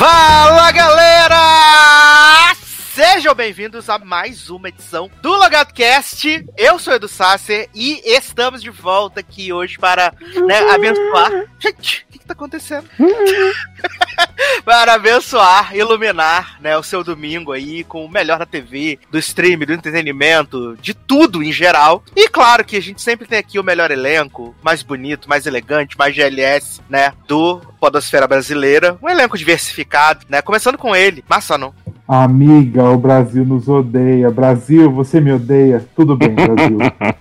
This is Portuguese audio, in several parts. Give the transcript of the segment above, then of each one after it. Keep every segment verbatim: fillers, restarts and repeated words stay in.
Fala, galera! Sejam bem-vindos a mais uma edição do LogadoCast. Eu sou o Edu Sasser e estamos de volta aqui hoje para, né, abençoar... Gente, o que, que tá acontecendo? Para abençoar, iluminar, né, o seu domingo aí com o melhor da T V, do stream, do entretenimento, de tudo em geral. E claro que a gente sempre tem aqui o melhor elenco, mais bonito, mais elegante, mais G L S, né, do Podosfera Brasileira. Um elenco diversificado, né, começando com ele, Massano. Amiga, o Brasil nos odeia. Brasil, você me odeia. Tudo bem, Brasil.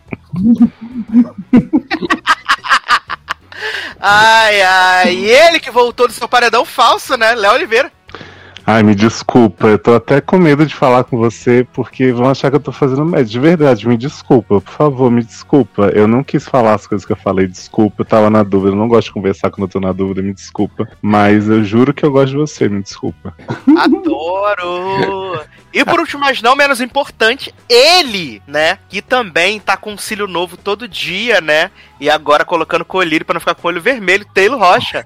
Ai, ai. E ele que voltou do seu paredão falso, né? Léo Oliveira. Ai, me desculpa, eu tô até com medo de falar com você, porque vão achar que eu tô fazendo média. De verdade, me desculpa, por favor, me desculpa. Eu não quis falar as coisas que eu falei, desculpa, eu tava na dúvida, eu não gosto de conversar quando eu tô na dúvida, me desculpa. Mas eu juro que eu gosto de você, me desculpa. Adoro! E por último, mas não menos importante, ele, né, que também tá com um cílio novo todo dia, né, e agora colocando colírio pra não ficar com o olho vermelho, Taylor Rocha.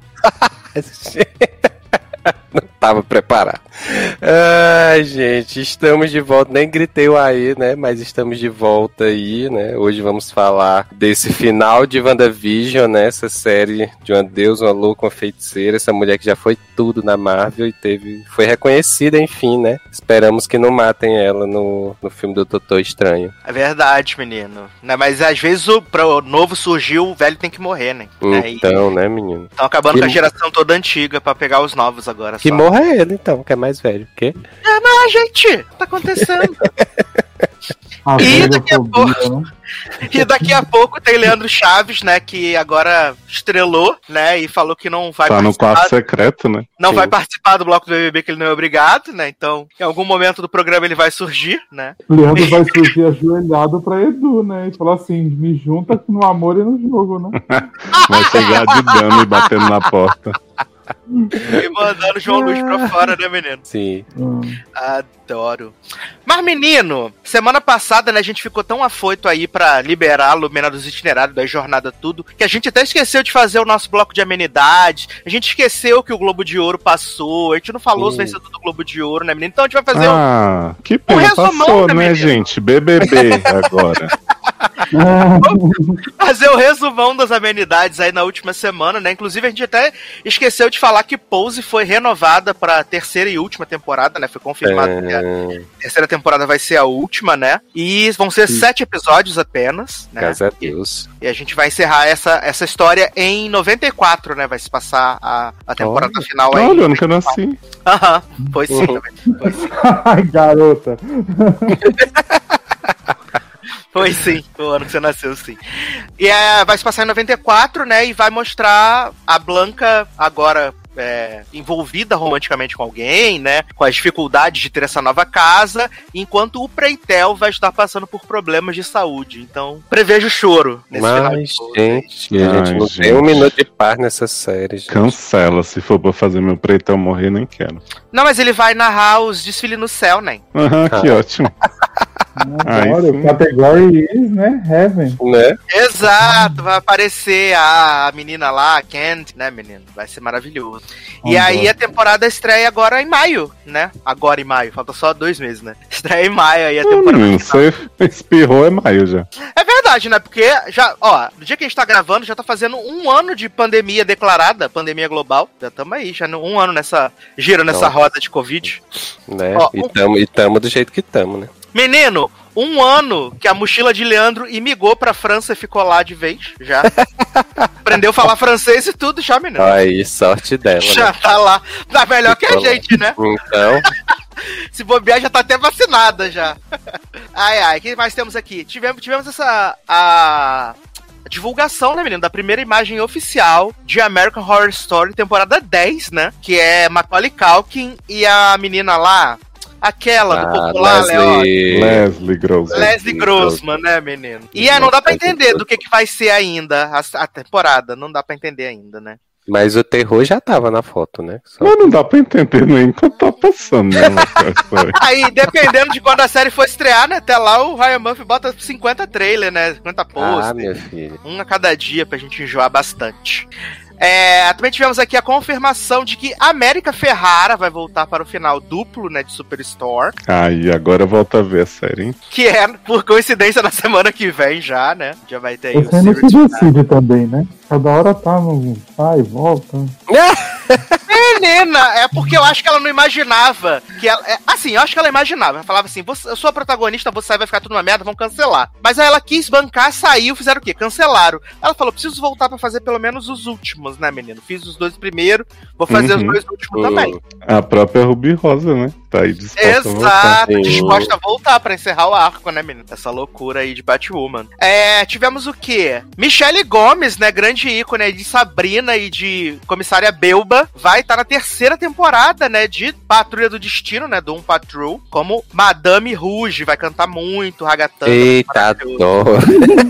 Não tava preparado. Ai, gente, estamos de volta. Nem gritei o aí, né? Mas estamos de volta aí, né? Hoje vamos falar desse final de WandaVision, né? Essa série de uma deusa, uma louca, uma feiticeira. Essa mulher que já foi tudo na Marvel e teve, foi reconhecida, enfim, né? Esperamos que não matem ela no, no filme do Doutor Estranho. É verdade, menino. Né? Mas às vezes o, pra o novo surgir, o velho tem que morrer, né? Então, e... né, menino? Estão acabando que... com a geração toda antiga pra pegar os novos agora. Que só. morra ele, então, que é mais velho. O quê? É, mas, gente, o que tá acontecendo? A E daqui a pouco, né? e daqui a pouco tem Leandro Chaves, né, que agora estrelou, né, e falou que não vai Tá no participar, quarto secreto, né? não Sim. vai participar do bloco do B B B, que ele não é obrigado, né, então em algum momento do programa ele vai surgir, né. Leandro vai surgir ajoelhado pra Edu, né? E falar assim, me junta no amor e no jogo, né? Vai chegar de dano e batendo na porta. E mandando João Luiz pra fora, né, menino? Sim. Hum. Adoro. Mas, menino, semana passada, né, a gente ficou tão afoito aí pra liberar a Lumena dos itinerários, da jornada, tudo, que a gente até esqueceu de fazer o nosso bloco de amenidades, a gente esqueceu que o Globo de Ouro passou, a gente não falou Sim. os vencedores do Globo de Ouro, né, menino? Então a gente vai fazer Ah, um... que pena, um resumão, passou, né, né, menino? gente? B B B agora. fazer o resumão das amenidades aí na última semana, né? Inclusive a gente até esqueceu de falar que Pose foi renovada pra terceira e última temporada, né? Foi confirmado É... que a terceira temporada vai ser a última, né? E vão ser Sim. sete episódios apenas, né? Graças a Deus. E a gente vai encerrar essa, essa história em noventa e quatro, né? Vai se passar a, a temporada Olha. final aí. Olha, eu nunca nasci. Aham, foi sim, Uhum. também. Foi sim. Ai, garota. Foi sim, o ano que você nasceu, sim. E é, vai se passar em noventa e quatro, né? E vai mostrar a Blanca agora é, envolvida romanticamente com alguém, né? Com as dificuldades de ter essa nova casa, enquanto o Preitel vai estar passando por problemas de saúde. Então, prevejo choro nesse final de Mas, Pose. gente, a gente Ai, não gente. tem um minuto de paz nessa série, gente. Cancela, se for pra fazer meu preto morrer, nem quero. Não, mas ele vai narrar os desfiles no céu, né? Aham, que Ah. ótimo. Ai, Agora, sim. o category is, né? Heaven. Né? Exato, vai aparecer a menina lá, a Candy, né, menino? Vai ser maravilhoso. E Adoro. aí a temporada estreia agora em maio, né? Agora em maio, falta só dois meses, né? Estreia em maio aí a Ô, temporada menino, final. você espirrou é maio já. É verdade, né? Porque já, ó, no dia que a gente tá gravando, já tá fazendo um ano de pandemia declarada, pandemia global. Já estamos aí, já no- um ano nessa, gira nessa Nossa. roda de Covid. Né? Ó, e, um- tamo, e tamo do jeito que tamo, né? Menino, um ano que a mochila de Leandro imigrou pra França e ficou lá de vez, já. Aprendeu a falar francês e tudo já, menino. Aí, sorte dela, Já né? tá lá. Tá melhor que a Ficou lá. gente, né? Então, Se bobear, já tá até vacinada já. Ai, ai, o que mais temos aqui? Tivemos, tivemos essa... A... a divulgação, né, menino, da primeira imagem oficial de American Horror Story, temporada dez, né? Que é Macaulay Culkin e a menina lá, aquela do ah, popular, Léo. Leslie... Leslie Grossman. Leslie Grossman, né, menino? E é, não dá pra entender do que, que vai ser ainda a, a temporada. Não dá pra entender ainda, né? Mas o terror já tava na foto, né? Só... Mas não dá pra entender nem quando tá passando, né? Aí, dependendo de quando a série for estrear, né? Até lá o Ryan Murphy bota cinquenta trailers, né? cinquenta posts. Ah, minha filha. Um a cada dia pra gente enjoar bastante. É, também tivemos aqui a confirmação de que América Ferrara vai voltar para o final duplo, né, de Superstore. Ah, e agora volta a ver a série, hein? Que é, por coincidência, na semana que vem já, né? Já vai ter aí Esse o aí não se Series decide também, né? Cada hora tá no vai e volta. Menina, é porque eu acho que ela não imaginava que ela... É, assim, eu acho que ela imaginava. Ela falava assim, você, eu sou a protagonista, você vai ficar tudo uma merda, vão cancelar. Mas aí ela quis bancar, saiu, fizeram o quê? Cancelaram. Ela falou, preciso voltar pra fazer pelo menos os últimos, né, menino? Fiz os dois primeiro, vou fazer Uhum. os dois últimos também. A própria Ruby Rosa, né? Tá aí disposta a voltar. Exato, disposta a voltar pra encerrar o arco, né, menino? Essa loucura aí de Batwoman. É, tivemos o quê? Michelle Gomes, né, grande ícone de Sabrina e de Comissária Belba, vai estar na terceira temporada, né, de Patrulha do Destino, né, Doom Patrol, como Madame Rouge, vai cantar muito, ragatanga. Eita, adoro.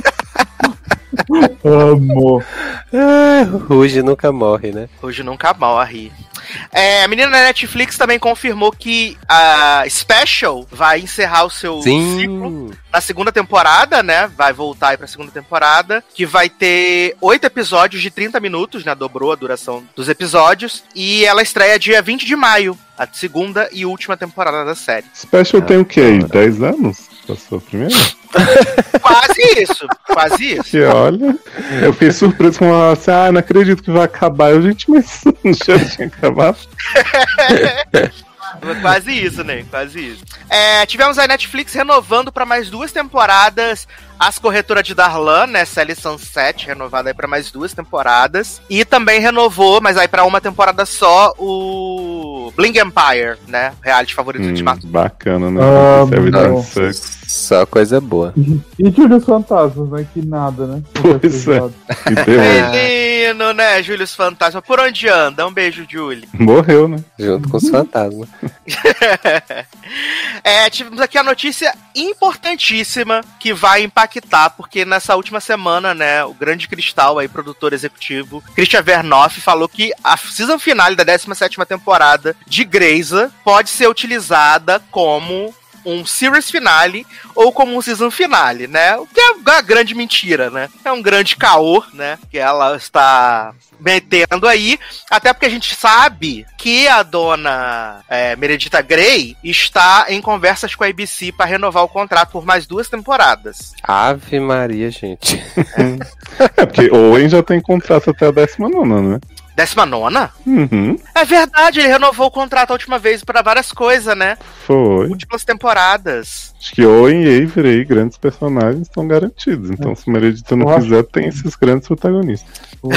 Amo. Rouge nunca morre, né? Rouge nunca morre. É, a menina da Netflix também confirmou que a Special vai encerrar o seu Sim. ciclo na segunda temporada, né? Vai voltar aí pra segunda temporada, que vai ter oito episódios de trinta minutos, né? Dobrou a duração dos episódios. E ela estreia dia vinte de maio, a segunda e última temporada da série. Special tem o quê aí? dez anos? Passou a primeira? Quase isso, quase isso. Que olha, eu fiquei surpreso com ela assim, ah, não acredito que vai acabar. Eu, gente, mas já tinha acabado. Quase isso, né? Quase isso. É, tivemos a Netflix renovando para mais duas temporadas As Corretoras de Darlan, né? Sally Sunset, renovada aí pra mais duas temporadas. E também renovou, mas aí pra uma temporada só, o Bling Empire, né? Reality favorito Hum, de Marcos. bacana, né? Ah, Everything bom. Sucks. Só coisa boa. E Júlio Fantasmas, né? Que nada, né? Pois é. E deu, Menino, né? Júlio Fantasma. Por onde anda? Um beijo, Julie. morreu, né? Junto com os fantasmas. É, tivemos aqui a notícia importantíssima que vai impactar, porque nessa última semana, né, o grande Cristal aí, produtor executivo, Christian Vernoff, falou que a season finale da décima sétima temporada de Grey's pode ser utilizada como um series finale ou como um season finale, né? O que é uma grande mentira, né? É um grande caô, né? Que ela está metendo aí, até porque a gente sabe que a dona é, Meredith Grey está em conversas com a A B C para renovar o contrato por mais duas temporadas. Ave Maria, gente. É porque Owen já tem contrato até a décima nona, né? Décima nona? Uhum, É verdade, ele renovou o contrato a última vez para várias coisas, né? foi. Múltiplas temporadas. Acho que Owen e Avery aí, grandes personagens, estão garantidos. Então, se Meredith não Eu acho quiser, tem esses grandes protagonistas.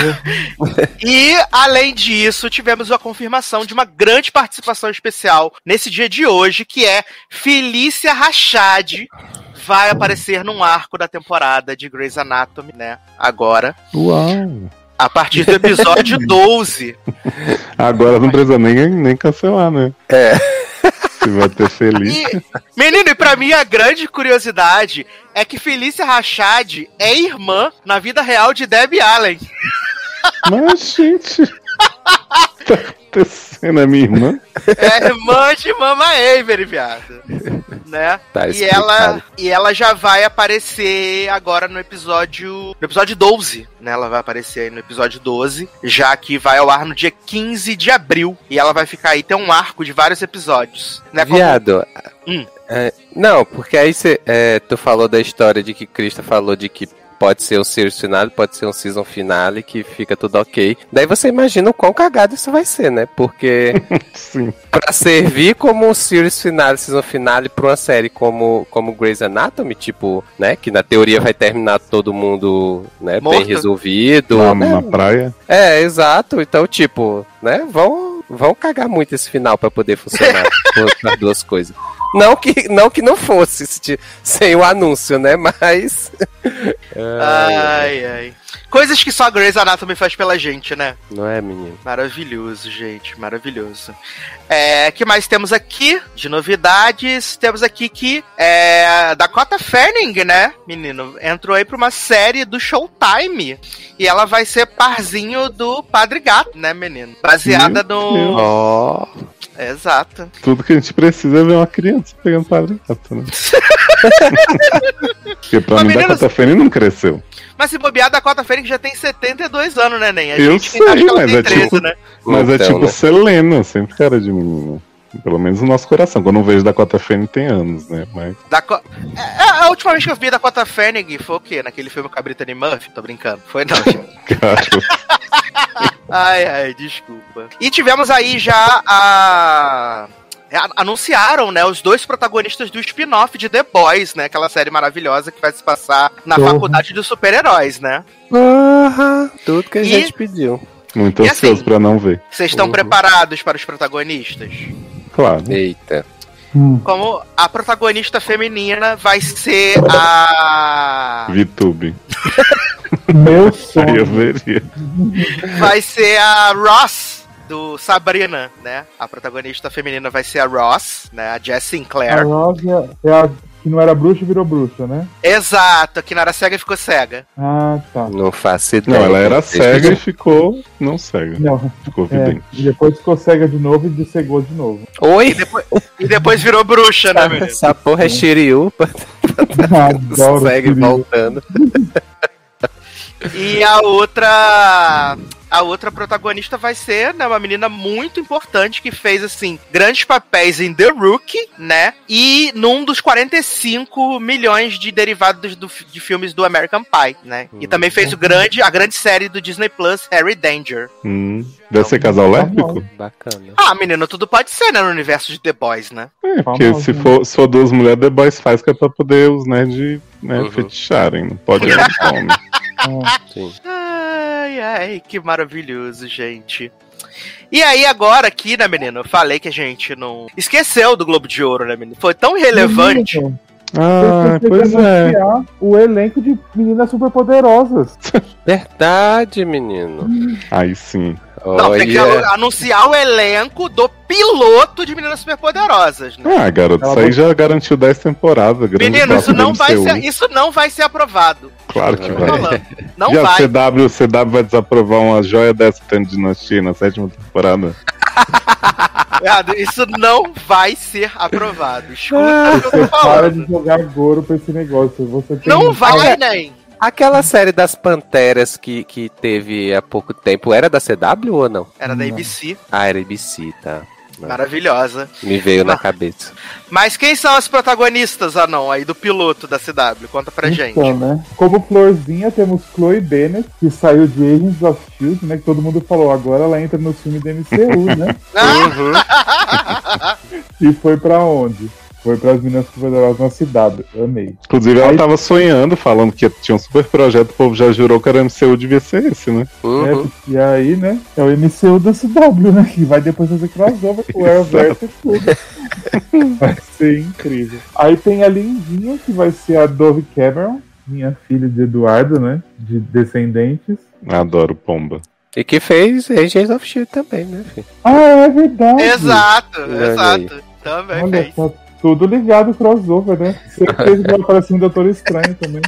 E, além disso, tivemos a confirmação de uma grande participação especial nesse dia de hoje, que é Felícia Rachad vai aparecer num arco da temporada de Grey's Anatomy, né? Agora. Uau! A partir do episódio doze. Agora não precisa nem, nem cancelar, né? É. Se vai ter feliz. E, menino, e pra mim a grande curiosidade é que Felícia Rachad é irmã na vida real de Debbie Allen. Mas, gente. Tá acontecendo, é minha irmã. É irmã de Mama Avery, viado. Né? Tá e, explicado. ela, e ela já vai aparecer agora no episódio. No episódio doze, né? Ela vai aparecer aí no episódio doze, já que vai ao ar no dia quinze de abril. E ela vai ficar aí, tem um arco de vários episódios. Né? Como- Viado. Hum. É, não, porque aí cê, é, tu falou da história de que Krista falou de que pode ser um series finale, pode ser um season finale, que fica tudo ok. Daí você imagina o quão cagado isso vai ser, né? Porque Sim. pra servir como um series finale, season finale pra uma série como, como Grey's Anatomy, tipo, né? Que na teoria vai terminar todo mundo, né? Morto. Bem resolvido. Lá né? na praia. É, exato. Então, tipo, né? Vão, vão cagar muito esse final pra poder funcionar as duas coisas. Não que, não que não fosse se- sem o anúncio, né? Mas. Ai, ai. Coisas que só Grey's Anatomy faz pela gente, né? Não é, menino? Maravilhoso, gente, maravilhoso. É, que mais temos aqui de novidades? Temos aqui que é, Dakota Fanning, né, menino, entrou aí pra uma série do Showtime e ela vai ser parzinho do Padre Gato, né, menino? Baseada Meu no... Ó. Exato. Tudo que a gente precisa é ver uma criança pegando padre-gato, né? Porque pra Mas, mim, meninos- Dakota Fanning não cresceu. Mas se bobear, a Dakota Fanning já tem setenta e dois anos, né, Nen? A Eu gente sei, acha que ela mas tem é treze, tipo- né? Mas é Então, tipo né? Selena, sempre cara de menina. Pelo menos no nosso coração. Quando eu vejo Dakota Fanning tem anos, né? Mas Daco... É, a última vez que eu vi a Dakota Fanning foi o quê? Naquele filme com a Brittany Murphy? Tô brincando. Foi não, gente. cara, Ai, ai, desculpa. E tivemos aí já a... a- Anunciaram, né, os dois protagonistas do spin-off de The Boys, né? Aquela série maravilhosa que vai se passar na Uhum. faculdade dos super-heróis, né? Porra, tudo que a E- gente pediu. muito E ansioso assim- pra não ver. Vocês estão Uhum. preparados para os protagonistas? Claro. Eita. Hum. Como a protagonista feminina vai ser a... VTube. Meu Aí eu sonho. veria. vai ser a Ross do Sabrina, né? A protagonista feminina vai ser a Ross, né? A Jess A Sinclair. Rosa é a que não era bruxa e virou bruxa, né? Exato, que não era cega e ficou cega. Ah, tá. Não faço ideia. Não, ela era Vocês cega e pediram. ficou não cega. Não, Ficou é, vidente. e depois ficou cega de novo e cegou de novo. Oi? E depois virou bruxa, né, menino? Essa porra é Shiryu, Adoro segue Shiryu. voltando. E a outra. A outra protagonista vai ser, né, uma menina muito importante que fez, assim, grandes papéis em The Rookie, né? E num dos quarenta e cinco milhões de derivados do, de filmes do American Pie, né? E também fez o grande, a grande série do Disney Plus, Harry Danger. Hum, deve ser casal lésbico? Bacana. Ah, menino, tudo pode ser, né, no universo de The Boys, né? É, porque Famoso, se né? for, se for duas mulheres, The Boys faz que é pra poder os nerds, né, Uhum. feticharem. Não pode ir no fome. Sim. Ai, ai, que maravilhoso, gente. E aí, agora aqui, né, menino? Eu falei que a gente não esqueceu do Globo de Ouro, né, menino? Foi tão irrelevante. Menino, Ah, eu pois esqueci de é. anunciar o elenco de meninas superpoderosas. Verdade, menino. Aí sim. Não, tem que Olha, anunciar o elenco do piloto de Meninas Superpoderosas, né? Ah, garoto, Ela isso aí vai- já garantiu dez temporadas. grande Menino, papo isso não, do vai M C U. ser, isso não vai ser aprovado. Claro que Tô vai. falando. Não Já vai. C W, C W vai desaprovar uma joia dessa tendo dinastia na sétima temporada. Viado, isso não vai ser aprovado. Escuta o que eu Você tô para falando. de jogar goro pra esse negócio. Você tem Não um- vai, nem. aquela série das Panteras que, que teve há pouco tempo, era da C W ou não? Era da Não. A B C. Ah, era A B C, tá. Maravilhosa. Me veio na Ah. cabeça. Mas quem são as protagonistas, Anão, aí do piloto da C W? Conta pra gente. Então, né? Como florzinha, temos Chloe Bennett, que saiu de Agents of Shield, né? Que todo mundo falou, agora ela entra no filme do M C U, né? Ah, E foi pra onde? Foi pras Meninas Superpoderosas na C W. Amei. Inclusive, ela Aí- tava sonhando, falando que tinha um super projeto, o povo já jurou que era M C U, devia ser esse, né? Uhum. É, e aí, né? É o M C U da C W, né? Que vai depois fazer crossover com o Arrowverse e tudo. Vai ser incrível. Aí tem a Lindinha, que vai ser a Dove Cameron, minha filha de Eduardo, né? De Descendentes. Adoro Pomba. E que fez Agents of Shield também, né, filho? Ah, é verdade. exato, Olha exato. Também Olha, fez. tá tudo ligado crossover, né? Certeza que vai aparecer um Doutor Estranho também.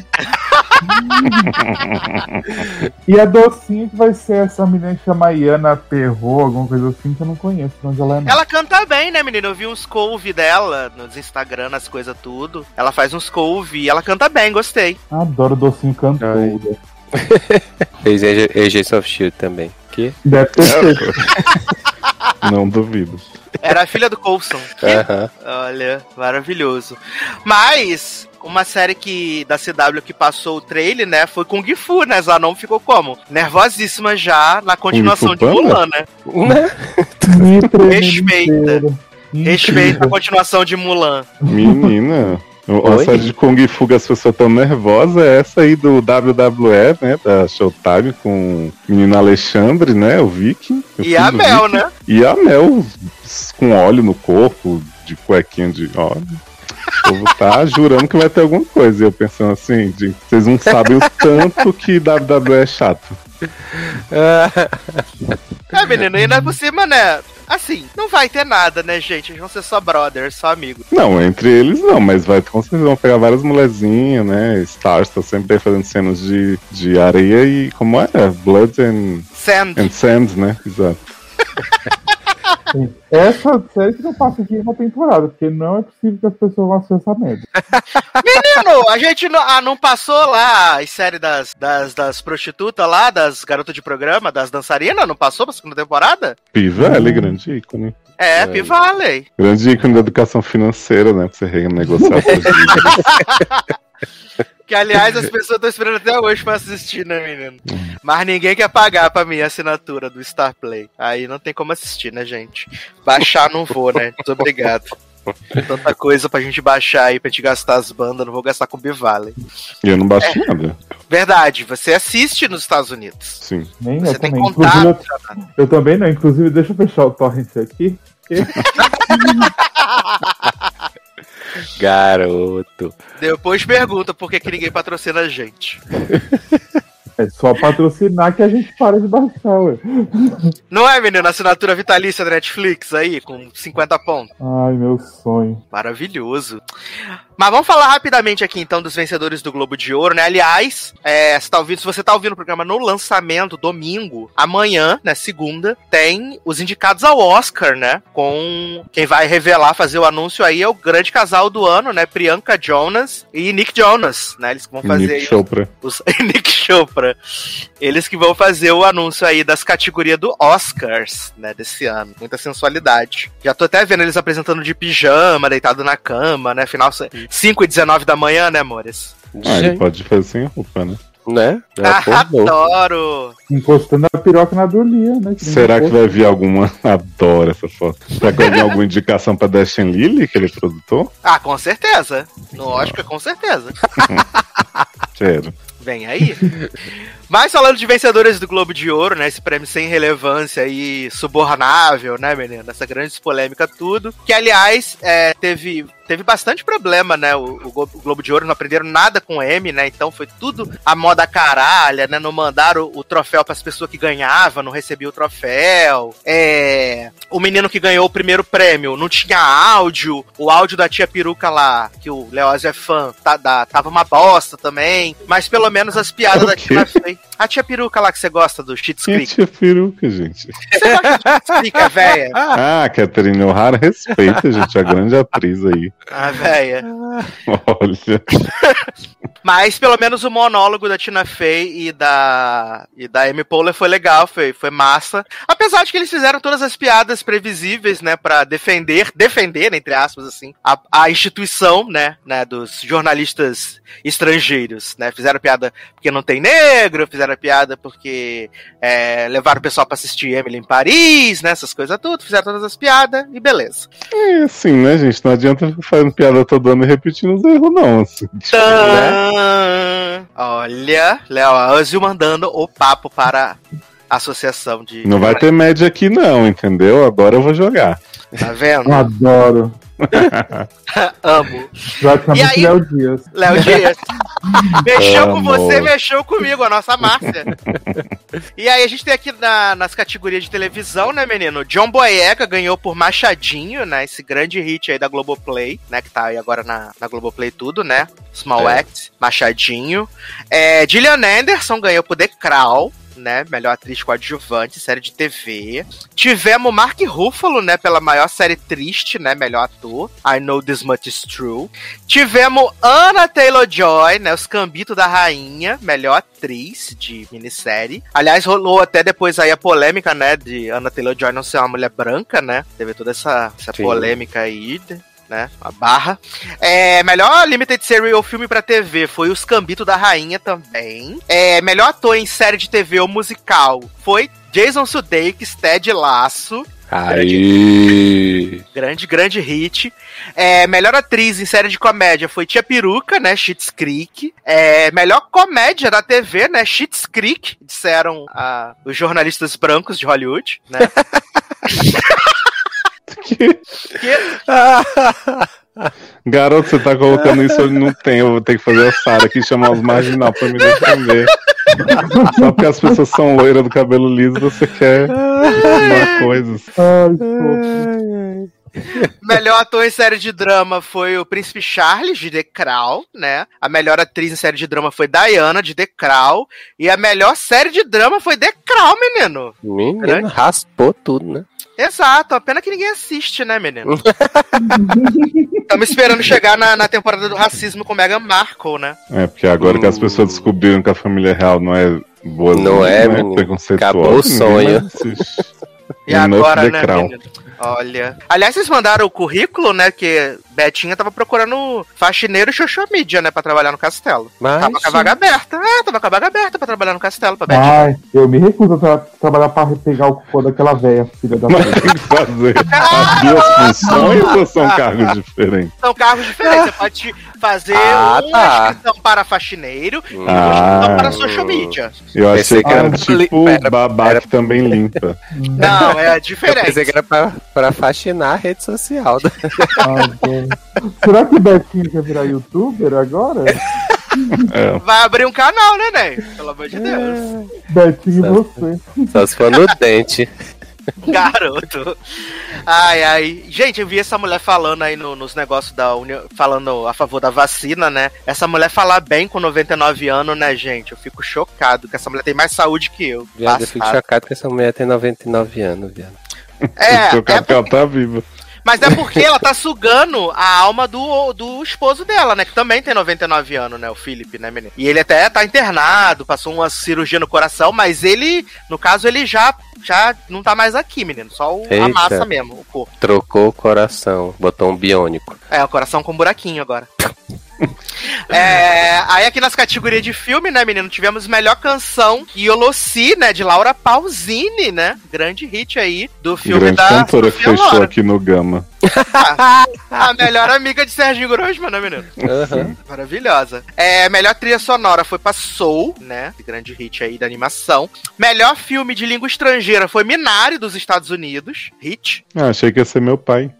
E a docinha que vai ser essa menina que chama Iana Perro, alguma coisa assim, que eu não conheço de onde ela é. Não. Ela canta bem, né, menino? Eu vi uns couve dela nos Instagram, as coisas tudo. Ela faz uns couve e ela canta bem, gostei. Adoro docinho cantor. Fez Ag- Agents of Shield também. Que? Deve ter feito. Não duvido. Era a filha do Coulson. Aham. Olha, maravilhoso. Mas uma série que da C W que passou o trailer, né, foi Kung Fu, né? Zanon ficou como? Nervosíssima já na continuação Fu de Panda? Mulan, né? Né? Me treme Respeita. inteiro. Respeita a Incrível. continuação de Mulan. Menina. Oi? A série de Kung Fu que as pessoas estão nervosas é essa aí do W W E, né? Da Showtime com o menino Alexandre, né? O Viking. Eu E fiz a o Mel, Viking. né? E a Mel com óleo no corpo, de cuequinha de óleo. O povo tá jurando que vai ter alguma coisa. E eu pensando assim, gente, vocês não sabem o tanto que W W E é chato. É, menino, e ainda por cima, né? Assim, não vai ter nada, né, gente? Eles vão ser só brothers, só amigos. Não, entre eles não, mas vai, com certeza vão pegar várias molezinhas, né? Stars tá sempre aí fazendo cenas de, de areia e como é? Blood and, Sand. and Sand, né? Exato. Essa série que não passa de uma temporada, porque não é possível que as pessoas vão assistir essa merda. Menino, a gente não, ah, não passou lá a série das, das, das prostitutas lá, das garotas de programa, das dançarinas? Não passou pra segunda temporada? P-Valley, grande ícone. É, É. P-Valley. Grande ícone da educação financeira, né? Pra você renegociar suas dívidas. Que, aliás, as pessoas estão esperando até hoje pra assistir, né, menino? Mas ninguém quer pagar pra mim a assinatura do Star Play. Aí não tem como assistir, né, gente? Baixar não vou, né? Muito obrigado. Tanta coisa pra gente baixar aí, pra gente gastar as bandas, não vou gastar com Bivale. E eu não baixo é. nada. Verdade, você assiste nos Estados Unidos. Sim. Nem Você eu tem também. contato. Eu, eu também não. Inclusive, deixa eu fechar o torrent aqui. Garoto. Depois pergunta por que, que ninguém patrocina a gente. É só patrocinar que a gente para de baixar, ué. Não é, menino? Assinatura vitalícia da Netflix aí, com cinquenta pontos. Ai, meu sonho. Maravilhoso. Mas vamos falar rapidamente aqui, então, dos vencedores do Globo de Ouro, né? Aliás, é, se, tá ouvindo, se você tá ouvindo o programa no lançamento, domingo, amanhã, né, segunda, tem os indicados ao Oscar, né? Com quem vai revelar, fazer o anúncio aí é o grande casal do ano, né? Priyanka Jonas e Nick Jonas, né? Eles que vão fazer... Nick Chopra. Os, os, Nick Chopra. Eles que vão fazer o anúncio aí das categorias do Oscars, né, desse ano. Muita sensualidade. Já tô até vendo eles apresentando de pijama, deitado na cama, né? Final cinco e dezenove da manhã, né, amores? Ah, ele pode fazer sem roupa, né? Né? Ah, adoro! Encostando a piroca na dolia, né? Que Será que vai vir alguma... Adoro essa foto. Será que vai vir alguma indicação pra Destin Lilly, que ele é produtor? Ah, com certeza. No Oscar, com certeza. Sério. Vem aí. Mas falando de vencedores do Globo de Ouro, né? Esse prêmio sem relevância e subornável, né, menino? Essa grande polêmica tudo. Que, aliás, é, teve, teve bastante problema, né? O, o Globo de Ouro não aprenderam nada com o M, né? Então foi tudo a moda caralha, né? Não mandaram o, o troféu pras pessoas que ganhavam, não recebiam o troféu. É, o menino que ganhou o primeiro prêmio não tinha áudio. O áudio da tia peruca lá, que o Leózio é fã, tá, da, tava uma bosta também. Mas pelo menos as piadas da Tina Fey. A tia peruca lá que você gosta do Schitt's Quem é Creek. tia peruca, gente? Você gosta do Schitt's Creek, a véia? Ah, Catherine O'Hara, respeita, gente, a grande atriz aí. A véia. Olha. Mas pelo menos o monólogo da Tina Fey e da, e da Amy Poehler foi legal, foi, foi massa. Apesar de que eles fizeram todas as piadas previsíveis, né, pra defender, defender, entre aspas, assim, a, a instituição, né, né, dos jornalistas estrangeiros, né. Fizeram piada porque não tem negro, fizeram piada porque é, levaram o pessoal pra assistir Emily em Paris, né, essas coisas tudo, fizeram todas as piadas e beleza. É assim, né, gente? Não adianta ficar fazendo piada todo ano e repetindo os erros, não. Assim, tipo, né? Olha, Léo Azio mandando o papo para a associação de... Não vai ter média aqui, não, entendeu? Agora eu vou jogar. Tá vendo? Adoro. Amo. Praticamente E aí, Léo Dias. Léo Dias. Mexeu com Amor. você, mexeu comigo, a nossa Márcia. E aí a gente tem aqui na, nas categorias de televisão, né, menino? John Boyega ganhou por Machadinho, né? Esse grande hit aí da Globoplay, né? Que tá aí agora na, na Globoplay tudo, né? Small É. Act, Machadinho. É, Gillian Anderson ganhou por The Crown, né, melhor atriz coadjuvante, série de T V. Tivemos Mark Ruffalo, né, pela maior série triste, né, melhor ator, I Know This Much Is True. Tivemos Anna Taylor-Joy, né, Os Cambitos da Rainha, melhor atriz de minissérie. Aliás, rolou até depois aí a polêmica, né, de Anna Taylor-Joy não ser uma mulher branca, né, teve toda essa, essa polêmica aí, né, a barra. É, melhor limited series ou filme pra T V foi Os Cambitos da Rainha também. É, melhor ator em série de T V ou musical foi Jason Sudeikis, Ted Lasso. Aí. Grande, grande hit. É, melhor atriz em série de comédia foi Tia Peruca, né, Schitt's Creek. É, melhor comédia da T V, né, Schitt's Creek, disseram ah, os jornalistas brancos de Hollywood, né. Que... Garoto, você tá colocando isso onde não tem. Eu vou ter que fazer a Sarah aqui e chamar os marginal pra me defender. Só porque as pessoas são loiras do cabelo liso, você quer uma coisa. Ai, Melhor ator em série de drama foi o Príncipe Charles, de The Crown, né? A melhor atriz em série de drama foi Diana, de The Crown. E a melhor série de drama foi The Crown, menino. Menino, Grande. raspou tudo, né? Exato, a pena que ninguém assiste, né, menino? Estamos esperando chegar na, na temporada do racismo com Meghan Markle, né? É, porque agora hum. que as pessoas descobriram que a família real não é boa, não é, né? Acabou o sonho. E agora, né, menino? Olha. Aliás, vocês mandaram o currículo, né? Que Betinha tava procurando faxineiro e social media, né? Pra trabalhar no castelo. Mas... Tava com a vaga aberta. É, tava com a vaga aberta pra trabalhar no castelo, pra Betinha. Ai, eu me recuso a tra trabalhar pra pegar o cupom daquela véia, filha da Mas tem que fazer as duas funções ou são cargos diferentes? São cargos diferentes. Você pode fazer ah, uma tá. inscrição para faxineiro e uma Ah, inscrição para social media. Eu achei Pensei que era que tipo era- babá era- que também limpa. Não, é Eu diferente. pensei que era pra, pra faxinar a rede social. Da... Ai, será que Betinha quer virar youtuber agora? É. Vai abrir um canal, né, Ney? Pelo amor de Deus. Betinha e você. Só se for no dente. Garoto. Ai, ai. Gente, eu vi essa mulher falando aí no, nos negócios da União, falando a favor da vacina, né? Essa mulher falar bem com noventa e nove anos, né, gente? Eu fico chocado que essa mulher tem mais saúde que eu. Viado, eu fico chocado que essa mulher tem noventa e nove anos, viado. É, Tô com é a ela tá viva. Mas é porque ela tá sugando a alma do, do esposo dela, né? Que também tem noventa e nove anos, né? O Felipe, né, menino? E ele até tá internado, passou uma cirurgia no coração, mas ele, no caso, ele já, já não tá mais aqui, menino. Só o, a Eita. massa mesmo, o corpo. Trocou o coração, botou um biônico. É, o coração com um buraquinho agora. É, aí aqui nas categorias de filme, né, menino, tivemos melhor canção Yolossi, né, de Laura Pausini, né, grande hit aí do filme Grande da cantora que Sofia fechou Loren. aqui no Gama. A melhor amiga de Serginho Grosman, né, menino? Aham. Maravilhosa. É, melhor trilha sonora foi pra Soul, né, grande hit aí da animação. Melhor filme de língua estrangeira foi Minari, dos Estados Unidos, hit. Ah, achei que ia ser meu pai.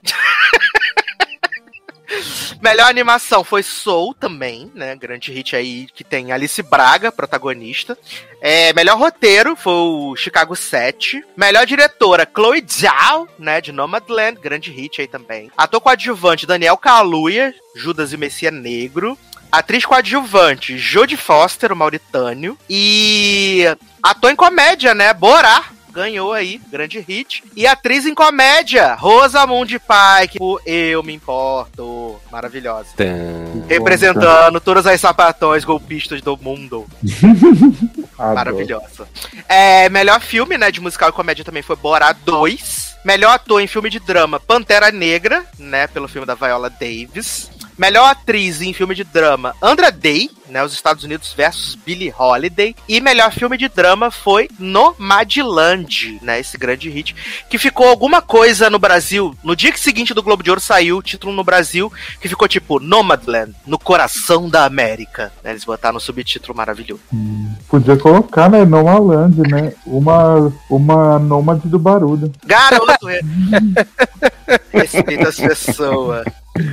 Melhor animação foi Soul também, né? Grande hit aí que tem Alice Braga, protagonista. É, melhor roteiro foi o Chicago sete. Melhor diretora, Chloe Zhao, né? De Nomadland, grande hit aí também. Ator coadjuvante, Daniel Kaluuya, Judas e o Messias Negro. Atriz coadjuvante, Jodie Foster, o Mauritânio. E ator em comédia, né? Borá. Ganhou aí, grande hit. E atriz em comédia, Rosamund Pike, por Eu Me Importo. Maravilhosa. Tã. Representando todas as sapatões golpistas do mundo. Adoro. Maravilhosa. É, melhor filme, né, de musical e comédia também foi Borá dois. Melhor ator em filme de drama, Pantera Negra, né, pelo filme da Viola Davis. Melhor atriz em filme de drama, Andra Day, né, os Estados Unidos versus Billie Holiday. E melhor filme de drama foi Nomadland, né, esse grande hit, que ficou alguma coisa no Brasil. No dia seguinte do Globo de Ouro saiu o título no Brasil, que ficou tipo Nomadland, no coração da América. Né, eles botaram um subtítulo maravilhoso. Hum, podia colocar, né, Nomaland, né? Uma, uma nômade do Baruda. Garoto, re- respeita as pessoas.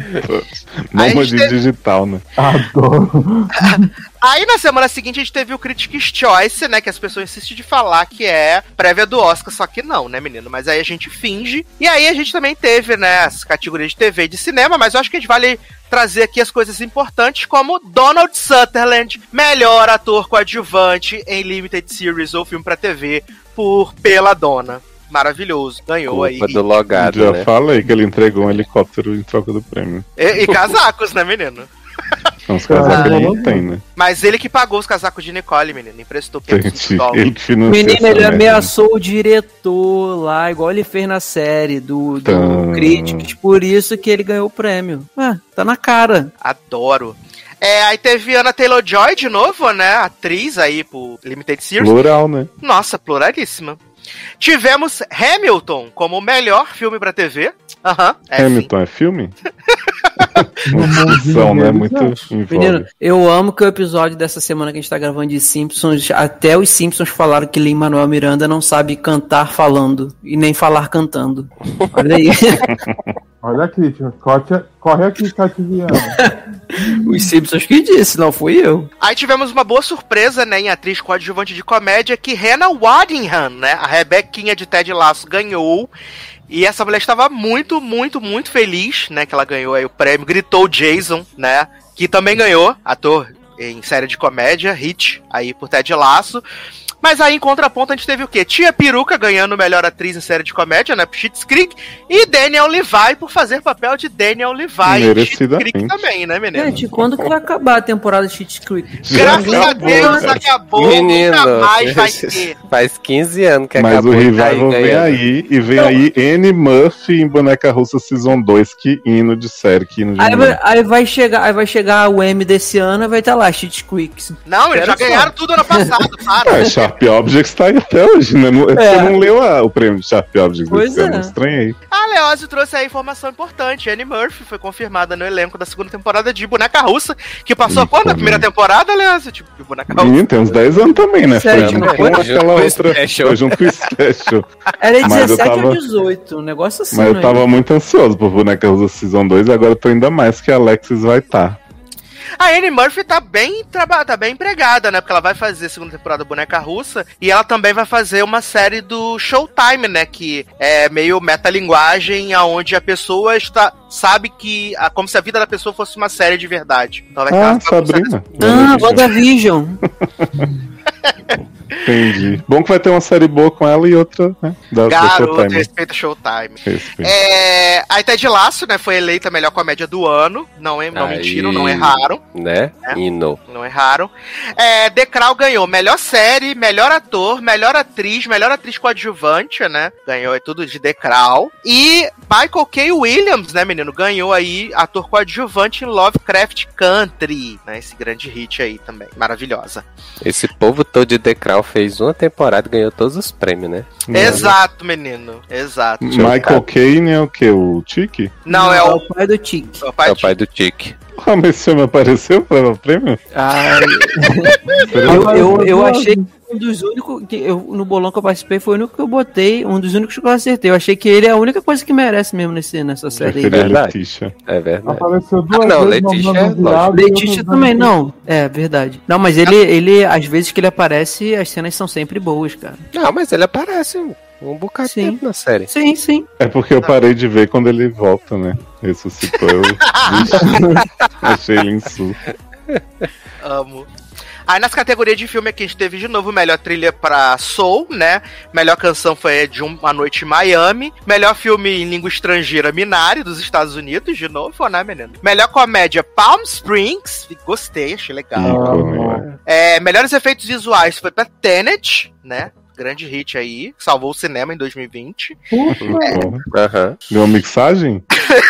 Nômade teve- digital, né? Adoro. Aí na semana seguinte a gente teve o Critics' Choice, né, que as pessoas insistem de falar que é prévia do Oscar, só que não, né, menino? Mas aí a gente finge. E aí a gente também teve, né, as categorias de T V e de cinema, mas eu acho que a gente vale trazer aqui as coisas importantes, como Donald Sutherland, melhor ator coadjuvante em Limited Series ou filme pra T V, por Pela Dona. Maravilhoso, ganhou aí. Culpa do logado, Já né? falei que ele entregou um helicóptero em troca do prêmio. E, e casacos, né, menino? São os casacos que Ah, ele não tem, né? Mas ele que pagou os casacos de Nicole, menino. Emprestou quinhentos Entendi. dólares. Ele que financia Menino, essa ele merda, ameaçou o diretor lá, igual ele fez na série do, do Tá. Critics, por isso que ele ganhou o prêmio. Ah, tá na cara. Adoro. É, aí teve Anna Taylor-Joy de novo, né? Atriz aí por Limited né? Series. Plural, né? Nossa, pluralíssima. Tivemos Hamilton como o melhor filme pra T V. Aham, é sim. Hamilton é filme? No mundinho São, né? deles, Muito né? em Menino, voga. eu amo que o episódio dessa semana que a gente tá gravando de Simpsons, até os Simpsons falaram que Lin-Manuel Miranda não sabe cantar falando e nem falar cantando. Olha aí. Olha a crítica. Corre, corre aqui, Cativiano. Os Simpsons que disse, não fui eu. Aí tivemos uma boa surpresa, né, em atriz coadjuvante de comédia, que Hannah Waddingham, né, a Rebequinha de Ted Lasso, ganhou. E essa mulher estava muito, muito, muito feliz, né, que ela ganhou aí o prêmio. Gritou Jason, né, que também ganhou, ator em série de comédia, hit, aí por Ted Lasso. Mas aí, em contraponto, a gente teve o quê? Tia Peruca ganhando melhor atriz em série de comédia, né? Por Schitt's Creek. E Daniel Levi por fazer papel de Daniel Levi em Schitt's Creek também, né, menino? Gente, quando que vai acabar a temporada de Schitt's Creek? Graças a Deus, acabou. Menino, nunca mais vai ter. Faz quinze anos que Mas acabou. Mas o revival vem aí, e vem Não. aí Annie Murphy em Boneca Russa Season dois, que hino de série, que hino de Aí mulher. vai, aí vai chegar, aí vai chegar o M desse ano e vai estar lá, Schitt's Creek. Não, eles já Quero ganharam só. tudo ano passado, para. É, Sharp Objects tá aí até hoje, né? Não- É. Você não leu a- o prêmio de Sharp Objects Pois desse ano, é. estranhei. A Leózio trouxe a informação importante. Annie Murphy foi confirmada no elenco da segunda temporada de Boneca Russa, que passou Ih, quando? Na também. primeira temporada, Leózio? Tipo, de Boneca Russa. Menino, tem uns dez anos também, né? Foi Sete, ano não com foi? aquela Junto com o outra. Special. Foi junto com o Special. Era Mas eu dezessete tava- ou dezoito, um negócio assim, Mas eu né? tava muito ansioso por Boneca Russa Season dois, e agora eu tô ainda mais que a Alexis vai estar. A Annie Murphy tá bem, traba- tá bem empregada, né? Porque ela vai fazer a segunda temporada do Boneca Russa e ela também vai fazer uma série do Showtime, né? Que é meio metalinguagem, aonde a pessoa está, sabe que... a- como se a vida da pessoa fosse uma série de verdade. Então vai Ah, casar com Sabrina. Ah, WandaVision. Entendi. Bom que vai ter uma série boa com ela e outra, né? Da, da Garoto, Showtime. respeita Showtime. Respeito. É, a Ted Lasso, né, foi eleita a melhor comédia do ano. Não, não Aí. mentiram, não erraram. Né? É. Hino. Não erraram. É, The Crown ganhou melhor série, melhor ator, melhor atriz, melhor atriz coadjuvante, né? Ganhou é tudo de The Crown. E Michael K. Williams, né, menino? Ganhou aí ator coadjuvante em Lovecraft Country, né? Esse grande hit aí também. Maravilhosa. Esse povo todo de The Crown fez uma temporada e ganhou todos os prêmios, né? Exato, menino. Exato. Michael Caine é o que? O Tiki? Não, é o, pai do Tic. é o pai É o de- pai do Tic. Ah, mas esse homem apareceu para o prêmio? Ah, eu, eu, eu achei que um dos únicos. Que eu, no bolão que eu participei foi o único que eu botei, um dos únicos que eu acertei. Eu achei que ele é a única coisa que merece mesmo nesse, nessa série aí. Ele é verdade. Letícia. É verdade. Apareceu duas Ah, não, vezes Letícia no é Mano lógico. Viado e Letícia outras também, vezes- não. É verdade. Não, mas ele, ele, às vezes que ele aparece, as cenas são sempre boas, cara. Não, mas ele aparece um, um bocado de Sim. tempo na série. Sim, sim. É porque eu parei de ver quando ele volta, né? Ressuscitou. Eu Vixe, achei ele em sul. Amo. Aí nas categorias de filme aqui a gente teve de novo melhor trilha pra Soul, né? Melhor canção foi a de Uma Noite em Miami. Melhor filme em língua estrangeira, Minari, dos Estados Unidos, de novo, né, menino? Melhor comédia, Palm Springs. Gostei, achei legal. Ícone, né? É, melhores efeitos visuais foi pra Tenet, né? Grande hit aí, salvou o cinema em dois mil e vinte. Bom. Aham. Deu uma mixagem?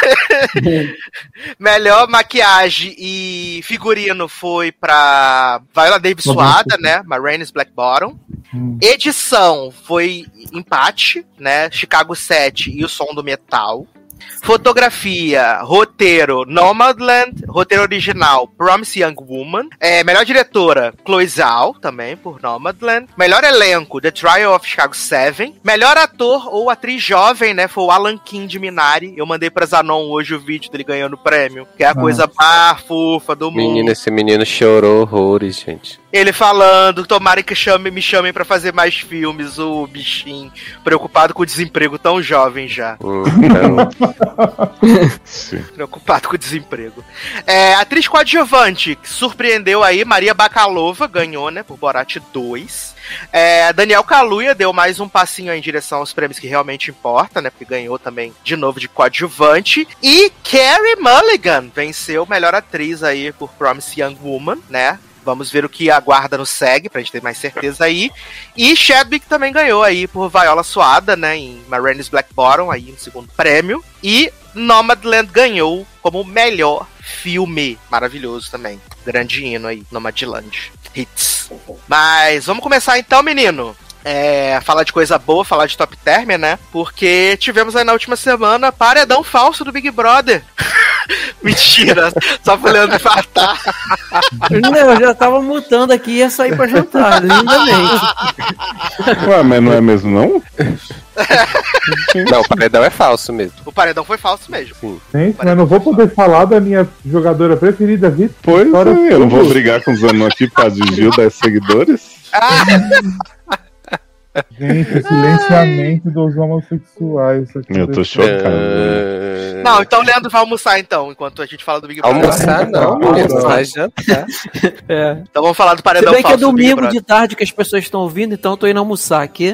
Melhor maquiagem e figurino foi pra Viola Davis suada, né? Ma Rainey's Black Bottom. Hum. Edição foi empate, né? Chicago sete e o Som do Metal. Fotografia, roteiro, Nomadland, roteiro original, Promise Young Woman. É, melhor diretora, Chloe Zhao, também, por Nomadland. Melhor elenco, The Trial of Chicago sete. Melhor ator ou atriz jovem, né, foi o Alan King de Minari. Eu mandei pra Zanon hoje o vídeo dele ganhando o prêmio, que é a Ah. coisa mais fofa do mundo. Menino, esse menino chorou horrores, gente. Ele falando, tomara que chame, me chamem pra fazer mais filmes, o bichinho, preocupado com o desemprego tão jovem já. Hum, Então, Sim. Preocupado com o desemprego. É, atriz coadjuvante, que surpreendeu aí, Maria Bakalova, ganhou, né, por Borat dois. É, Daniel Kaluuya deu mais um passinho aí em direção aos prêmios que realmente importa, né, porque ganhou também, de novo, de coadjuvante. E Carey Mulligan venceu melhor atriz aí por Promise Young Woman, né. Vamos ver o que aguarda no S E G, pra gente ter mais certeza aí. E Chadwick também ganhou aí por Viola Suada, né, em Ma Rainey's Black Bottom, aí no segundo prêmio. E Nomadland ganhou como melhor filme. Maravilhoso também. Grande hino aí, Nomadland. Hits. Mas vamos começar então, menino. É, falar de coisa boa, falar de Top Term, né? Porque tivemos aí na última semana paredão falso do Big Brother. Mentira, só pro Leandro infartar. Não, eu já tava mutando aqui e ia sair pra jantar, lindamente. Ué, mas não é mesmo, não? não, o paredão é falso mesmo. O paredão foi falso mesmo. Gente, mas não vou poder falar da minha jogadora preferida, Vitor. Pois História é, eu não vou tudo. brigar com o Zanon aqui por causa de Gil, dez seguidores. Gente, o silenciamento dos homossexuais. Eu tô chocado. Uh... Não, então o Leandro vai almoçar então, enquanto a gente fala do Big Brother. Almoçar não, Ah, menino, não. vai jantar. É. Então vamos falar do Se paredão bem que é falso do Big domingo Brother. de tarde que as pessoas estão ouvindo, então eu tô indo almoçar aqui.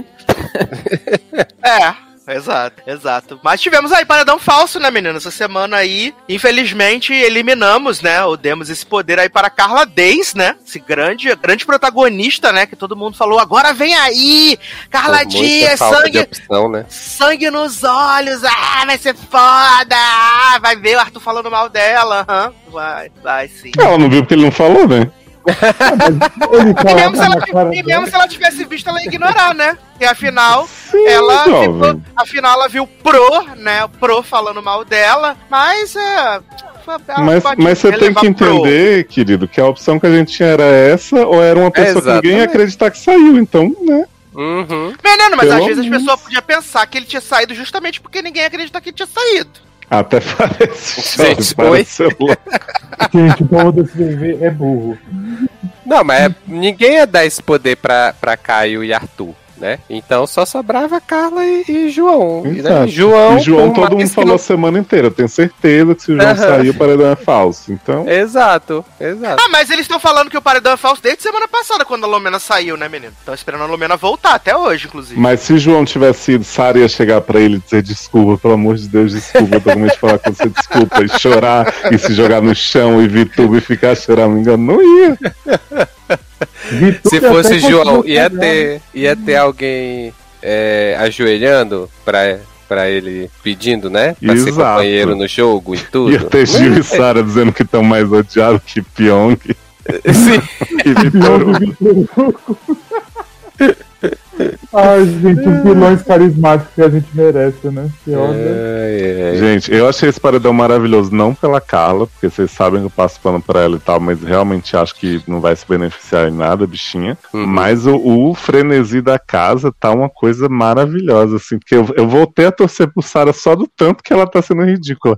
É. Exato, exato. Mas tivemos aí paredão falso, né, menino? Essa semana aí, infelizmente, eliminamos, né? Ou demos esse poder aí para a Carla Deis, né? Esse grande, grande protagonista, né? Que todo mundo falou, agora vem aí! Carla Por muita Dias, falta de sangue, opção, né? sangue nos olhos! Ah, vai ser foda! Ah, vai ver o Arthur falando mal dela. Aham. Vai, vai sim. Ela não viu porque ele não falou, né? Ele E mesmo, se ela, coloca na cara e dela. mesmo se ela tivesse visto, ela ia ignorar, né? E afinal, Sim, ela jovem. ficou, afinal ela viu pro, né? Pro falando mal dela, mas é. ela Mas, pode mas você tem relevar que pro. entender, querido, que a opção que a gente tinha era essa, ou era uma pessoa que ninguém ia Exatamente. acreditar que saiu, então, né? Uhum. Menino, mas Pelo às vezes as menos. pessoas podiam pensar que ele tinha saído justamente porque ninguém acredita que ele tinha saído. Até parece. Gente, jovem, pareceu louco. Gente, o povo desse B B é burro. Não, mas é- ninguém ia dar esse poder pra, pra Caio e Arthur, né? Então só sobrava Carla e, e João. E, né? Exato. João, E João, por todo mais mundo que falou não- a semana inteira. Eu tenho certeza que se o João Aham. sair, o paredão é falso. Então, Exato, exato. Ah, mas eles estão falando que o paredão é falso desde semana passada, quando a Lumena saiu, né, menino? Estão esperando a Lumena voltar, até hoje, inclusive. mas se João tivesse ido, Sara ia chegar pra ele e dizer desculpa, pelo amor de Deus, desculpa, eu tô com medo de falar com você, desculpa, e chorar, e se jogar no chão e vir tudo e ficar choramingando, não ia. Vitor Se até fosse João, conseguiu ia pegar. ter, ia ter alguém é, ajoelhando pra, pra ele pedindo, né? Pra ser Exato. companheiro no jogo e tudo. Ia ter Gil e Sara dizendo que estão mais odiados que Pyong Sim. e Vitor. Ai, gente, os vilões carismáticos que a gente merece, né? Que onda. Ai, ai. Gente, eu achei esse paredão maravilhoso, não pela Carla, porque vocês sabem que eu passo pano pra ela e tal, mas realmente acho que não vai se beneficiar em nada, bichinha. Uhum. Mas o, o frenesi da casa tá uma coisa maravilhosa, assim, porque eu, eu voltei a torcer pro Sara só do tanto que ela tá sendo ridícula.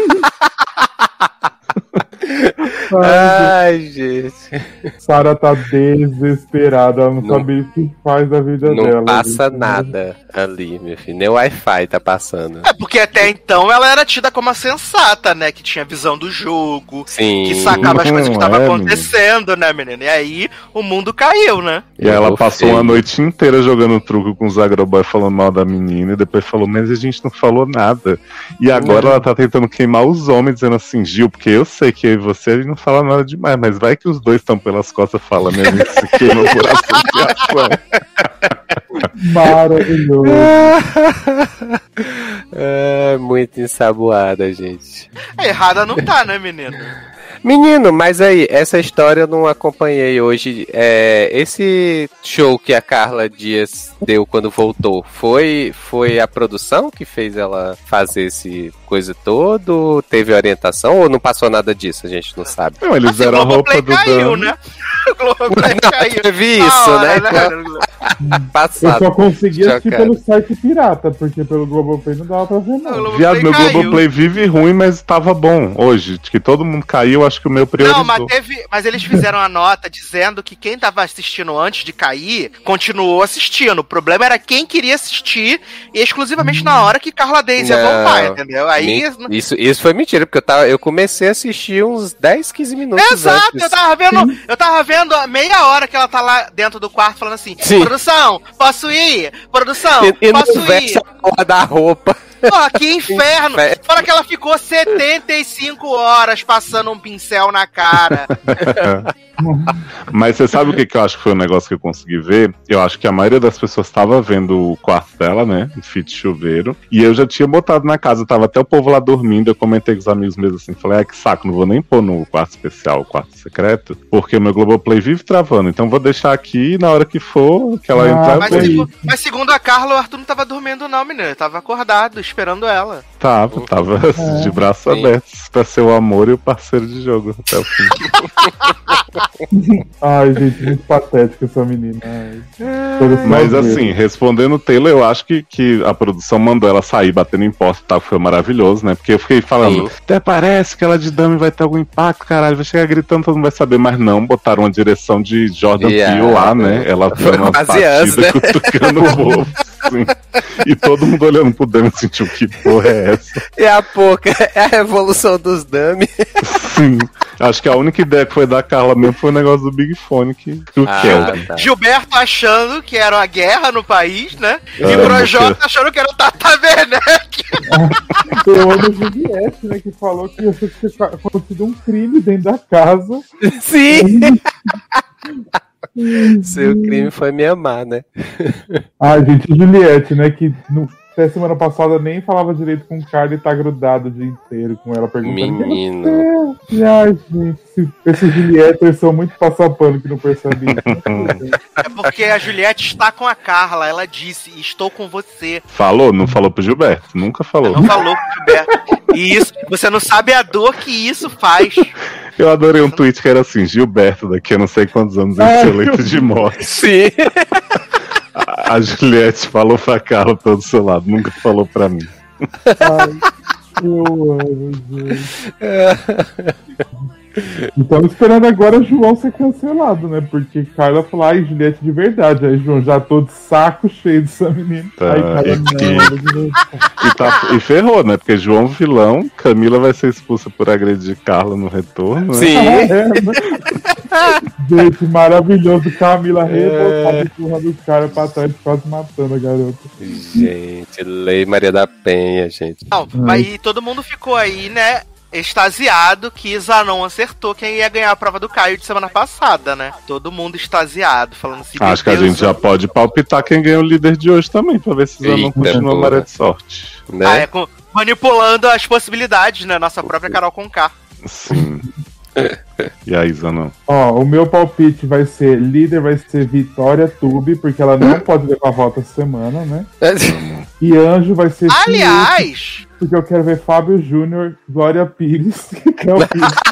Ai, Ai, gente. Sara tá desesperada, ela não, Não- sabe o que faz da vida Não dela. passa gente. nada ali, meu filho. Nem o Wi-Fi tá passando. É, porque até então ela era tida como a sensata, né? Que tinha visão do jogo, Sim. que sacava as Não coisas que estavam é, acontecendo, né, menino? E aí o mundo caiu, né? E aí ela Eu passou sei. uma noite inteira jogando truco com os agroboy falando mal da menina, e depois falou, mas a gente não falou nada. E agora ela tá tentando queimar os homens, dizendo assim, Gil, porque eu sei que eu e você a gente não fala nada demais, mas vai que os dois estão pelas costas falando e a gente se queima por associação. Maravilhoso. É muito ensaboada, gente. É, errada não tá, né, menino? Menino, mas aí, essa história eu não acompanhei hoje. É, esse show que a Carla Dias deu quando voltou, foi, foi a produção que fez ela fazer esse coisa todo? Teve orientação ou não passou nada disso? A gente não sabe. Não, eles Assim, o deram a roupa Globoplay do caiu, Dan. né? O Globoplay caiu. Teve Na isso, hora, né? Eu Passado. só consegui assistir Chocado. pelo site pirata, porque pelo Globoplay não dava pra ver O não. Globoplay Viado, meu caiu. Globoplay vive ruim, mas tava bom hoje. Que todo mundo caiu, acho que o meu priorizou. Não, mas teve. Mas eles fizeram a nota dizendo que quem tava assistindo antes de cair continuou assistindo. O problema era quem queria assistir exclusivamente na hora que Carla Deis ia Não. voltar, entendeu? Aí. Me- Isso, isso foi mentira, porque eu, tava, eu comecei a assistir uns dez, quinze minutos Exato, antes. eu tava vendo, eu tava vendo a meia hora que ela tá lá dentro do quarto falando assim, Sim. produção, posso ir? Produção, E, e posso não veste ir? a porra da roupa. Pô, que inferno! Inferno. Fora que ela ficou setenta e cinco horas passando um pincel na cara. Mas você sabe o que, que eu acho que foi um negócio que eu consegui ver? Eu acho que a maioria das pessoas estava vendo o quarto dela, né? Em fit chuveiro. E eu já tinha botado na casa, tava até o povo lá dormindo. Eu comentei com os amigos meus assim, falei, ah, que saco, não vou nem pôr no quarto especial, o quarto secreto, porque o meu Globoplay vive travando. Então vou deixar aqui na hora que for, que ela Ah, entrar. Mas, eu vou- segu- mas segundo a Carla, o Arthur não tava dormindo não, menino. Ele tava acordado, esperando ela. Tava, tava de braços Sim. abertos pra ser o amor e o parceiro de jogo até o fim. Ai, gente, muito patética essa menina. Ai. Mas assim, respondendo o Taylor, eu acho que, que a produção mandou ela sair batendo em porta e tal, que foi maravilhoso, né? Porque eu fiquei falando, Sim. até parece que ela de dummy vai ter algum impacto, caralho, vai chegar gritando, todo mundo vai saber, mas não, botaram uma direção de Jordan Yeah. Peele lá, né? Ela Foi dando uma quase batida, as, né? cutucando o povo, assim. E todo mundo olhando pro dummy, sentiu que porra é essa? E a pouca é a revolução dos dummies. Sim. Acho que a única ideia que foi da Carla mesmo foi o negócio do Big Fone que, que o Ah, Kelvin. tá. Gilberto achando que era uma guerra no país, né? E Ah, Projota porque- achando que era o Tata Werneck. Eu amo a Juliette, né? Que falou que ia ter acontecido um crime dentro da casa. Sim! Seu crime foi me amar, né? Ai, gente, Juliette, né? Que no, até semana passada nem falava direito com o cara e tá grudado o dia inteiro com ela perguntando. Menino. E, ai, gente, esse- esses Julietters são muito passapano que não percebem isso. É porque a Juliette está com a Carla. Ela disse, estou com você. Falou? Não falou pro Gilberto? Nunca falou. Não falou com o Gilberto. E isso, você não sabe a dor que isso faz. Eu adorei um tweet que era assim, Gilberto, daqui a não sei quantos anos em Ai, seu leito de morte. Sim! A, a Juliette falou pra Carla pelo seu lado, nunca falou pra mim. Ai, eu amo, gente. Então esperando agora João ser cancelado, né? Porque Carla falou, ai, Juliette de verdade. Aí João, já tô de saco cheio dessa menina. Tá, Aí Carla, e- não, E, tá, e ferrou, né? Porque João vilão, Camila vai ser expulsa por agredir Carla no retorno, né? Sim! É, né? Gente, maravilhoso. Camila revoltada, empurrando os caras pra trás, quase matando a garota. Gente, Lei Maria da Penha, gente. Não, mas e todo mundo ficou aí, né? Extasiado que Zanon acertou quem ia ganhar a prova do Caio de semana passada, né? Todo mundo extasiado, falando assim. Acho que a meu Deus, gente já pode palpitar quem ganha o líder de hoje também, pra ver se Zanon Eita, continua boa. maré de sorte. Né? Ah, é, com- manipulando as possibilidades, né? Nossa própria Carol Conká. Sim. E aí, Zanon? Ó, o meu palpite vai ser: líder vai ser Vitória Tube, porque ela não pode levar a volta essa semana, né? E anjo vai ser Fiuk, Aliás, porque eu quero ver Fábio Júnior, Glória Pires, que é o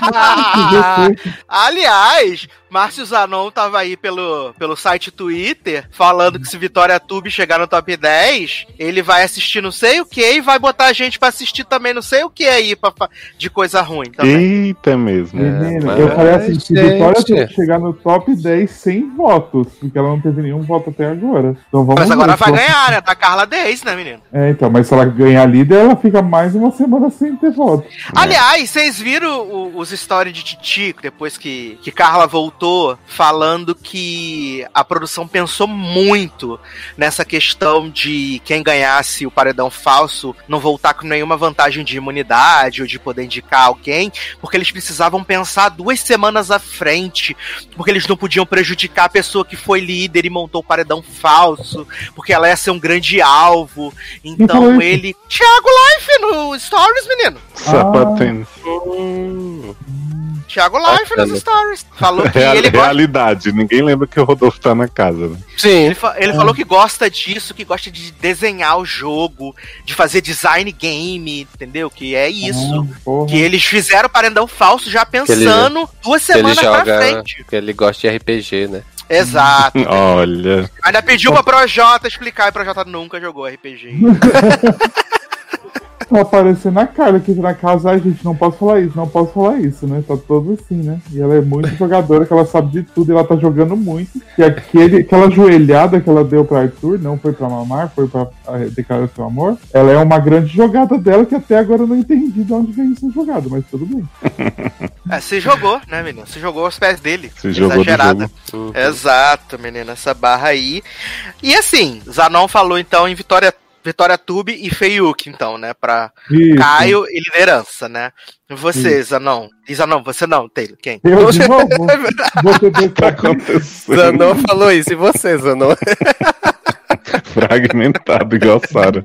Pires. aliás, Márcio Zanon tava aí pelo, pelo site Twitter falando que se Vitória Tube chegar no top dez, ele vai assistir não sei o que e vai botar a gente pra assistir também não sei o que aí pra, fa- de coisa ruim também. Eita mesmo. Menina, mas, eu falei assim: se Vitória gente. Tube chegar no top dez sem votos, porque ela não teve nenhum voto até agora. Então vamos Mas agora ver. vai Só- ganhar, né? Da Carla dez, né, menino? É, então, mas se ela ganhar líder, ela fica mais uma semana sem ter voto. Aliás, vocês viram o- os stories de Titico depois que, que Carla voltou falando que a produção pensou muito nessa questão de quem ganhasse o paredão falso não voltar com nenhuma vantagem de imunidade ou de poder indicar alguém, porque eles precisavam pensar duas semanas à frente, porque eles não podiam prejudicar a pessoa que foi líder e montou o paredão falso, porque ela ia ser um grande alvo. falou Então isso? ele... Thiago Life no Stories, menino. Sapatênis. Hum, Thiago Life Bacana. nos Stories. Falou que Real- ele gosta... realidade, ninguém lembra que o Rodolfo tá na casa, né? sim. Ele, fa- ele falou que gosta disso, que gosta de desenhar o jogo, de fazer design game, entendeu? Que é isso. Ah, porra. Que eles fizeram o paredão falso já pensando duas Que ele semanas pra joga. frente. Que ele gosta de R P G, né? Exato. Olha. Ainda pediu pra Projota explicar e Projota nunca jogou R P G. Tá aparecendo na cara que na casa, ai gente, não posso falar isso, não posso falar isso, né? Tá todo assim, né? E ela é muito jogadora, que ela sabe de tudo, e ela tá jogando muito. E aquele, aquela joelhada que ela deu pra Arthur, não foi pra mamar, foi pra eh, declarar seu amor. Ela é uma grande jogada dela, que até agora eu não entendi de onde vem essa jogada, mas tudo bem. É, se jogou, né, menino? Se jogou aos pés dele. Se jogou do jogo. Uhum. Exato, menina, essa barra aí. E assim, Zanon falou então em Vitória, Vitória Tube e Fiuk, então, né? Pra Isso. Caio e liderança, né? Você, Zanon. E Zanon, você não, Taylor, quem? Eu de novo. Você deu Tá acontecendo. Zanon falou isso, e você, Zanon? Fragmentado, igual Sara.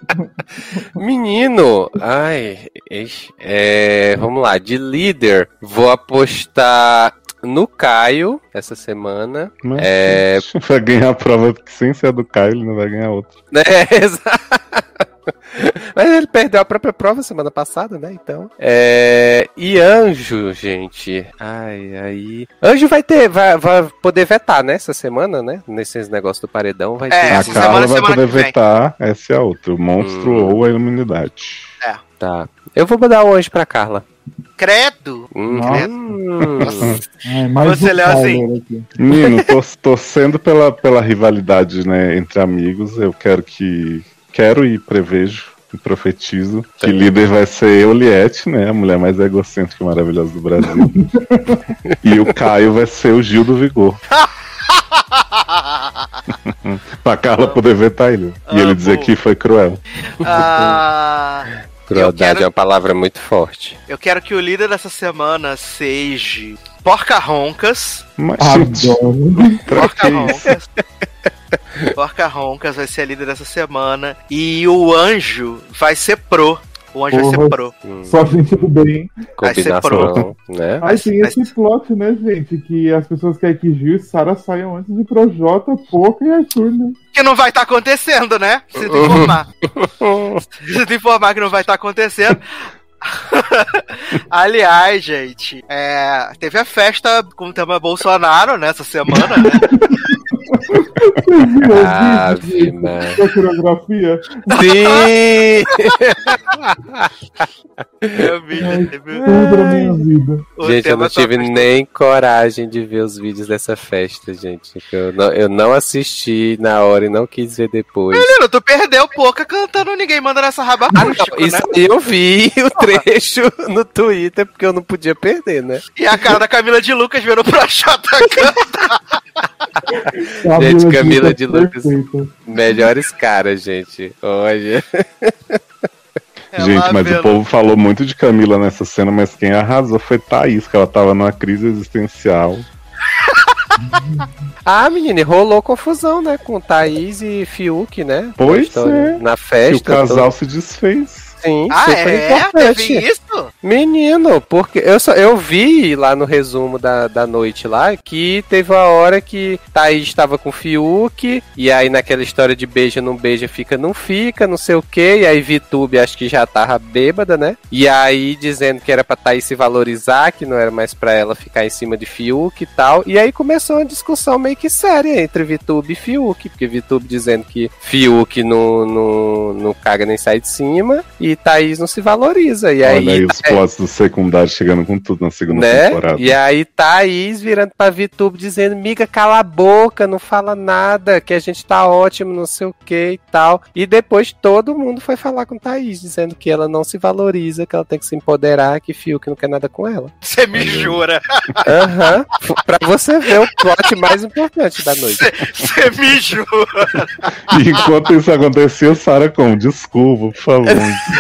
Menino, ai, ixi, é, vamos lá, de líder, vou apostar. no Caio, essa semana. Mas É... vai ganhar a prova que sem ser a do Caio, ele não vai ganhar outra. É, exato. Mas ele perdeu a própria prova semana passada, né? Então. É... E Anjo, gente. Ai, aí. Anjo vai ter, vai, vai poder vetar, né? Essa semana, né? Nesses negócios do paredão. Vai É, ter. A essa Carla semana, vai semana poder que vem. vetar, essa é a outra. O monstro Hum. ou a imunidade. Tá. Eu vou mandar o Anjo pra Carla. Credo! Hum. Nossa. Hum. Ai, mais Você, um Leozinho. Tyler aqui. Menino, tô torcendo pela, pela rivalidade, né, entre amigos. Eu quero que. Quero e prevejo e profetizo que Sim. líder vai ser Euliette, né? A mulher mais egocêntrica e maravilhosa do Brasil. E o Caio vai ser o Gil do Vigor. Pra Carla poder vetar ele. E ele dizer Amo. que foi cruel. Ah, Crueldade Eu quero- é uma palavra muito forte. eu quero que o líder dessa semana seja Porca Roncas. Mas, Ah, gente, Adoro. pra Porca que isso? Roncas. Porca Roncas vai ser a líder dessa semana. E o Anjo vai ser pro. O Anjo vai ser Porra. pro. Hum. Só gente do bem. Vai ser Combinação, né? Aí tem mas- esse plot, né, gente? Que as pessoas querem que Gil e Sarah saiam antes de Projota, Poca e Arthur, né? Que não vai estar acontecendo, né? Preciso informar. Preciso informar que não vai estar acontecendo. Aliás, gente, é, teve a festa com o tema Bolsonaro nessa semana, né? Ave Maria. Da coreografia. Sim! Eu vi, Ai, teve tudo na minha vida. o Gente, eu tema não tive só- nem coragem de ver os vídeos dessa festa, gente. Eu não, eu não assisti na hora e não quis ver depois. Menino, tu perdeu pouca cantando Ninguém Manda Nessa Raba Ah, não, Acústico, isso né? aí eu vi o trecho no Twitter, porque eu não podia perder, né? E a cara da Camila de Lucas vendo pro Projota cantar. Gente, Camila de Lucas. perfeita. Melhores caras, gente. Olha. Ela Gente, mas vendo- o povo falou muito de Camila nessa cena, mas quem arrasou foi Thaís, que ela tava numa crise existencial. Ah, menina, e rolou confusão, né? Com Thaís e Fiuk, né? Pois Na história- é. Na E o festa. casal toda. se desfez. Sim, Ah, super é? importante. Teve isso? Menino, porque eu, só, eu vi lá no resumo da, da noite lá que teve uma hora que Thaís estava com o Fiuk, e aí naquela história de beija, não beija, fica, não fica, não sei o que, e aí Vitube acho que já tava bêbada, né? E aí dizendo que era pra Thaís se valorizar, que não era mais pra ela ficar em cima de Fiuk e tal, e aí começou uma discussão meio que séria entre Vitube e Fiuk, porque Vitube dizendo que Fiuk não, não, não caga nem sai de cima, e Thaís não se valoriza, e aí... Olha aí os plots do secundário chegando com tudo na segunda né? temporada. E aí Thaís virando pra VTube dizendo, miga, cala a boca, não fala nada, que a gente tá ótimo, não sei o que e tal. E depois todo mundo foi falar com Thaís, dizendo que ela não se valoriza, que ela tem que se empoderar, que Fiuk não quer nada com ela. Você me jura. Aham. F- Pra você ver o plot mais importante da noite. Você me jura. E enquanto isso acontecia, Sarah como? Desculpa, por favor.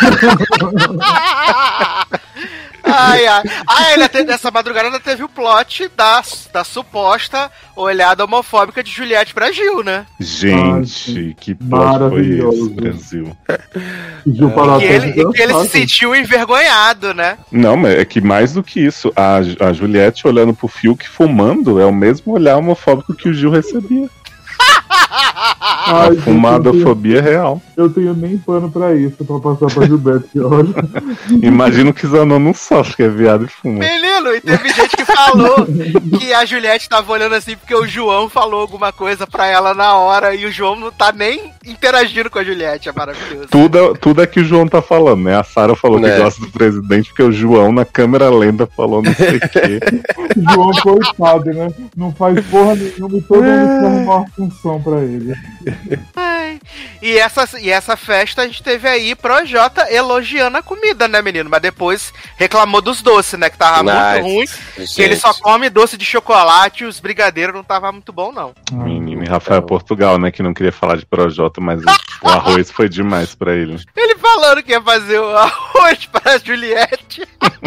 Ai, ai. Ah, ainda teve, nessa madrugada ainda teve o plot da, da suposta olhada homofóbica de Juliette pra Gil, né? Gente, que plot foi maravilhoso. esse, Brasil? Gil parou E até ele, de e que ele dançar, se sentiu envergonhado, né? Não, mas é que mais do que isso, a, a Juliette olhando pro Fiuk fumando é o mesmo olhar homofóbico que o Gil recebia. Ai, A gente, eu, tenho, fumadofobia real. eu tenho nem pano pra isso, pra passar pra Gilberto, que olha. Imagino que Zanon não sofre, que é viado e fuma. Menino, e teve gente que falou que a Juliette tava olhando assim porque o João falou alguma coisa pra ela na hora e o João não tá nem interagindo com a Juliette, é maravilhoso. Tudo, tudo é que o João tá falando, né? A Sarah falou Né. que gosta do presidente porque o João na câmera lenta falou não sei o quê. João, coitado, né? Não faz porra nenhuma e todo mundo quer arrumar uma função pra ele. Ai. E, essa, e essa festa a gente teve aí Projota elogiando a comida, né, menino? Mas depois reclamou dos doces, né? Que tava muito ruim. Que ele só come doce de chocolate e os brigadeiros não tava muito bom, não. Menino, e Rafael Portugal, né? Que não queria falar de Projota, mas o, o arroz foi demais pra ele. Ele falando que ia fazer o arroz para a Juliette.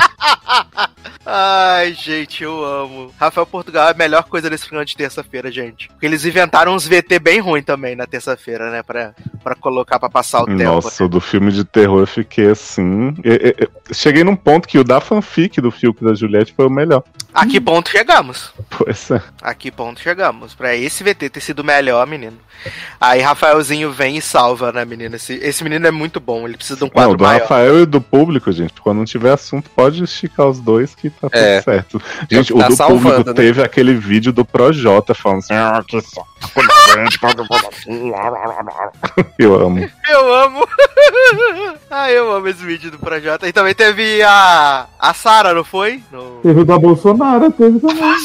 Ai, gente, eu amo. Rafael Portugal é a melhor coisa desse final de terça-feira, gente. Porque eles inventaram uns V T bem ruim também na terça-feira, né? Pra, pra colocar pra passar o tempo. Nossa, do filme de terror eu fiquei assim. Eu, eu- eu cheguei num ponto que o da fanfic do Fiuk e da Juliette foi o melhor. A que ponto chegamos? Pois é. A que ponto chegamos? Pra esse V T ter sido o melhor, menino. Aí Rafaelzinho vem e salva, né, menino? Esse, esse menino é muito bom, ele precisa de um quadro Não, do maior. Rafael e do público, gente. Quando não tiver assunto, pode esticar os dois que tá tudo É. certo. Gente, Tá o do salvando, público né? teve aquele vídeo do Projota falando assim, ah, que saco. Eu amo. Eu amo. Ah, eu amo esse vídeo do Projota. E também teve a, a Sara, não foi? No... Teve o da Bolsonaro, teve também.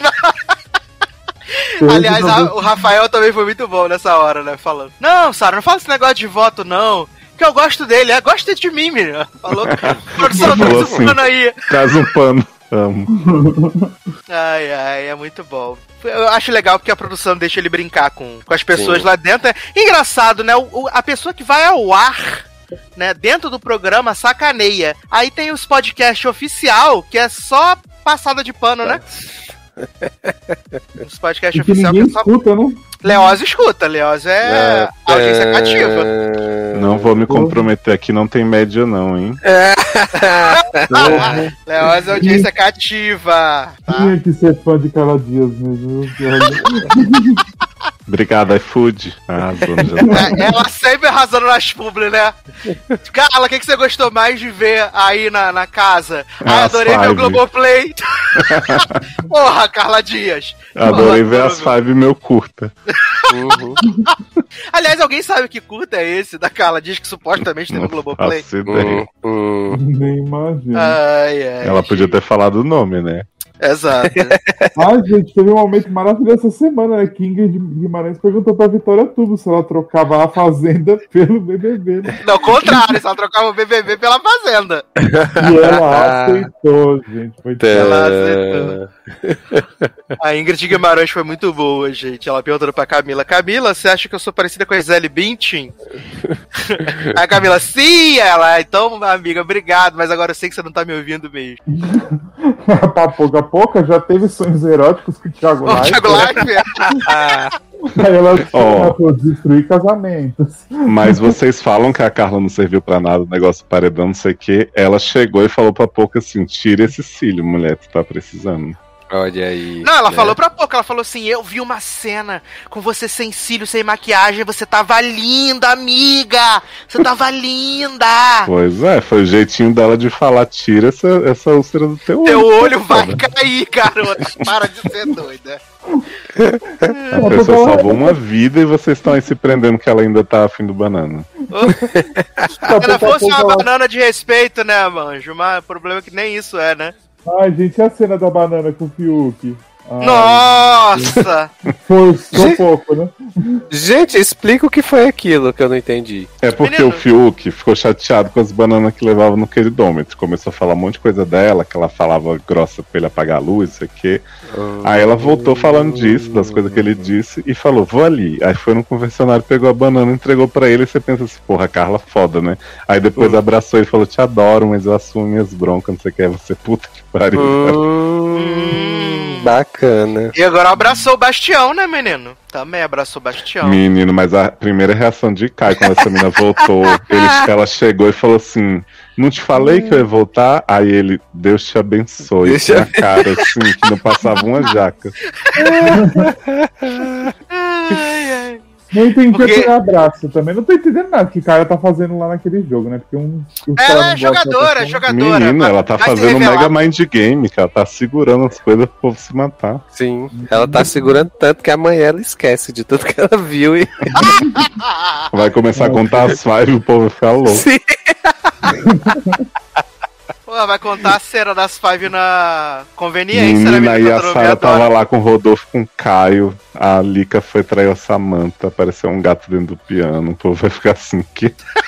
Teve Aliás, da a- Bolsonaro. o Rafael também foi muito bom nessa hora, né? Falando: Não, Sara, não fala esse negócio de voto, não. Que eu gosto dele. É, gosta de mim, menina. Falou. Produção, Falou traz assim. um pano aí. Traz um pano. Amo. Ai, ai, é muito bom. Eu acho legal porque a produção deixa ele brincar com, com as pessoas Sim. lá dentro. É engraçado, né? O, o- a pessoa que vai ao ar, né, dentro do programa, sacaneia. Aí tem os podcasts oficial, que é só passada de pano, né? Os podcasts E que oficial que ninguém é só... escuta, né? Leózio escuta, Leózio é audiência cativa. Não vou me comprometer aqui, não tem média não, hein? Leózio é audiência cativa. Tá? Tinha que ser fã de Carla Dias mesmo. Obrigado, iFood. Arrasou no jantar. É, ela sempre arrasando nas publi, né? Carla, o que, que você gostou mais de ver aí na, na casa? Ah, As adorei ver o Five. Globoplay. Porra, Carla Dias. Adorei Porra, ver as tudo. Five meu curta. Uhum. Aliás, alguém sabe que curta é esse da Carla Dias que supostamente tem no Não Globoplay? faço ideia. Hum, hum. Nem imagino. Ai, ai. Ela podia ter falado o nome, né? Exato. Ai, gente, teve um momento maravilhoso essa semana, né? Que Ingrid Guimarães perguntou pra Vitória Tubo se ela trocava a Fazenda pelo B B B, né? Não, contrário, só trocava o B B B pela Fazenda. E ela aceitou, gente. Foi Ela aceitou. A Ingrid Guimarães foi muito boa, gente. Ela perguntando pra Camila: Camila, você acha que eu sou parecida com a Gisele Bündchen? Aí a Camila: sim, ela. Então, amiga, obrigado, mas agora eu sei que você não tá me ouvindo mesmo. Pra pouco a pouco já teve sonhos eróticos com o Thiago Ô, Leifert. Thiago Leifert. Aí ela Ó. oh. destruir casamentos. Mas vocês falam que a Carla não serviu pra nada, o negócio paredão, não sei o quê. Ela chegou e falou pra pouco assim, tira esse cílio, mulher, tu tá precisando. Olha aí. Não, ela né? falou pra pouco, ela falou assim: eu vi uma cena com você sem cílio, sem maquiagem, você tava linda, amiga! Você tava linda! Pois é, foi o jeitinho dela de falar, tira essa, essa úlcera do teu olho. Teu olho tá vai foda. cair, garota. Para de ser doida. A pessoa salvou uma vida e vocês estão aí se prendendo que ela ainda tá afim do banana. Se ela fosse uma banana de respeito, né, manjo? Mas o problema é que nem isso é, né? Ai, gente, e a cena da banana com o Fiuk? Ai, Nossa! forçou um pouco, né? Gente, explica o que foi aquilo que eu não entendi. É porque Menino. o Fiuk ficou chateado com as bananas que levava no queridômetro. Começou a falar um monte de coisa dela, que ela falava grossa pra ele apagar a luz, isso aqui. Aí ela voltou falando disso, das coisas que ele disse, e falou, vou ali. Aí foi no conversionário, pegou a banana, entregou pra ele, e você pensa assim, porra, Carla, foda, né? Aí depois abraçou e falou, te adoro, mas eu assumo minhas broncas, não sei o que, é você puta que pariu. Hum, bacana. E agora abraçou o Bastião, né, menino? Também abraçou o Bastião. Menino, mas a primeira reação de Kai quando essa menina voltou, ele, ela chegou e falou assim: não te falei que eu ia voltar? Aí ele, Deus te abençoe. Deus te Na cara, assim, que não passava uma jaca. Ai, ai. Não entendi Porque- aquele abraço também. Não tô entendendo nada que o cara tá fazendo lá naquele jogo, né? Porque um. um cara Ela não é gosta jogadora, da é jogadora. Menino, Vai- ela tá vai se fazendo um revelar. mega mind game, que ela tá segurando as coisas pro povo se matar. Sim. Ela tá segurando tanto que amanhã ela esquece de tudo que ela viu e. Vai começar a contar as five e o povo vai ficar louco. Sim. Pô, vai contar a cena das Five na conveniência, né, Menina, aí a Todo mundo Sarah adora. tava lá com o Rodolfo com o Caio. A Lika foi trair a Samantha. Apareceu um gato dentro do piano. O povo vai ficar assim, que.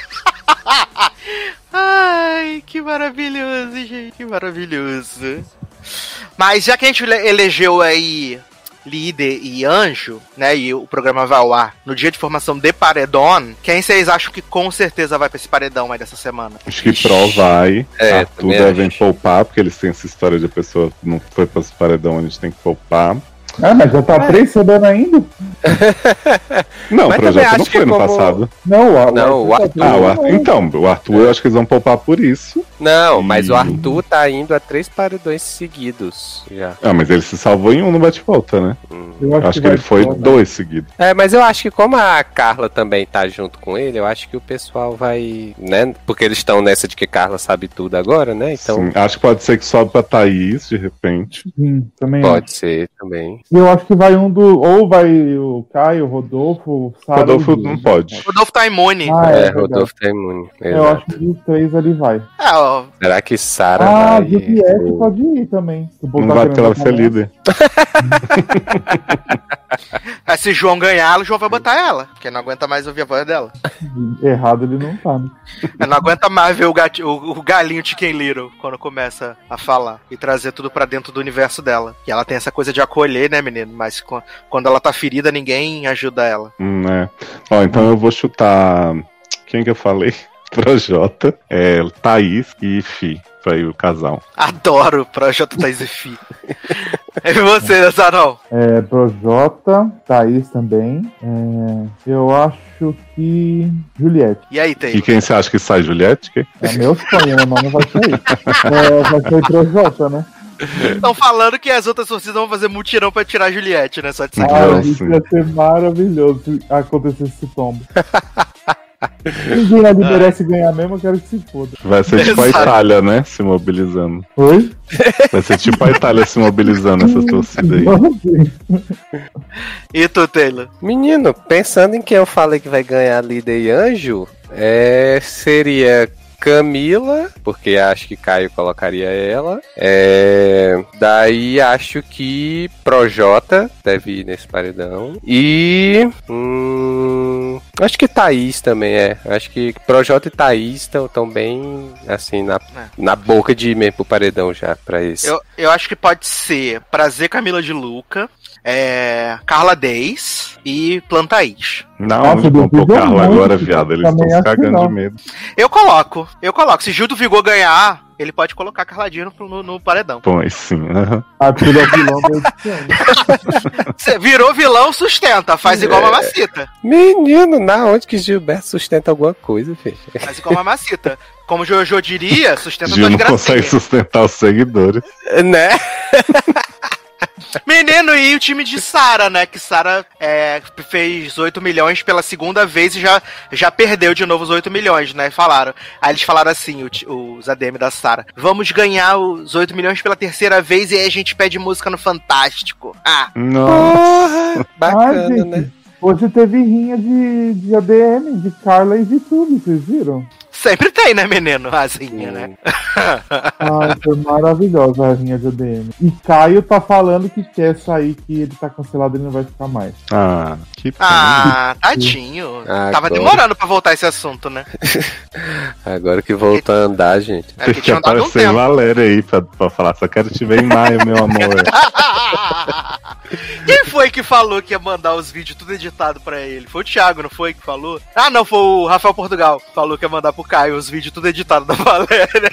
Ai, que maravilhoso, gente, que maravilhoso. Mas já que a gente ele- elegeu aí líder e anjo, né, e o programa vai ao ar no dia de formação de paredão, quem vocês acham que com certeza vai pra esse paredão aí dessa semana? Acho que Pro vai. É, Arthur também devem acho. poupar, porque eles têm essa história de a pessoa que não foi para esse paredão, a gente tem que poupar. Ah, mas já tá três sobrando ainda? Não, Mas o também projeto acho não que foi no como- passado. Não, o, Não, o Arthur tá Ah, o Arthur, doido. então, o Arthur eu acho que eles vão poupar por isso. Não, mas Ih. o Arthur tá indo a três paredões seguidos já. Ah, mas ele se salvou em um no bate-volta, né? Eu Eu acho que vai ele foi ser, né? dois seguidos. É, mas eu acho que como a Carla também tá junto com ele, eu acho que o pessoal vai, né? Porque eles estão nessa de que Carla sabe tudo agora, né? Então Sim, acho que pode ser que sobe pra Thaís, de repente. Sim, também pode ser também. acho. E eu acho que vai um do. Ou vai o Caio, o Rodolfo, o Sara. Rodolfo e o Gil. não pode. Rodolfo tá imune. Ah, É, é, verdade. Rodolfo tá imune. Eu Exato. acho que os três ali vai. É, ó, Será que Sara Ah, vai... Juliette pode ir também. Se Não botar vai porque ela vai querendo ser botar líder. é, se João ganhar, o João vai botar ela. Porque não aguenta mais ouvir a voz dela. ela. Errado ele não tá, né? Ela não aguenta mais ver o, gati- o, o galinho Chicken Little quando começa a falar e trazer tudo pra dentro do universo dela. E ela tem essa coisa de acolher, né, menino? Mas co- quando ela tá ferida, ninguém ajuda ela. Hum, é. Ó, então eu vou chutar. Quem que eu falei? Projota, é, Thaís e Fi. Foi o casal. Adoro o Projota Thaís e Fi. E você, Zanão? É, Projota, Thaís também. É, eu acho que. Juliette. E aí, E Taylor? quem você acha que sai, Juliette? Que? É meu sonho, né? Mas não vai sair. É, vai sair Projota, né? Estão falando que as outras torcidas vão fazer mutirão pra tirar a Juliette, né? Só de Não, sacanagem. Ah, isso sim. ia ser maravilhoso se acontecesse esse tombo. Ninguém ali merece ganhar mesmo, eu quero que se foda. Vai ser tipo a Exato. Itália, né? Se mobilizando. Oi? Vai ser tipo a Itália se mobilizando, essas torcidas aí. Não, E tu, Taylor? Menino, pensando em quem eu falei que vai ganhar líder e anjo, é, seria Camila, porque acho que Caio colocaria ela. É, daí acho que Projota deve ir nesse paredão. E. Hum, acho que Thaís também é. Acho que Projota e Thaís estão bem assim na, na boca de ir mesmo pro paredão já pra esse. Eu, eu acho que pode ser Prazer Camila de Luca, é, Carla Deis e Plantaís. Não, Nossa, onde vão pôr duvido Carla muito, agora, viado? Eles também estão se acho que cagando não. de medo. Eu coloco, eu coloco. Se Gil do Vigor ganhar, ele pode colocar Carladinho no, no, no paredão. Pois sim. aham. a filha é vilão da edição. Cê virou vilão, sustenta. Faz igual a Mamacita. Menino, na onde que Gilberto sustenta alguma coisa, filho? Faz igual a Mamacita. Como o Jojo diria, sustenta Gil suas não consegue gracinhas. sustentar os seguidores. Né? Menino, e o time de Sara, né? Que Sara é, fez oito milhões pela segunda vez e já, já perdeu de novo os oito milhões, né? Falaram. Aí eles falaram assim, o ti- os A D M da Sara. Vamos ganhar os oito milhões pela terceira vez e aí a gente pede música no Fantástico. Ah, Nossa. Porra! Bacana, Ah, gente, né? Hoje teve rinha de, de A D M, de Carla e Vitube, vocês viram? sempre tem, né, menino? Asinha, né? Ah, foi maravilhosa a rinha de A D M. E Caio tá falando que quer sair, que ele tá cancelado e ele não vai ficar mais. Ah, que pena. Ah, tadinho. Ah, Tava agora. demorando pra voltar esse assunto, né? Agora que voltou a andar, gente. É Tem que que tinha dado um aparecer tempo. Valéria aí pra, pra falar, só quero te ver em maio, meu amor. Quem foi que falou que ia mandar os vídeos tudo editado pra ele? Foi o Thiago, não foi que falou? Ah, não, foi o Rafael Portugal. Falou que ia mandar pro Caio os vídeos tudo editado da Valéria.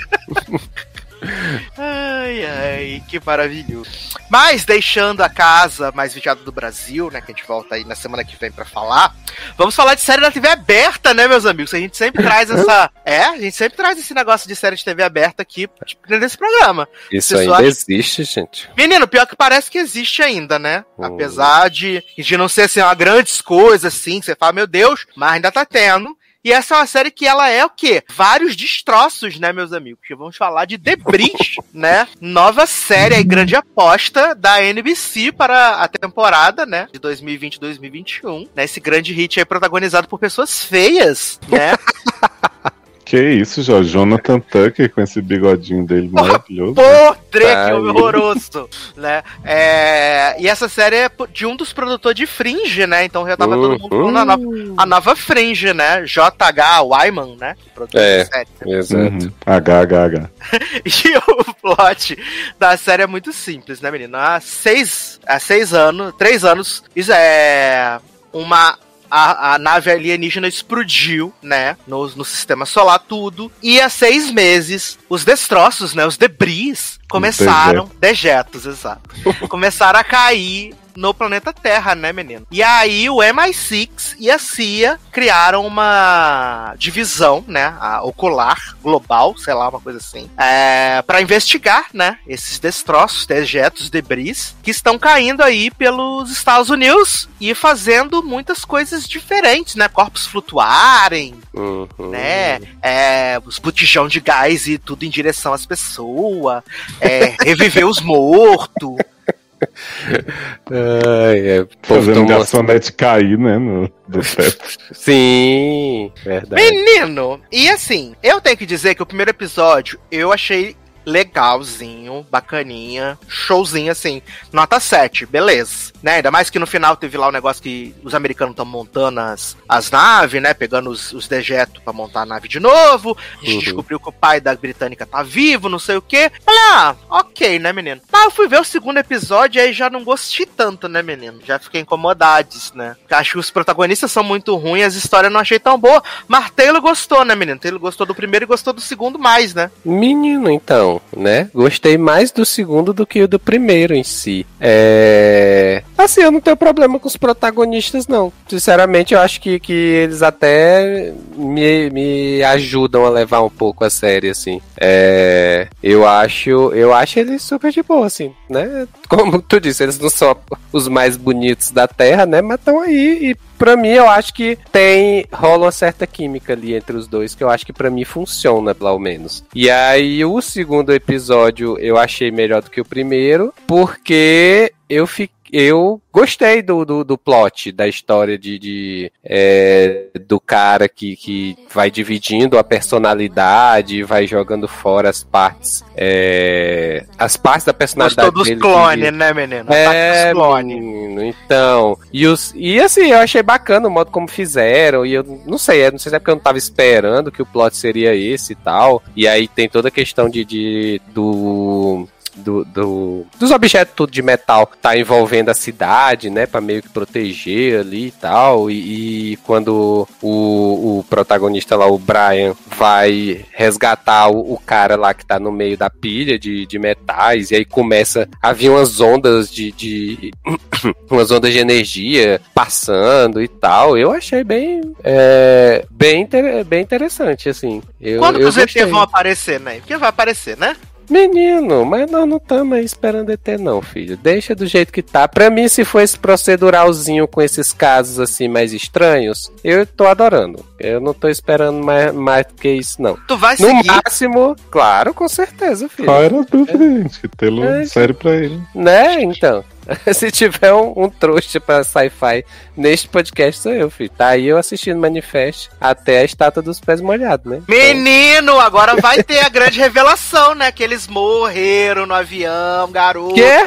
Ai, ai, que maravilhoso. Mas, deixando a casa mais vigiada do Brasil, né, que a gente volta aí na semana que vem pra falar, vamos falar de série da T V aberta, né, meus amigos? A gente sempre traz essa... É, a gente sempre traz esse negócio de série de T V aberta aqui tipo, nesse programa. Isso Pessoal, ainda acho- existe, gente. Menino, pior que parece que existe ainda, né? Hum. Apesar de, de não ser assim, uma grandes coisas, assim, que você fala, meu Deus, mas ainda tá tendo. E essa é uma série que ela é o quê? Vários destroços, né, meus amigos? Que vamos falar de Debris, né? Nova série aí, grande aposta da N B C para a temporada, né? De dois mil e vinte e dois mil e vinte e um. Né? Esse grande hit aí protagonizado por pessoas feias, né? Que isso, Jorge? Jonathan Tucker com esse bigodinho dele maravilhoso. Podre, Tá que aí. horroroso, né? É, e essa série é de um dos produtores de Fringe, né? Então já tava todo mundo falando a nova, a nova Fringe, né? J H Wyman, né? Que produz É. a série. Exato. Uhum. H H H. E o plot da série é muito simples, né, menino? Há seis, há seis anos, três anos, isso é uma... A, a nave alienígena explodiu, né, no, no sistema solar, tudo. E há seis meses, os destroços, né, os debris, começaram... Dejetos, exato. Começaram a cair no planeta Terra, né, menino? E aí o M I seis e a C I A criaram uma divisão, né, a ocular global, sei lá, uma coisa assim, é, para investigar, né, esses destroços, dejetos, debris que estão caindo aí pelos Estados Unidos e fazendo muitas coisas diferentes, né, corpos flutuarem, uhum. né, é, os botijão de gás e tudo em direção às pessoas, é, reviver os mortos. Ai, é, fazendo garçonete cair, né, no, do teto. Sim, verdade. Menino, e assim, eu tenho que dizer que o primeiro episódio eu achei legalzinho, bacaninha, showzinho assim, nota sete, beleza, né, ainda mais que no final teve lá o negócio que os americanos estão montando as, as naves, né, pegando os, os dejetos pra montar a nave de novo, a gente uhum. descobriu que o pai da britânica tá vivo, não sei o que, falei, ah, ok, né, menino, mas eu fui ver o segundo episódio e aí já não gostei tanto, né, menino, já fiquei incomodades, né, porque acho que os protagonistas são muito ruins, as histórias eu não achei tão boa, mas Taylor gostou, né, menino, Taylor gostou do primeiro e gostou do segundo mais, né. Menino, então, né? Gostei mais do segundo do que o do primeiro em si. É... Assim, eu não tenho problema com os protagonistas, não. Sinceramente, eu acho que, que eles até me, me ajudam a levar um pouco a sério, assim. É... Eu acho eu acho eles super de boa, assim, né? Como tu disse, eles não são os mais bonitos da Terra, né? Mas estão aí e pra mim, eu acho que tem, rola uma certa química ali entre os dois, que eu acho que pra mim funciona, pelo menos. E aí, o segundo episódio eu achei melhor do que o primeiro, porque eu fiquei eu gostei do, do, do plot, da história de, de é, do cara que, que vai dividindo a personalidade, vai jogando fora as partes é, as partes da personalidade Gostou dele. Dos clones, né, menino? A é, dos clones. Menino, então. E, os, e assim, eu achei bacana o modo como fizeram, e eu não sei, não sei se é porque eu não tava esperando que o plot seria esse e tal, e aí tem toda a questão de, de do... Do, do, dos objetos tudo de metal tá envolvendo a cidade, né, pra meio que proteger ali e tal, e, e quando o, o protagonista lá, o Brian, vai resgatar o, o cara lá que tá no meio da pilha de, de metais, e aí começa a vir umas ondas de, de umas ondas de energia passando e tal, eu achei bem é, bem, inter, bem interessante, assim. Eu, Quando eu os E T vão aparecer, né? Porque vai aparecer, né? Menino, mas nós não estamos aí esperando E T não, filho. Deixa do jeito que tá. Pra mim, se for esse proceduralzinho com esses casos assim mais estranhos, eu tô adorando. Eu não tô esperando mais, mais do que isso, não. Tu vai no seguir? No máximo, claro, com certeza, filho. Qual era a dúvida, gente? Que tê-lo é, sério pra ele. Né, então. Se tiver um, um trouxa pra sci-fi neste podcast, sou eu, filho. Tá aí eu assistindo Manifest até a estátua dos pés molhados, né? Menino, agora vai ter a grande revelação, né? Que eles morreram no avião, garoto. Que?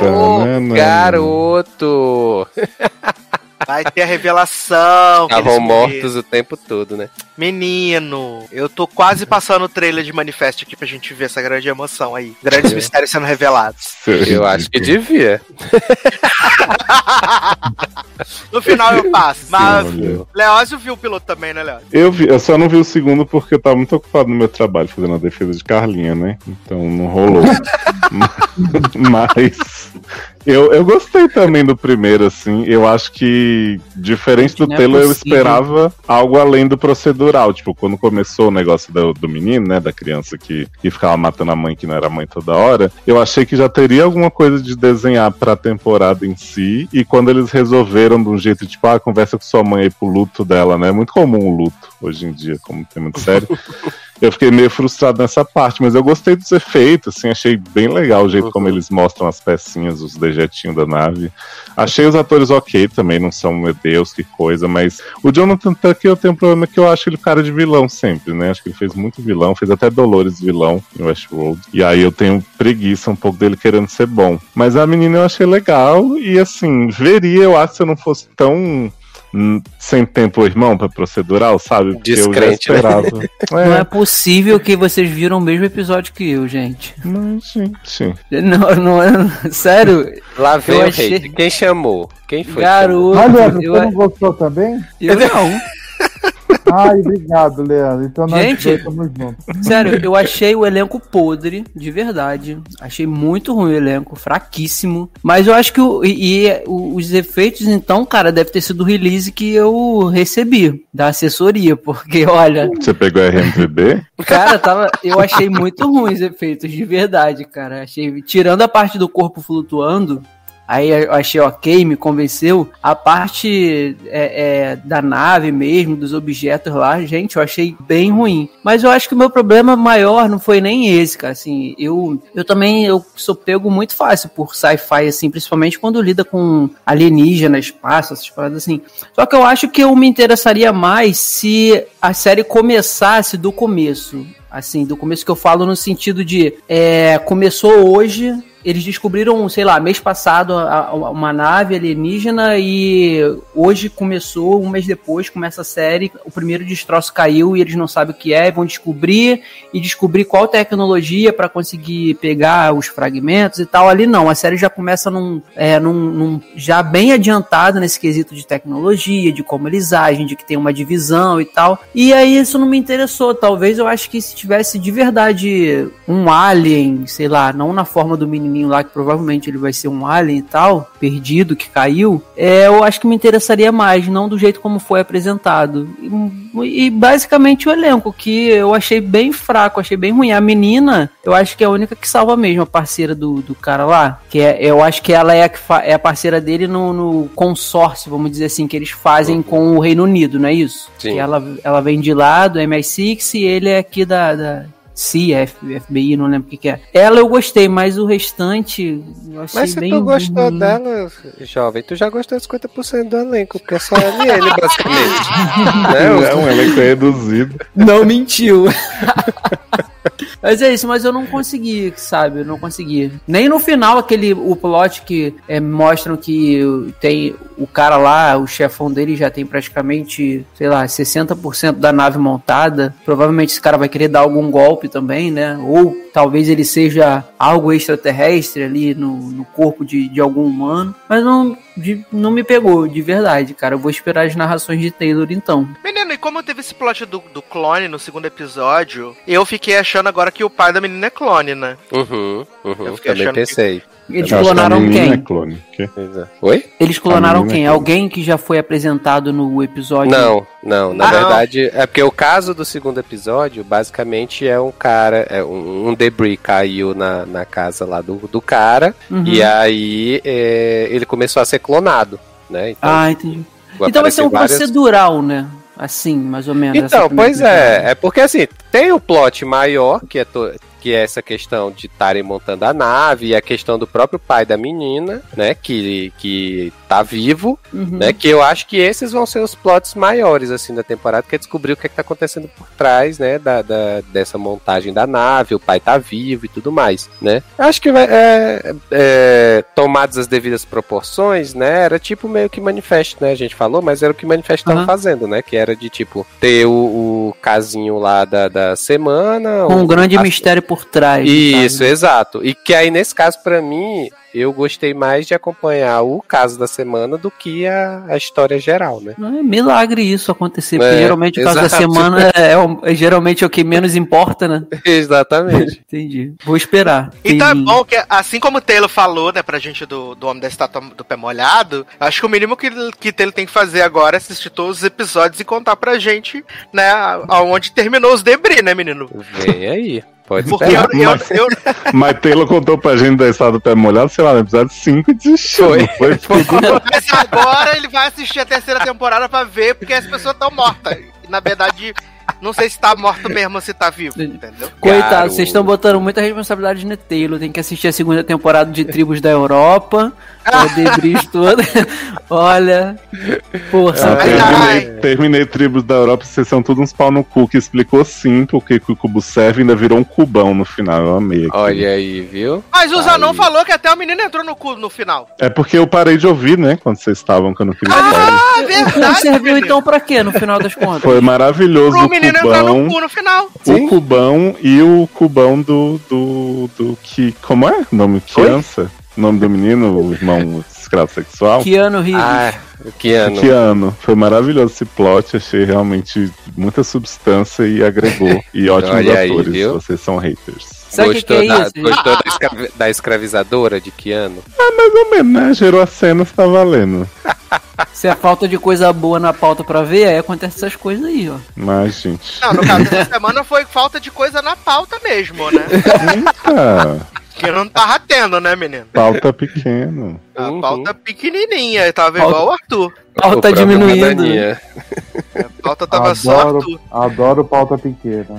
Garoto! Vai ter a revelação. Estavam mortos o tempo todo, né? Menino, eu tô quase passando o trailer de Manifest aqui pra gente ver essa grande emoção aí. Grandes é. mistérios sendo revelados. Eu acho que devia. No final eu passo. Mas Leózio viu o piloto também, né, Leózio? Eu vi, eu só não vi o segundo porque eu tava muito ocupado no meu trabalho fazendo a defesa de Carlinha, né? Então não rolou. Mas eu, eu gostei também do primeiro, assim. Eu acho que, diferente do Taylor, eu esperava algo além do procedural. Tipo, quando começou o negócio do, do menino, né? Da criança que, que ficava matando a mãe, que não era mãe toda hora. Eu achei que já teria alguma coisa de desenhar pra temporada em si. E quando eles resolveram de um jeito, tipo, ah, conversa com sua mãe aí pro luto dela, né? É muito comum o luto hoje em dia, como tem muito sério. Eu fiquei meio frustrado nessa parte, mas eu gostei dos efeitos, assim, achei bem legal o jeito uhum. como eles mostram as pecinhas, os dejetinhos da nave. Achei os atores ok também, não são, meu Deus, que coisa, mas o Jonathan Tucker eu tenho um problema que eu acho ele cara de vilão sempre, né? Acho que ele fez muito vilão, fez até Dolores vilão em Westworld. E aí eu tenho preguiça um pouco dele querendo ser bom. Mas a menina eu achei legal e, assim, veria, eu acho, se eu não fosse tão... sem tempo, irmão, pra procedural, sabe? Porque Descrente, eu já esperava. Né? É. Não é possível que vocês viram o mesmo episódio que eu, gente. Não, gente. Não, não é. Sério. Lá veio o achei... hate. Quem chamou? Quem foi? Garoto. Olha, você eu... não gostou também? Eu não. Ai, obrigado, Leandro. Então nós Gente, dois estamos juntos. Sério, eu achei o elenco podre, de verdade. Achei muito ruim o elenco, fraquíssimo. Mas eu acho que o, e, e, os efeitos, então, cara, deve ter sido o release que eu recebi da assessoria, porque, olha... Você pegou R M V B? Cara, tava, eu achei muito ruim os efeitos, de verdade, cara. Achei, tirando a parte do corpo flutuando... Aí eu achei ok, me convenceu. A parte é, é, da nave mesmo, dos objetos lá, gente, eu achei bem ruim. Mas eu acho que o meu problema maior não foi nem esse, cara. Assim, eu, eu também eu sou pego muito fácil por sci-fi, assim, principalmente quando lida com alienígena, espaço, essas paradas assim. Só que eu acho que eu me interessaria mais se a série começasse do começo. Assim, do começo que eu falo no sentido de é, começou hoje... Eles descobriram, sei lá, mês passado a, a, uma nave alienígena e hoje começou, um mês depois, começa a série, o primeiro destroço caiu e eles não sabem o que é, vão descobrir e descobrir qual tecnologia para conseguir pegar os fragmentos e tal. Ali não, a série já começa num, é, num, num, já bem adiantada nesse quesito de tecnologia, de como eles agem, de que tem uma divisão e tal. E aí isso não me interessou, talvez eu acho que se tivesse de verdade um alien, sei lá, não na forma do menininho lá, que provavelmente ele vai ser um alien e tal, perdido, que caiu, é, eu acho que me interessaria mais, não do jeito como foi apresentado. E, e basicamente o elenco, que eu achei bem fraco, achei bem ruim. A menina, eu acho que é a única que salva mesmo, a parceira do, do cara lá, que é, eu acho que ela é a, que fa- é a parceira dele no, no consórcio, vamos dizer assim, que eles fazem com o Reino Unido, não é isso? Sim. Que ela, ela vem de lá, do M I seis, e ele é aqui da... da C, F, F B I, não lembro o que, que é. Ela eu gostei, mas o restante eu achei Mas se bem tu gostou ruim. dela, jovem, tu já gostou de cinquenta por cento do elenco, porque é só ela e ele, basicamente. né? É um elenco reduzido. Não mentiu. Mas é isso, mas eu não consegui, sabe? Eu não consegui. Nem no final, aquele o plot que é, mostram que tem o cara lá, o chefão dele já tem praticamente, sei lá, sessenta por cento da nave montada. Provavelmente esse cara vai querer dar algum golpe também, né? Ou talvez ele seja algo extraterrestre ali no, no corpo de, de algum humano. Mas não, de, não me pegou, de verdade, cara. Eu vou esperar as narrações de Taylor, então. Menino, e como teve esse plot do, do clone no segundo episódio, eu fiquei achando agora que o pai da menina é clone, né? Uhum, uhum, Eu fiquei também achando pensei. Eles Eu acho que a clonaram menina quem? é clone. Que? Oi? Eles clonaram menina é quem? clone. Alguém que já foi apresentado no episódio? Não, não, na Ah, verdade, é porque o caso do segundo episódio, basicamente, é um cara, é um, um debris caiu na, na casa lá do, do cara, Uhum. e aí é, ele começou a ser clonado, né? Então, Ah, entendi. vai Então vai ser aparecer um várias- procedural, né? Assim, mais ou menos. essa Então, primeira pois temporada. é, é porque assim, tem o plot maior, que é, to- que é essa questão de estarem montando a nave, e a questão do próprio pai da menina, né, que, que tá vivo, Uhum. né, que eu acho que esses vão ser os plots maiores, assim, da temporada, que é descobrir o que é que tá acontecendo por trás, né, da, da- dessa montagem da nave, o pai tá vivo e tudo mais, né. Eu acho que vai, é, é, tomadas as devidas proporções, né, era tipo meio que Manifesto, né, a gente falou, mas era o que Manifesto tava Aham. fazendo, né, que era de, tipo, ter o, o casinho lá da, da semana... Com um o- grande a- mistério por trás. Isso, sabe? exato. E que aí, nesse caso, pra mim, eu gostei mais de acompanhar o caso da semana do que a, a história geral, né? Não é milagre isso acontecer, porque É, geralmente o caso da exato. semana é, o- é geralmente o que menos importa, né? Exatamente. Entendi. Vou esperar. Então é Tem- bom que, assim como o Taylor falou, né, pra gente do, do Homem da Estátua do Pé Molhado, acho que o mínimo que, que Taylor tem que fazer agora é assistir todos os episódios e contar pra gente, né, aonde terminou os debris, né, menino? Vem aí. Pode Porque esperar. eu, eu, Mas- eu, Mas Taylor contou pra gente da Estrada do Pé Molhado, sei lá, no episódio cinco e desistiu. Foi. não Foi. Mas agora ele vai assistir a terceira temporada pra ver, porque as pessoas estão mortas. E, na verdade, não sei se tá morto mesmo ou se tá vivo, entendeu? Coitado, Cara, vocês o- estão botando muita responsabilidade no Taylor. Tem que assistir a segunda temporada de Tribos da Europa. O Debris toda. Olha. Força, Eu Ai, Taylor. ai. terminei, terminei Tribos da Europa, vocês são todos uns pau no cu, que explicou sim porque que o cubo serve e ainda virou um cubão no final. Eu amei aqui. Olha aí, viu? Mas o Zanon Aí. falou que até o menino entrou no cu no final. É porque eu parei de ouvir, né? Quando vocês estavam, que eu não queria spoiler. Ah, O verdade, serviu menino. então pra quê, no final das contas? Foi maravilhoso Pro o menino entrar no cubão. cu no final. O cubão e o cubão do, do, do que. Como é o nome? Criança? O nome do menino, o irmão escravo sexual? Keanu Reeves. Ah, o Keanu. Keanu. Foi maravilhoso esse plot, achei realmente muita substância e agregou. E ótimos Olha aí, atores, viu? vocês são haters. Sabe o que, que Gostou, é da, isso? gostou da, escravi- da escravizadora de Keanu? Mais ou menos, né? Gerou a cena, tá valendo. Se é falta de coisa boa na pauta pra ver, aí acontece essas coisas aí, ó. Mas, gente... Não, no caso dessa semana foi falta de coisa na pauta mesmo, né? Eita, Que não tava tendo, né, menino? pauta pequeno. A Uhum. pauta pequenininha, tava Pauta- igual o Arthur. Pauta O próprio diminuindo. Bananinha. A pauta tava só Adoro, Arthur. adoro pauta pequena.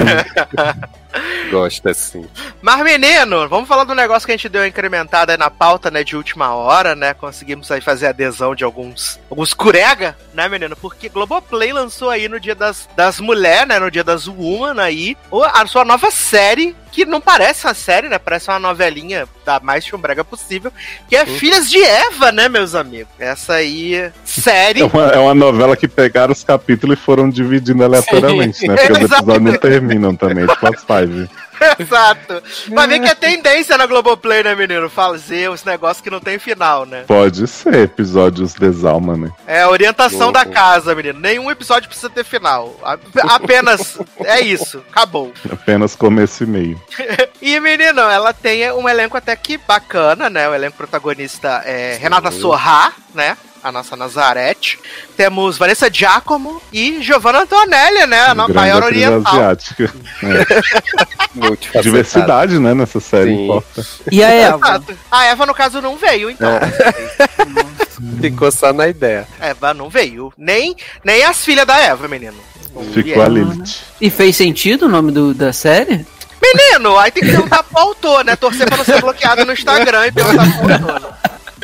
Gosta assim. Mas, menino, vamos falar do negócio que a gente deu uma incrementada aí na pauta, né, de última hora, né? Conseguimos aí fazer adesão de alguns, alguns curega, né, menino? Porque Globoplay lançou aí no dia das, das mulheres, né, no dia das woman aí, a sua nova série, que não parece uma série, né? Parece uma novelinha da mais chumbrega possível, que é Filhas de Eva, né, meus amigos? Essa aí, série... É uma, é uma novela que pegaram os capítulos e foram dividindo aleatoriamente, né? Porque os Exato. episódios não terminam também, tipo as Five. Exato. Vai ver que é tendência na Globoplay, né, menino? Fazer os negócios que não tem final, né? Pode ser episódios desalma, né? É a orientação Uhum. da casa, menino. Nenhum episódio precisa ter final. A- Apenas é isso. Acabou. Apenas começo e meio. E, menino, ela tem um elenco até que bacana, né? O elenco protagonista é Renata Sorrah, né? A nossa Nazareth. Temos Vanessa Giacomo e Giovanna Antonelli, né? A no- Grande maior atriz oriental. asiática. É. Multifacetada. Diversidade, né? Nessa série Sim. importa. E a Eva? Exato. A Eva, no caso, não veio, então. Ficou só na ideia. Eva não veio. Nem, nem as filhas da Eva, menino. Não Ficou vieram. a Lilith. E fez sentido o nome do, da série? Menino, aí tem que perguntar pro autor, né? Torcer pra não ser bloqueado no Instagram e perguntar pro autor.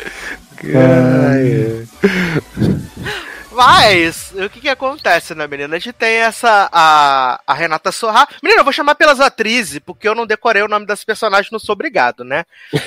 Ai, Mas, o que que acontece, né, menina? A gente tem essa, a, a Renata Sorrah. Menina, eu vou chamar pelas atrizes, porque eu não decorei o nome das personagens, não sou obrigado, né?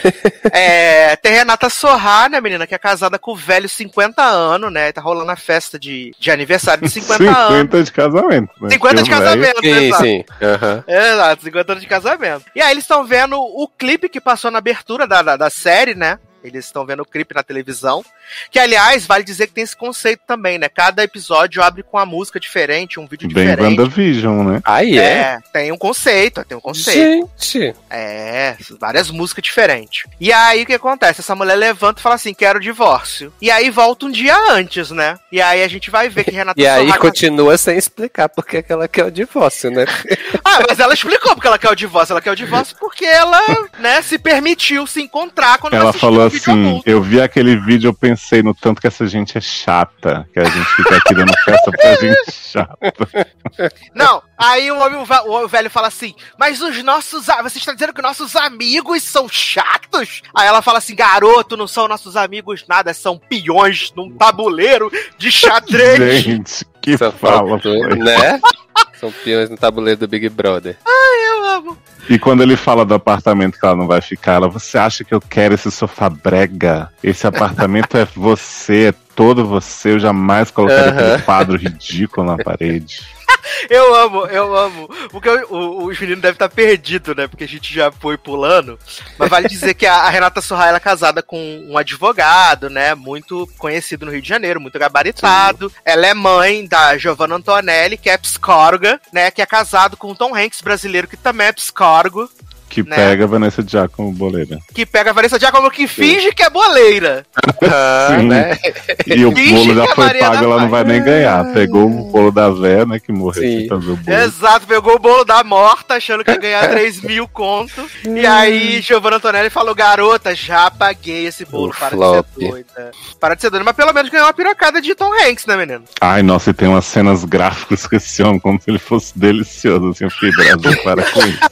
É, tem Renata Sorrah, né, menina, que é casada com o velho cinquenta anos, né? Tá rolando a festa de, de aniversário de cinquenta anos. cinquenta de casamento, né? cinquenta de Porque o velho- casamento, sim, exato. sim. Aham. Exato, cinquenta anos de casamento. E aí eles estão vendo o clipe que passou na abertura da, da, da série, né? Eles estão vendo o clipe na televisão. Que, aliás, vale dizer que tem esse conceito também, né? Cada episódio abre com uma música diferente, um vídeo Bem diferente. WandaVision, né? Aí é. É, tem um conceito, tem um conceito. Gente. É, várias músicas diferentes. E aí o que acontece? Essa mulher levanta e fala assim: quero divórcio. E aí volta um dia antes, né? E aí a gente vai ver que Renata E aí Sorrah- continua sem explicar porque que ela quer o divórcio, né? Ah, mas ela explicou porque ela quer o divórcio. Ela quer o divórcio porque ela, né, se permitiu se encontrar quando ela Ela assistiu falou o vídeo assim, avulso. eu vi aquele vídeo, eu pensei no tanto que essa gente é chata, que a gente fica aqui dando festa pra gente chata. Não, aí o, homem, o va- o velho fala assim, mas os nossos... a- Você está dizendo que nossos amigos são chatos? Aí ela fala assim, garoto, não são nossos amigos nada, são peões num tabuleiro de xadrez. Gente, que Só fala, faltou, foi. né? São peões no tabuleiro do Big Brother. Eu amo. E quando ele fala do apartamento que ela não vai ficar, ela, você acha que eu quero esse sofá brega? Esse apartamento é você, é todo você, eu jamais colocaria Aham. aquele quadro ridículo na parede. Eu amo, eu amo. Porque o, o, os meninos devem estar perdidos, né? Porque a gente já foi pulando. Mas vale dizer que a, a Renata Sorrah ela é casada com um advogado, né? Muito conhecido no Rio de Janeiro, muito gabaritado. Sim. Ela é mãe da Giovanna Antonelli, que é psicóloga, né? Que é casado com o Tom Hanks, brasileiro, que também é psicólogo. Que né? pega a Vanessa Giacomo boleira. Que pega a Vanessa Giacomo, que finge que é boleira. Ah, Sim. né? E o Finge bolo já que a foi Maria pago, da ela não Paz. vai nem ganhar. Pegou o bolo da véia, né, que morreu Sim. sem fazer o bolo. Exato, pegou o bolo da morta, achando que ia ganhar três mil conto. E aí, Giovanna Antonelli falou, garota, já paguei esse bolo, O para flop. de ser doida. Para de ser doida, mas pelo menos ganhou uma pirocada de Tom Hanks, né, menino? Ai, nossa, e tem umas cenas gráficas com esse homem, como se ele fosse delicioso, assim, eu fiquei Brasil, para com isso.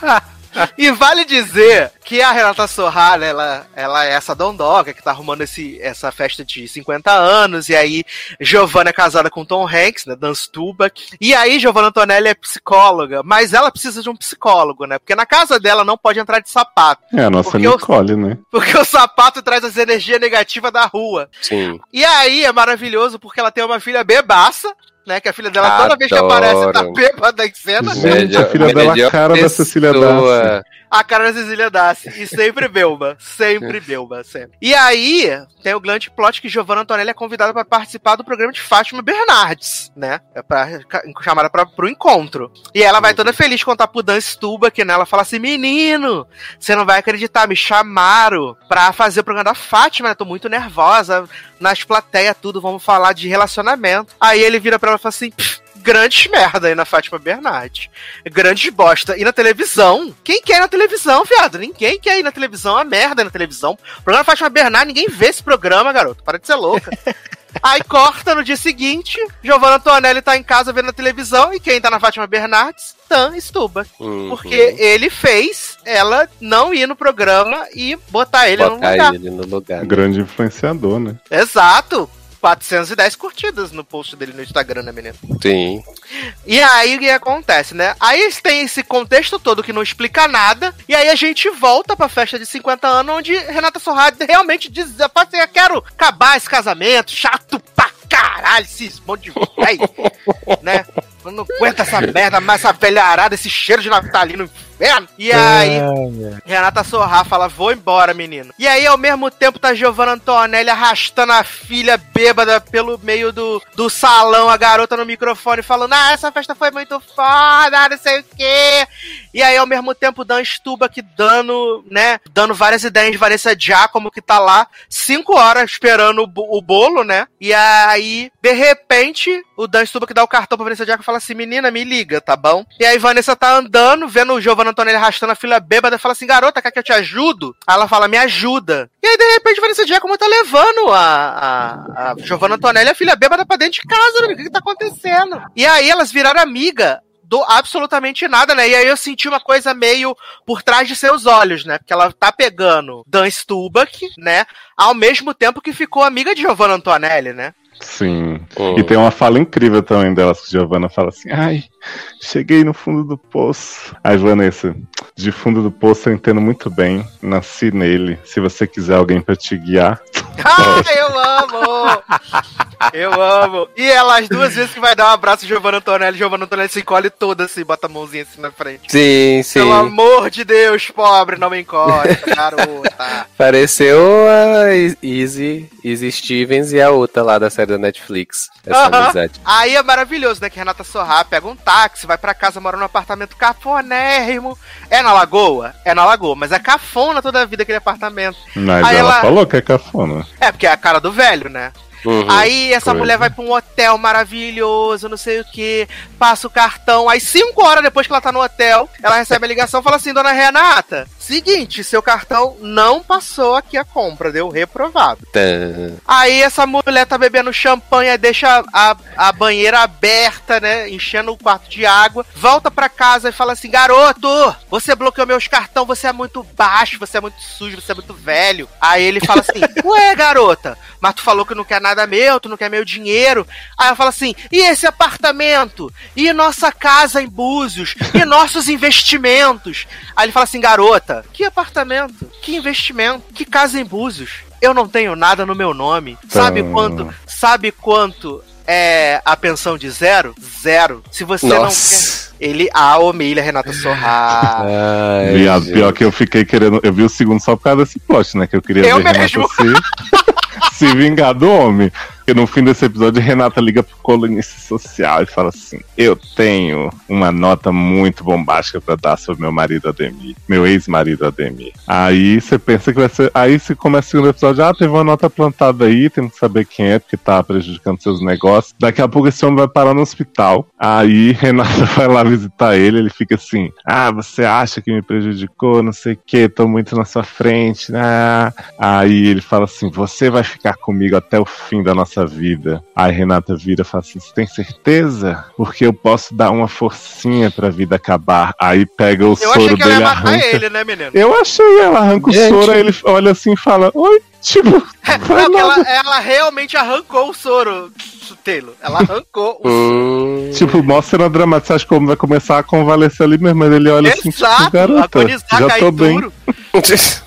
E vale dizer que a Renata Sorrah, né, ela, ela é essa dondoca que tá arrumando esse, essa festa de cinquenta anos, e aí Giovanna é casada com Tom Hanks, né, Dan Stubach, e aí Giovanna Antonelli é psicóloga, mas ela precisa de um psicólogo, né, porque na casa dela não pode entrar de sapato, É a nossa Porque Nicole, né? porque o sapato traz as energias negativas da rua. Sim. E aí é maravilhoso porque ela tem uma filha bebaça, né, que a filha dela toda vez que Adoro. aparece tá bêbada em cena. Gente, a filha dela, melhor cara da Cecília pessoa. A cara da Cecília Dassi. E sempre Belma. Sempre Belma, sempre. E aí, tem o grande plot que Giovanna Antonelli é convidada para participar do programa de Fátima Bernardes, né? É pra, chamada pra, pro encontro. E ela vai toda feliz contar pro Dan Stubach, né? Ela fala assim, menino, você não vai acreditar, me chamaram pra fazer o programa da Fátima, né? Tô muito nervosa, nas plateias, tudo, vamos falar de relacionamento. Aí ele vira pra ela e fala assim, grandes merda aí na Fátima Bernardes. Grandes bosta. E na televisão? Quem quer ir na televisão, viado? Ninguém quer ir na televisão. É uma merda na televisão. O programa da Fátima Bernardes, ninguém vê esse programa, garoto. Para de ser louca. Aí corta no dia seguinte, Giovanna Antonelli tá em casa vendo a televisão e quem tá na Fátima Bernardes? Dan Stubach. Uhum. Porque ele fez ela não ir no programa e botar ele botar no lugar. Ele no lugar. Um grande influenciador, né? Exato. quatrocentas e dez curtidas no post dele no Instagram, né, menino? Sim. E aí, o que acontece, né? Aí tem esse contexto todo que não explica nada, e aí a gente volta pra festa de cinquenta anos, onde Renata Sorrah realmente diz, assim, eu quero acabar esse casamento, chato pra caralho, esse monte de velho, né? Eu não aguento essa merda, mais essa velharada, esse cheiro de natalino inferno. E aí, é, Renata Sorrah fala, vou embora, menino. E aí, ao mesmo tempo, tá Giovanna Antonelli arrastando a filha bêbada pelo meio do, do salão, a garota no microfone, falando, ah, essa festa foi muito foda, não sei o quê. E aí, ao mesmo tempo, Dan Stubach dando, né, dando várias ideias de Vanessa Giacomo, que tá lá, cinco horas esperando o, o bolo, né? E aí, de repente, o Dan Stubach dá o cartão pra Vanessa Giacomo e fala assim, menina, me liga, tá bom? E aí, Vanessa tá andando, vendo o Giovanna Antonelli arrastando a filha bêbada e fala assim, garota, quer que eu te ajudo? Aí ela fala, me ajuda. E aí, de repente, Vanessa Giacomo tá levando a, a, a Giovanna Antonelli e a filha bêbada pra dentro de casa, né? O que que tá acontecendo? E aí, elas viraram amiga do absolutamente nada, né? E aí eu senti uma coisa meio por trás de seus olhos, né? Porque ela tá pegando Dan Stubach, né? Ao mesmo tempo que ficou amiga de Giovanna Antonelli, né? Sim. Oh. E tem uma fala incrível também delas, que Giovanna fala assim, ai, cheguei no fundo do poço. Aí, Vanessa, de fundo do poço eu entendo muito bem, nasci nele. Se você quiser alguém pra te guiar... Ah, eu amo! Eu amo! E ela, as duas vezes que vai dar um abraço a Giovanna Antonelli, Giovanna Antonelli se encolhe toda assim, bota a mãozinha assim na frente. Sim, sim. Pelo amor de Deus, pobre, não me encolhe, garota. Pareceu a Izzy, Izzy Stevens e a outra lá da série da Netflix. Essa uh-huh. amizade. Aí é maravilhoso, né? Que Renata Sorrah pega um táxi, vai pra casa, mora num apartamento cafonérrimo. É na Lagoa? É na Lagoa, mas é cafona toda a vida aquele apartamento. Mas aí ela, ela falou que é cafona. É, porque é a cara do velho, né? Uhum, aí essa coisa. Mulher vai pra um hotel maravilhoso, não sei o que, passa o cartão, aí cinco horas depois que ela tá no hotel, ela recebe a ligação e fala assim, dona Renata, seguinte, seu cartão não passou aqui a compra, deu reprovado. Tá. Aí essa mulher tá bebendo champanhe, deixa a, a banheira aberta, né, enchendo o quarto de água, volta pra casa e fala assim, garoto, você bloqueou meus cartões, você é muito baixo, você é muito sujo, você é muito velho. Aí ele fala assim, ué, garota, mas tu falou que não quer nada meu, tu não quer meu dinheiro. Aí ela fala assim, e esse apartamento? E nossa casa em Búzios? E nossos investimentos? Aí ele fala assim, garota, que apartamento? Que investimento? Que casa em Búzios? Eu não tenho nada no meu nome. Sabe Hum. quanto? Sabe quanto é a pensão de zero? Zero. Se você Nossa. não quer... Ele, a humilha Renata Sorrah. Ai, Viado, gente. pior que eu fiquei querendo. Eu vi o segundo só por causa desse plot, né? Que eu queria Eu ver mesmo. Renata se, se vingar do homem. Porque no fim desse episódio, Renata liga pro colunista social e fala assim: eu tenho uma nota muito bombástica pra dar sobre meu marido Ademir, meu ex-marido Ademir. Aí você pensa que vai ser. Aí você começa o segundo episódio, ah, teve uma nota plantada aí, temos que saber quem é, porque tá prejudicando seus negócios. Daqui a pouco esse homem vai parar no hospital. Aí Renata vai lá visitar ele, ele fica assim: ah, você acha que me prejudicou, não sei o que, tô muito na sua frente, né? Aí ele fala assim: você vai ficar comigo até o fim da nossa vida. Aí Renata vira e fala assim: você tem certeza? Porque eu posso dar uma forcinha pra vida acabar. Aí pega o Eu soro achei que ela dele, ia matar arranca. ele, né, menino? Eu achei, ela arranca Gente. o soro, aí ele olha assim e fala: oi, tipo, É, vai não, que nada. ela, ela realmente arrancou o soro, Taylor. Ela arrancou o soro. Hum. Tipo, mostra na dramática, você acha que o homem vai começar a convalescer ali mesmo, mas ele olha assim, Exato, tipo, garota, agonizar, já cair tô bem. duro.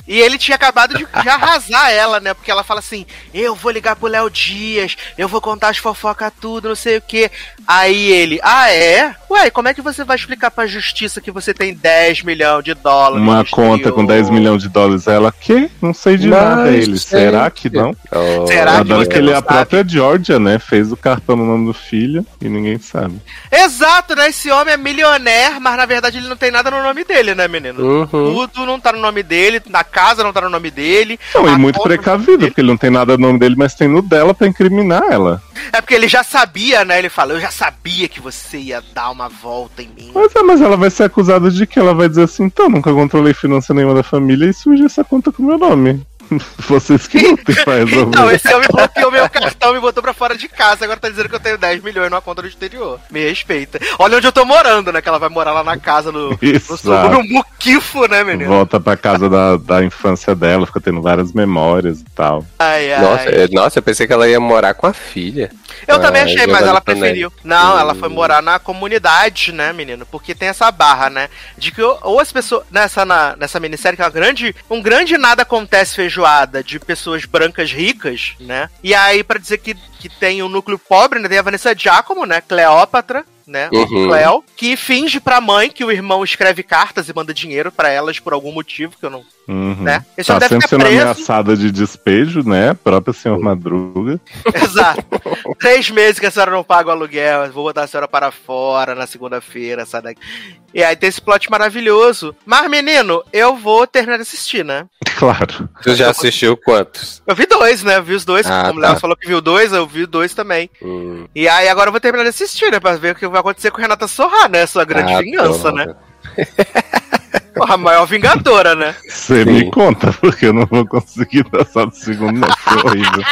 E ele tinha acabado de, de arrasar ela, né? Porque ela fala assim, eu vou ligar pro Léo Dias, eu vou contar as fofocas tudo, não sei o quê. Aí ele, ah, é? Ué, como é que você vai explicar pra justiça que você tem dez milhões de dólares? Uma conta com dez milhões de dólares. Ela, que? Não sei de Mas, nada. Ele, será que não? Oh. Será que Adoro você que ele não é a sabe? própria Georgia, né? Fez o cartão no nome do filho e ninguém sabe. Exato, né? Esse homem é milionaire, mas na verdade ele não tem nada no nome dele, né, menino? Uhum. Tudo não tá no nome dele, na casa não tá no nome dele. Não, e a muito conta- precavido, porque ele não tem nada no nome dele, mas tem no dela pra incriminar ela. É porque ele já sabia, né? Ele fala, eu já sabia que você ia dar uma volta em mim. Mas, é, mas ela vai ser acusada de que ela vai dizer assim, então, nunca controlei finança nenhuma da família e surge essa conta com o meu nome. Vocês que não tem pra resolver. Não, esse homem bloqueou meu cartão e me botou pra fora de casa. Agora tá dizendo que eu tenho dez milhões numa conta no exterior. Me respeita. Olha onde eu tô morando, né? Que ela vai morar lá na casa, no, no, Exato. no muquifo, né, menino? Volta pra casa da, da infância dela, fica tendo várias memórias e tal. Ai, ai. Nossa, é- nossa, eu pensei que ela ia morar com a filha. Eu Ah, também achei, mas Giovanna ela Antonelli. preferiu. Não, ela Hum. foi morar na comunidade, né, menino? Porque tem essa barra, né? De que ou ou as pessoas. Nessa, na, nessa minissérie, que é uma grande, um grande nada acontece feijoada de pessoas brancas ricas, né? E aí, pra dizer que, que tem um núcleo pobre, né? Tem a Vanessa Giacomo, né? Cleópatra. Né, Uhum. Cleo, que finge pra mãe que o irmão escreve cartas e manda dinheiro pra elas por algum motivo que eu não. Uhum. Né? Esse Tá homem deve sempre ficar sendo preso. ameaçada de despejo, né? Própria senhor Madruga. Exato. Três meses que a senhora não paga o aluguel, eu vou botar a senhora para fora na segunda-feira, sai daqui. E aí tem esse plot maravilhoso. Mas, menino, eu vou terminar de assistir, né? Claro. Tu já assistiu quantos? Eu vi dois, né? Eu vi os dois. Ah, Como o tá. Léo falou que viu dois, eu vi dois também. Hum. E aí agora eu vou terminar de assistir, né? Pra ver o que vai acontecer com Renata Sorrah, né? Sua grande Ah, vingança, droga. né? Porra, a maior vingadora, né? Você Sim. me conta, porque eu não vou conseguir passar do segundo, não. Foi horrível.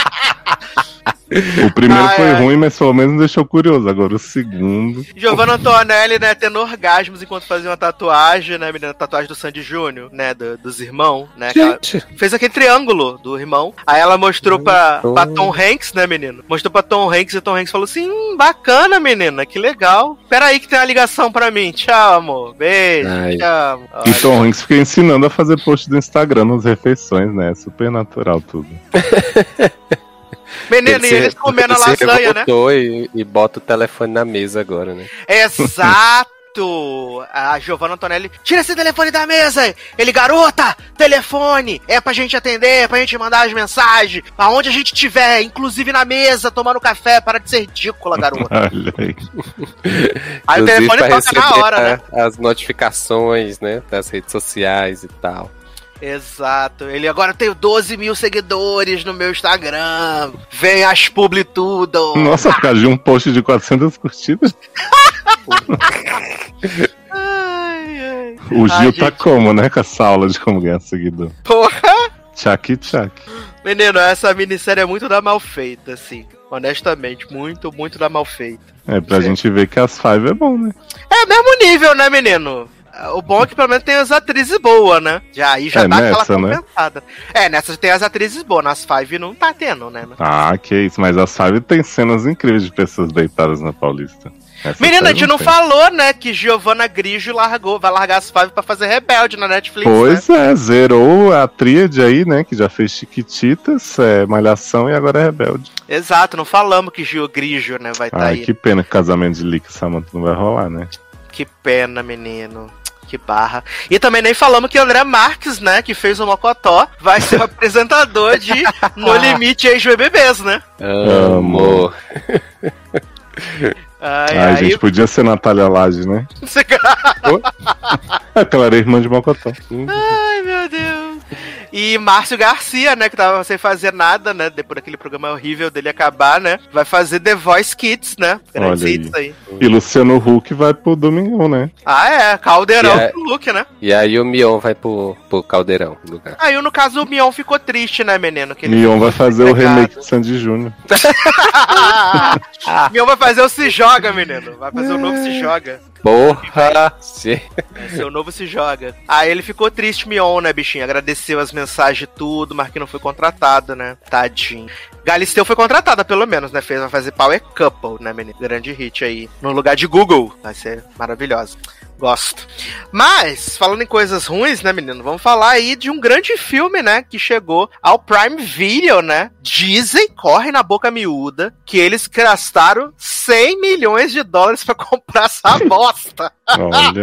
O primeiro Ah, foi é. ruim, mas pelo menos me deixou curioso. Agora o segundo. Giovanna Antonelli, né, tendo orgasmos enquanto fazia uma tatuagem, né, menina? Tatuagem do Sandy Júnior, né? do- dos irmãos, né? que ela Gente, fez aquele triângulo do irmão. Aí ela mostrou pra, Hum. pra Tom Hanks, né, menino? Mostrou pra Tom Hanks e Tom Hanks falou assim: hum, bacana, menina, que legal. Pera aí que tem uma ligação pra mim. Tchau, amor. Beijo. Ai. Tchau. E Tom Hanks fica ensinando a fazer post do Instagram nas refeições, né? Super natural tudo. Menino, e se- eles comendo a ele se lasanha, né? revoltou e, e bota o telefone na mesa agora, né? Exato! A Giovanna Antonelli, tira esse telefone da mesa! Ele, garota, telefone! É pra gente atender, é pra gente mandar as mensagens, aonde a gente tiver, inclusive na mesa, tomando café, para de ser ridícula, garota. Olha aí. Aí o Inclusive, telefone pra toca na receber hora, né? a- as notificações, né? Das redes sociais e tal. Exato. Ele, agora eu tenho doze mil seguidores no meu Instagram. Vem as publi tudo. Nossa, por causa de um post de quatrocentas curtidas. Ai, ai. O Ai, Gil tá gente. como, né? Com essa aula de como ganhar seguidor. Porra! Tchak, tchak. Menino, essa minissérie é muito da mal feita, assim. Honestamente, muito, muito da mal feita. É, pra Sim. gente ver que as Five é bom, né? É mesmo nível, né, menino? O bom é que pelo menos tem as atrizes boas, né? Já aí já É dá nessa, aquela né? compensada. É, nessas tem as atrizes boas, nas Five não tá tendo, né? Ah, que isso. Mas as Five tem cenas incríveis de pessoas deitadas na Paulista. Essa Menina, a Five gente não tem. falou, né, que Giovanna Grigio largou, vai largar as Five pra fazer Rebelde na Netflix, né? Pois é, zerou a tríade aí, né? Que já fez Chiquititas, é, Malhação e agora é Rebelde. Exato, não falamos que Gio Grigio, né, vai estar tá Ai, aí. que pena que o casamento de Lick e Samantha não vai rolar, né? Que pena, menino. Que barra. E também nem falamos que o André Marques, né, que fez o Mocotó, vai ser o apresentador de No Limite ex-B B Bs, né? Amor. Ai, Ai, ai, gente, podia ser Natália Laje, né? você- É, porque ela era irmã de Mocotó. Ai, meu Deus. E Márcio Garcia, né, que tava sem fazer nada, né, depois daquele programa horrível dele acabar, né, vai fazer The Voice Kids, né, grandes Olha aí. hits aí. E Luciano Huck vai pro Domingão, né? Ah, é, Caldeirão E é- com o Luke, né. E aí o Mion vai pro, pro caldeirão do lugar. Aí, no caso, o Mion ficou triste, né, menino? Que ele Mion ficou vai fazer o desempregado. remake de Sandy Júnior. Mion vai fazer o Se Joga, menino. Vai fazer o novo Se Joga. Porra! Sim. Vai ser o novo Se Joga. Aí ele ficou triste, Mion, né, bichinho? Agradeceu as mensagens e tudo, mas que não foi contratado, né? Tadinho. Galisteu foi contratada, pelo menos, né? Fez, vai fazer Power Couple, né, menino? Grande hit aí. No lugar de Google. Vai ser maravilhosa. Gosto. Mas, falando em coisas ruins, né, menino? Vamos falar aí de um grande filme, né? Que chegou ao Prime Video, né? Dizem, corre na boca miúda, que eles gastaram cem milhões de dólares pra comprar essa bosta. Olha.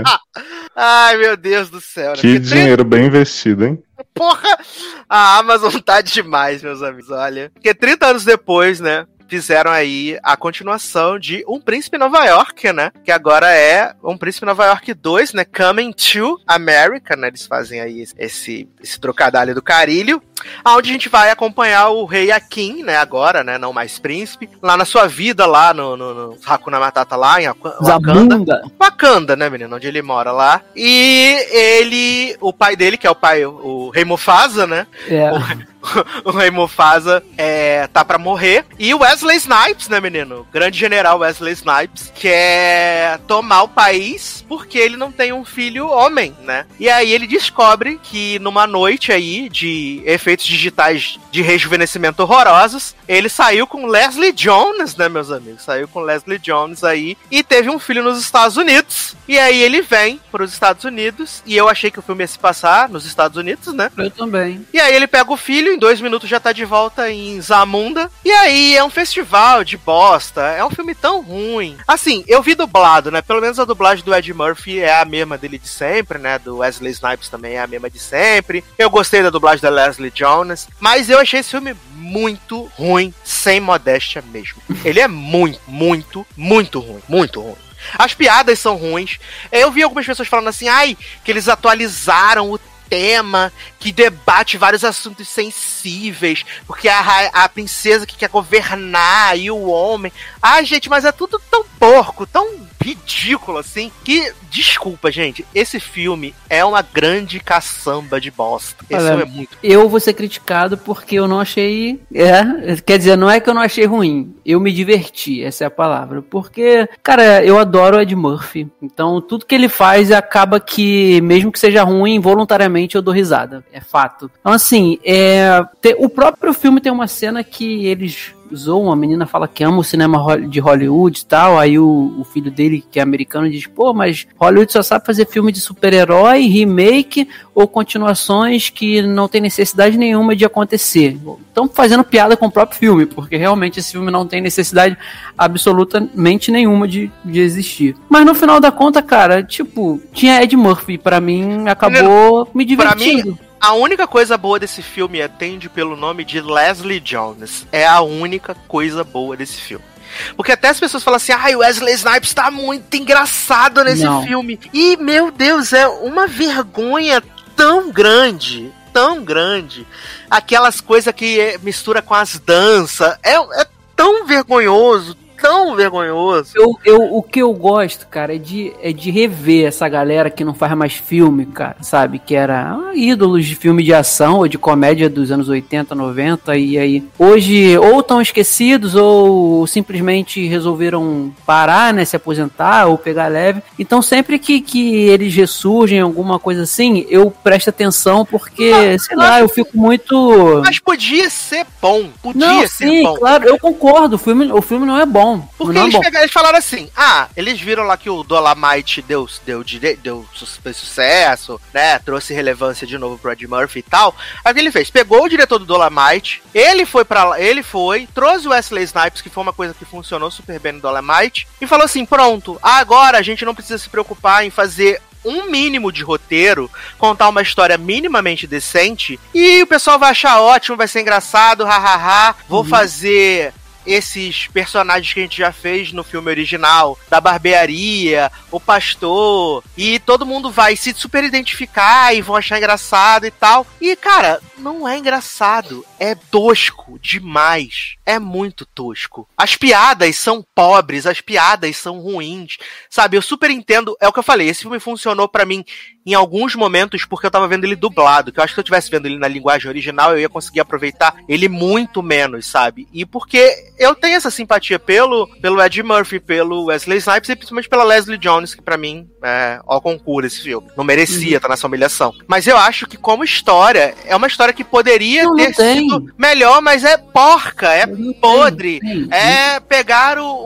Ai, meu Deus do céu. Né? Que Porque dinheiro trinta... bem investido, hein? Porra! A Amazon tá demais, meus amigos, olha. Porque trinta anos depois, né? Fizeram aí a continuação de Um Príncipe em Nova York, né? Que agora é Um Príncipe em Nova York dois, né? Coming to America, né? Eles fazem aí esse, esse trocadilho do carilho. Onde a gente vai acompanhar o rei Akin, né? Agora, né? Não mais príncipe. Lá na sua vida, lá no, no, no Hakuna Matata, lá em Wakanda. Wakanda, né, menino? Onde ele mora lá. E ele, o pai dele, que é o pai, o, o rei Mufasa, né? É. O, o rei Mufasa é, tá pra morrer. E o Wesley Snipes, né, menino? O grande general Wesley Snipes quer tomar o país porque ele não tem um filho homem, né? E aí ele descobre que numa noite aí de efeitos digitais de rejuvenescimento horrorosos, ele saiu com Leslie Jones, né, meus amigos? Saiu com Leslie Jones aí e teve um filho nos Estados Unidos. E aí ele vem pros Estados Unidos e eu achei que o filme ia se passar nos Estados Unidos, né? Eu também. E aí ele pega o filho, em dois minutos já tá de volta em Zamunda. E aí é um festival de bosta. É um filme tão ruim. Assim, eu vi dublado, né? Pelo menos a dublagem do Ed Murphy é a mesma dele de sempre, né? Do Wesley Snipes também é a mesma de sempre. Eu gostei da dublagem da Leslie Jones. Mas eu achei esse filme muito ruim, sem modéstia mesmo. Ele é muito, muito, muito ruim. Muito ruim. As piadas são ruins. Eu vi algumas pessoas falando assim, ai, que eles atualizaram o tema que debate vários assuntos sensíveis, porque a, a princesa que quer governar e o homem. Ai, gente, mas é tudo tão porco, tão ridículo assim, que, desculpa, gente, esse filme é uma grande caçamba de bosta. Esse Olha, filme é muito... Eu vou ser criticado porque eu não achei... É, quer dizer, não é que eu não achei ruim, eu me diverti, essa é a palavra. Porque, cara, eu adoro o Ed Murphy, então tudo que ele faz acaba que, mesmo que seja ruim, voluntariamente eu dou risada, é fato. Então, assim, é, te, o próprio filme tem uma cena que eles... zoam, a menina fala que ama o cinema de Hollywood e tal, aí o, o filho dele, que é americano, diz, pô, mas Hollywood só sabe fazer filme de super-herói, remake ou continuações que não tem necessidade nenhuma de acontecer. Estão fazendo piada com o próprio filme, porque realmente esse filme não tem necessidade absolutamente nenhuma de, de existir. Mas no final da conta, cara, tipo, tinha Ed Murphy, pra mim, acabou me divertindo. Pra mim, a única coisa boa desse filme atende pelo nome de Leslie Jones. É a única coisa boa desse filme. Porque até as pessoas falam assim, ai, o Wesley Snipes tá muito engraçado nesse Não. filme. E, meu Deus, é uma vergonha tão grande, tão grande. Aquelas coisas que mistura com as danças. É, é tão vergonhoso, tão vergonhoso. Eu, eu, o que eu gosto, cara, é de, é de rever essa galera que não faz mais filme, cara, sabe? Que era ah, ídolos de filme de ação ou de comédia dos anos oitenta, noventa, e aí hoje ou estão esquecidos ou simplesmente resolveram parar, né, se aposentar ou pegar leve. Então sempre que, que eles ressurgem, alguma coisa assim, eu presto atenção porque, não, sei lá, eu fico muito... Mas podia ser bom, podia não, ser sim, bom. Claro, eu concordo, o filme, o filme não é bom. Porque eles, pegaram, eles falaram assim, ah, eles viram lá que o Dolomite deu, deu, deu, deu sucesso, né, trouxe relevância de novo pro Ed Murphy e tal. Aí o que ele fez? Pegou o diretor do Dolomite, ele foi pra lá, ele foi, trouxe o Wesley Snipes, que foi uma coisa que funcionou super bem no Dolomite, e falou assim, pronto, agora a gente não precisa se preocupar em fazer um mínimo de roteiro, contar uma história minimamente decente, e o pessoal vai achar ótimo, vai ser engraçado, hahaha, vou uhum. fazer... esses personagens que a gente já fez no filme original, da barbearia, o pastor, e todo mundo vai se super identificar e vão achar engraçado e tal. E, cara, não é engraçado, é tosco demais, é muito tosco. As piadas são pobres, as piadas são ruins, sabe? Eu super entendo, é o que eu falei, esse filme funcionou pra mim em alguns momentos porque eu tava vendo ele dublado, que eu acho que se eu tivesse vendo ele na linguagem original, eu ia conseguir aproveitar ele muito menos, sabe? E porque eu tenho essa simpatia pelo, pelo Ed Murphy, pelo Wesley Snipes e principalmente pela Leslie Jones, que pra mim é ó concurso esse filme. Não merecia estar uhum. nessa humilhação. Mas eu acho que como história, é uma história que poderia não, ter não sido melhor, mas é porca, é não podre. Tem, tem. É pegar o, o,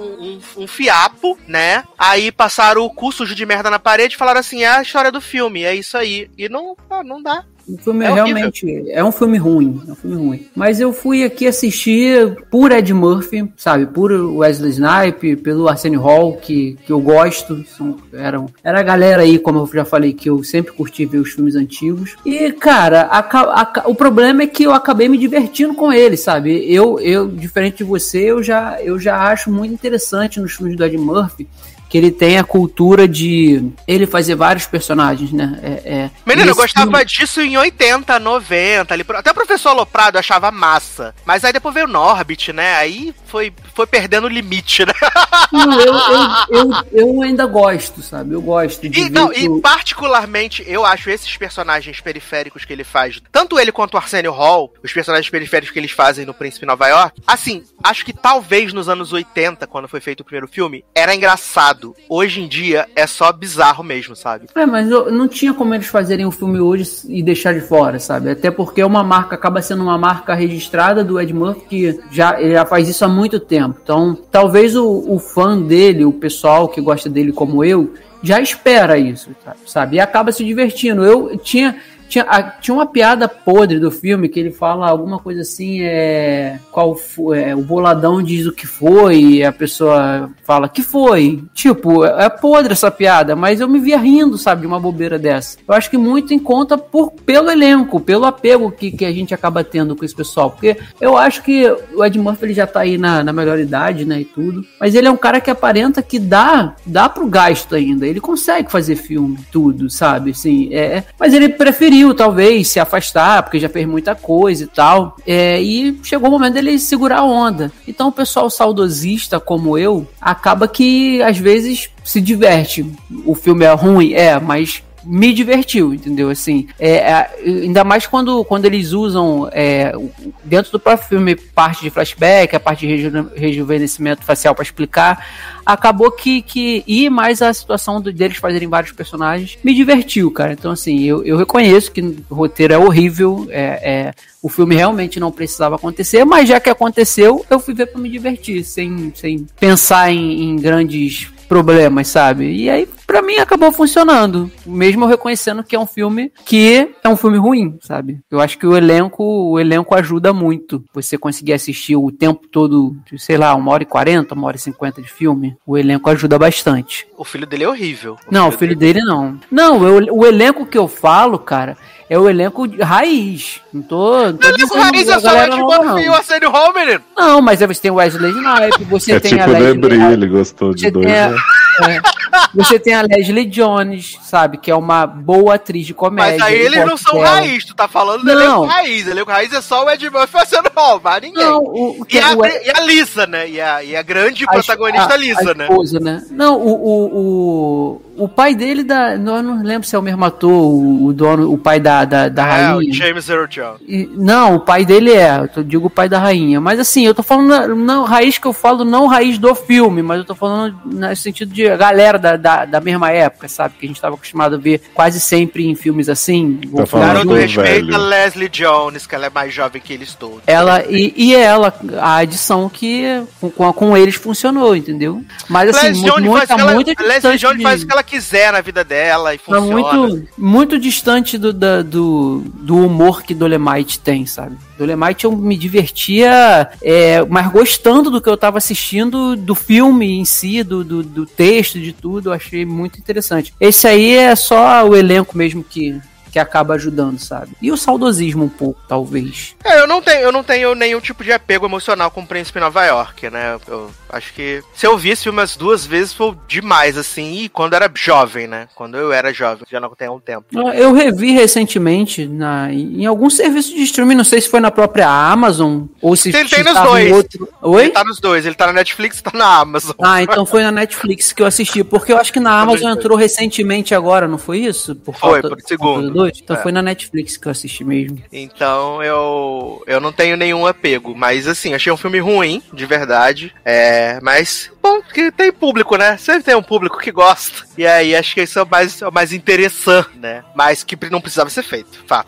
um, um, um fiapo, né? Aí passaram o cu sujo de merda na parede e falaram assim, é a história do filme, é isso aí. E não, não dá. O filme é realmente é um filme ruim, é um filme ruim. Mas eu fui aqui assistir por Ed Murphy, sabe? Por Wesley Snipes, pelo Arsenio Hall, que, que eu gosto. São, eram, era a galera aí, como eu já falei, que eu sempre curti ver os filmes antigos. E, cara, a, a, o problema é que eu acabei me divertindo com ele, sabe? Eu, eu diferente de você, eu já, eu já acho muito interessante nos filmes do Ed Murphy que ele tem a cultura de ele fazer vários personagens, né? É, é, Menino, eu gostava filme... disso em oitenta, noventa, ali, até o Professor Aloprado eu achava massa, mas aí depois veio o Norbit, né? Aí foi, foi perdendo o limite, né? Não, eu, eu, eu, eu ainda gosto, sabe? Eu gosto de e, não, e eu... particularmente, eu acho esses personagens periféricos que ele faz, tanto ele quanto o Arsenio Hall, os personagens periféricos que eles fazem no Príncipe Nova York, assim, acho que talvez nos anos oitenta, quando foi feito o primeiro filme, era engraçado. Hoje em dia é só bizarro mesmo, sabe? É, mas eu, não tinha como eles fazerem o filme hoje e deixar de fora, sabe? Até porque uma marca acaba sendo uma marca registrada do Ed Murphy que já, ele já faz isso há muito tempo. Então, talvez o, o fã dele, o pessoal que gosta dele como eu, já espera isso, sabe? E acaba se divertindo. Eu tinha... Tinha, a, tinha uma piada podre do filme que ele fala alguma coisa assim, é, qual foi, é, o boladão diz o que foi e a pessoa fala, que foi? Tipo, é, é podre essa piada, mas eu me via rindo, sabe, de uma bobeira dessa. Eu acho que muito em conta por, pelo elenco, pelo apego que, que a gente acaba tendo com esse pessoal, porque eu acho que o Ed Murphy ele já tá aí na, na melhor idade, né, e tudo, mas ele é um cara que aparenta que dá, dá pro gasto ainda, ele consegue fazer filme, tudo, sabe, assim, é, mas ele preferiu talvez se afastar, porque já fez muita coisa e tal, é, e chegou o momento dele segurar a onda. Então o pessoal saudosista como eu, acaba que às vezes se diverte. O filme é ruim, é, mas me divertiu, entendeu? Assim, é, é, ainda mais quando, quando eles usam é, dentro do próprio filme parte de flashback, a parte de reju- rejuvenescimento facial para explicar, acabou que, que e mais a situação do, deles fazerem vários personagens me divertiu, cara. Então assim, eu, eu reconheço que o roteiro é horrível, é, é, o filme realmente não precisava acontecer, mas já que aconteceu, eu fui ver para me divertir, sem, sem pensar em, em grandes problemas, sabe? E aí, pra mim, acabou funcionando. Mesmo eu reconhecendo que é um filme que é um filme ruim, sabe? Eu acho que o elenco, o elenco ajuda muito. Você conseguir assistir o tempo todo, sei lá, uma hora e quarenta, uma hora e cinquenta de filme, o elenco ajuda bastante. O filho dele é horrível. O não, filho o filho dele... dele não. Não, eu, o elenco que eu falo, cara, é o elenco raiz. Não tô... Não tô o elenco raiz é só o Ed Murphy e o Arsenio Hall, menino. Não, mas você tem o Wesley Snipes, você é tem tipo a Leslie... Debris, ele gostou de dois, a, né? é, você tem a Leslie Jones, sabe, que é uma boa atriz de comédia. Mas aí eles não são dela. Raiz, tu tá falando do elenco raiz. O elenco raiz é só o Ed Murphy e o Arsenio Hall, mas ninguém. Não, o, o que e, a, o... e a Lisa, né? E a, e a grande a, protagonista a, Lisa, a esposa, né? né? Não, o... o, o... O pai dele, da, não, eu não lembro se é o mesmo ator, o, o dono, o pai da, da, da é, rainha. O James Earl Jones. E, não, o pai dele é, eu digo o pai da rainha. Mas assim, eu tô falando, não, raiz que eu falo, não raiz do filme, mas eu tô falando no sentido de galera da, da, da mesma época, sabe? Que a gente tava acostumado a ver quase sempre em filmes assim. Tá falando do respeito a Leslie Jones, que ela é mais jovem que eles todos. Ela, e, e ela, a adição que com, com eles funcionou, entendeu? Mas assim, Leslie muito, muita, ela, muito Leslie Jones de... faz o que ela quiser na vida dela e funciona. Muito, muito distante do, da, do, do humor que Dolemite tem, sabe? Dolemite eu me divertia, é, mas gostando do que eu tava assistindo, do filme em si, do, do, do texto, de tudo, eu achei muito interessante. Esse aí é só o elenco mesmo que... que acaba ajudando, sabe? E o saudosismo um pouco, talvez. É, eu não tenho, eu não tenho nenhum tipo de apego emocional com o Príncipe Nova York, né? Eu acho que se eu vi esse filme umas duas vezes foi demais, assim, e quando era jovem, né? Quando eu era jovem, já não tem um tempo. Eu revi recentemente na, em algum serviço de streaming, não sei se foi na própria Amazon ou se tem, tem nos dois. Em outro... Oi? Ele tá nos dois, ele tá na Netflix e tá na Amazon. Ah, então foi na Netflix que eu assisti, porque eu acho que na Amazon entrou recentemente agora, não foi isso? Por foi, por segundo. Então é. foi na Netflix que eu assisti mesmo. Então eu eu não tenho nenhum apego, mas assim, achei um filme ruim, de verdade, é, mas bom, que tem público, né? Sempre tem um público que gosta, e aí acho que isso é o mais, é o mais interessante, né? Mas que não precisava ser feito, fato.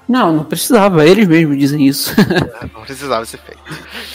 Não, não precisava, eles mesmos dizem isso. Não precisava ser feito.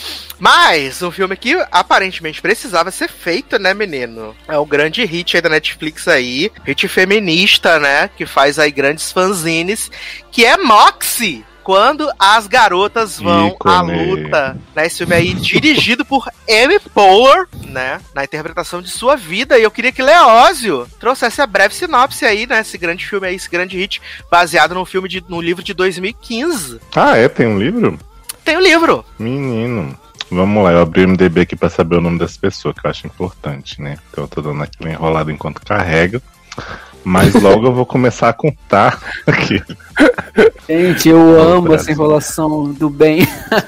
Mas um filme que aparentemente precisava ser feito, né, menino? É o grande hit aí da Netflix aí, hit feminista, né, que faz aí grandes fanzines, que é Moxie. Quando as garotas vão Ícone. à luta, né? Esse filme aí dirigido por Amy Poehler, né? Na interpretação de sua vida. E eu queria que Leózio trouxesse a breve sinopse aí, né? Esse grande filme aí, esse grande hit, baseado num filme de, num livro de dois mil e quinze. Ah, é? Tem um livro? Tem o um livro. Menino. Vamos lá, eu abri o M D B aqui pra saber o nome das pessoas, que eu acho importante, né? Então eu tô dando aquilo enrolado enquanto carrega. Mas logo eu vou começar a contar aqui. Gente, eu amo essa enrolação do bem.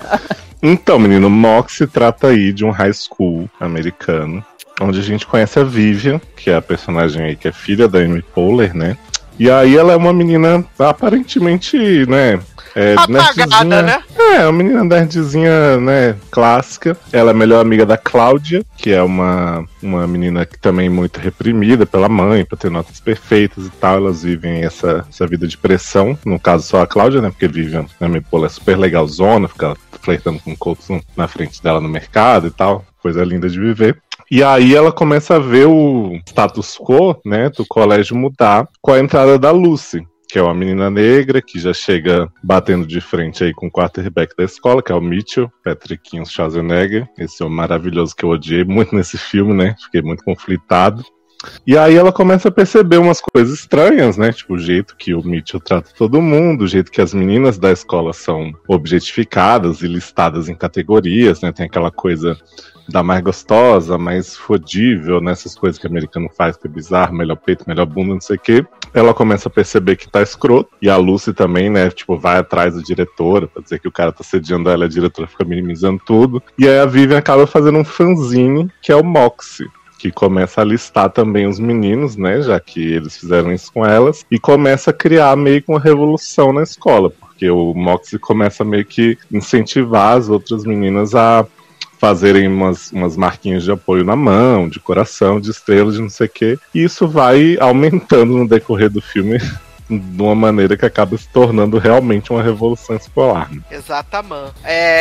Então, menino, Moxie trata aí de um high school americano, onde a gente conhece a Vivian, que é a personagem aí que é filha da Amy Poehler, né? E aí ela é uma menina aparentemente, né... É, apagada, né? É, uma menina nerdzinha, né, clássica. Ela é a melhor amiga da Cláudia, que é uma, uma menina que também é muito reprimida pela mãe, pra ter notas perfeitas e tal. Elas vivem essa, essa vida de pressão. No caso, só a Cláudia, né, porque Vivian, né, me pô, é super legalzona, fica flertando com o Colton na frente dela no mercado e tal. Coisa linda de viver. E aí ela começa a ver o status quo, né, do colégio mudar com a entrada da Lucy, que é uma menina negra que já chega batendo de frente aí com o quarterback da escola, que é o Mitchell, Patrickinho Schwarzenegger, esse homem maravilhoso que eu odiei muito nesse filme, né? Fiquei muito conflitado. E aí ela começa a perceber umas coisas estranhas, né? Tipo, o jeito que o Mitchell trata todo mundo, o jeito que as meninas da escola são objetificadas e listadas em categorias, né? Tem aquela coisa da mais gostosa, mais fodível, né? Essas coisas que o americano faz, que é bizarro, melhor peito, melhor bunda, não sei o quê. Ela começa a perceber que tá escroto. E a Lucy também, né? Tipo, vai atrás da diretora pra dizer que o cara tá sediando ela, a diretora fica minimizando tudo. E aí a Vivian acaba fazendo um fanzine, que é o Moxie, que começa a listar também os meninos, né, já que eles fizeram isso com elas, e começa a criar meio que uma revolução na escola, porque o Moxie começa meio que incentivar as outras meninas a fazerem umas, umas marquinhas de apoio na mão, de coração, de estrela, de não sei o quê, e isso vai aumentando no decorrer do filme de uma maneira que acaba se tornando realmente uma revolução escolar. Né? Exatamente.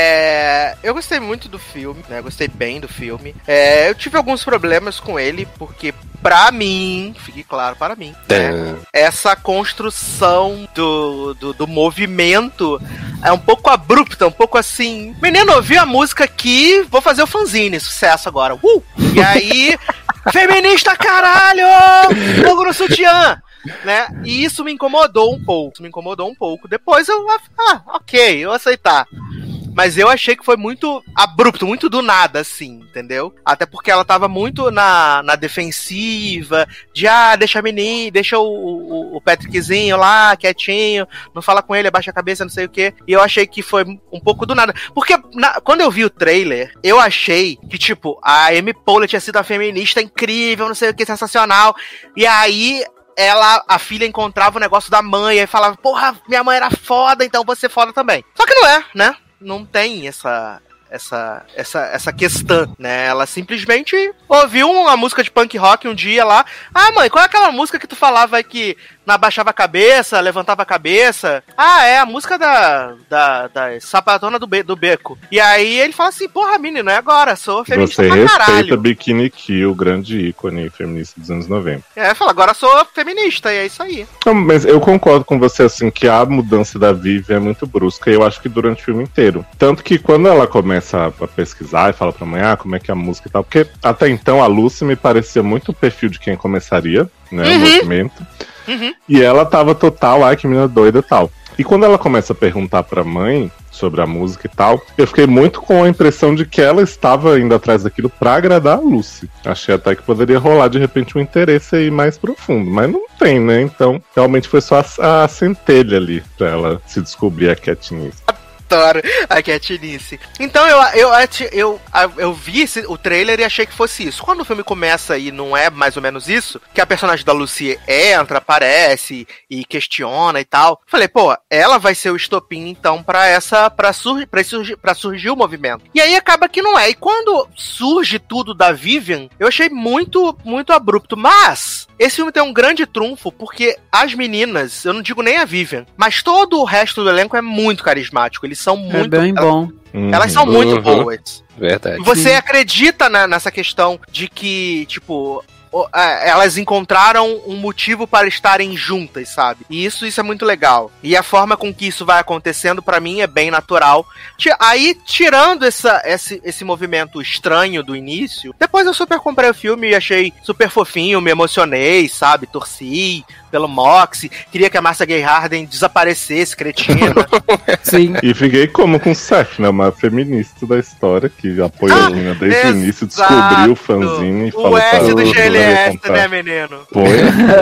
É... Eu gostei muito do filme, né? Gostei bem do filme. É... Eu tive alguns problemas com ele, porque pra mim, fique claro para mim, né? Essa construção do, do, do movimento é um pouco abrupta, um pouco assim, menino, ouvi a música aqui, vou fazer o fanzine, sucesso agora. Uh! E aí, feminista caralho! Fogo no sutiã! Né? E isso me incomodou um pouco. Isso me incomodou um pouco. Depois eu. Ah, ok, eu aceitar. Mas eu achei que foi muito abrupto, muito do nada, assim, entendeu? Até porque ela tava muito na, na defensiva, de ah, deixa a menina, deixa o, o, o Patrickzinho lá, quietinho, não fala com ele, abaixa a cabeça, não sei o quê. E eu achei que foi um pouco do nada. Porque na, quando eu vi o trailer, eu achei que, tipo, a Amy Poehler tinha sido uma feminista incrível, não sei o que, sensacional. E aí ela, a filha encontrava o negócio da mãe, e aí falava, porra, minha mãe era foda, então você é foda também. Só que não é, né? Não tem essa, essa, essa, essa questão, né? Ela simplesmente ouviu uma música de punk rock um dia lá. Ah, mãe, qual é aquela música que tu falava que não abaixava a cabeça, levantava a cabeça? Ah, é a música da, da, da sapatona do, be, do beco. E aí ele fala assim, porra, menino, é agora, sou feminista Você pra caralho. respeita Bikini Kill, o grande ícone feminista dos anos noventa. É, fala, agora sou feminista, e é isso aí. Não, mas eu concordo com você, assim, que a mudança da Vivi é muito brusca, e eu acho que durante o filme inteiro. Tanto que quando ela começa a pesquisar e fala pra mãe, ah, como é que é a música e tal, porque até então a Lucy me parecia muito o perfil de quem começaria, né, uhum. o movimento. Uhum. E ela tava total, ai, que menina doida e tal. E quando ela começa a perguntar pra mãe sobre a música e tal, eu fiquei muito com a impressão de que ela estava indo atrás daquilo pra agradar a Lucy. Achei até que poderia rolar, de repente, um interesse aí mais profundo. Mas não tem, né? Então, realmente foi só a, a centelha ali pra ela se descobrir a Katniss. Adoro a Katniss. Então eu, eu, eu, eu, eu vi esse, o trailer e achei que fosse isso. Quando o filme começa e não é mais ou menos isso, que a personagem da Lucy entra, aparece e questiona e tal, falei, pô, ela vai ser o estopim então pra essa, pra, sur, pra, surgir, pra surgir o movimento. E aí acaba que não é. E quando surge tudo da Vivian, eu achei muito, muito abrupto. Mas esse filme tem um grande trunfo porque as meninas, eu não digo nem a Vivian, mas todo o resto do elenco é muito carismático. Eles são muito... É bem bom. Elas, elas são muito uhum. boas. Verdade. Você Sim. acredita na, nessa questão de que, tipo... elas encontraram um motivo para estarem juntas, sabe? E isso, isso é muito legal. E a forma com que isso vai acontecendo, pra mim, é bem natural. Aí, tirando essa, esse, esse movimento estranho do início, depois eu super comprei o filme e achei super fofinho, me emocionei, sabe? Torci pelo Moxie, queria que a Marcia Gay Harden desaparecesse, cretina. Sim. E fiquei como com o Seth, né? Uma feminista da história que apoia ah, a menina desde exato. o início, descobriu o fanzine e falou o S para do G L S, né, menino? Foi.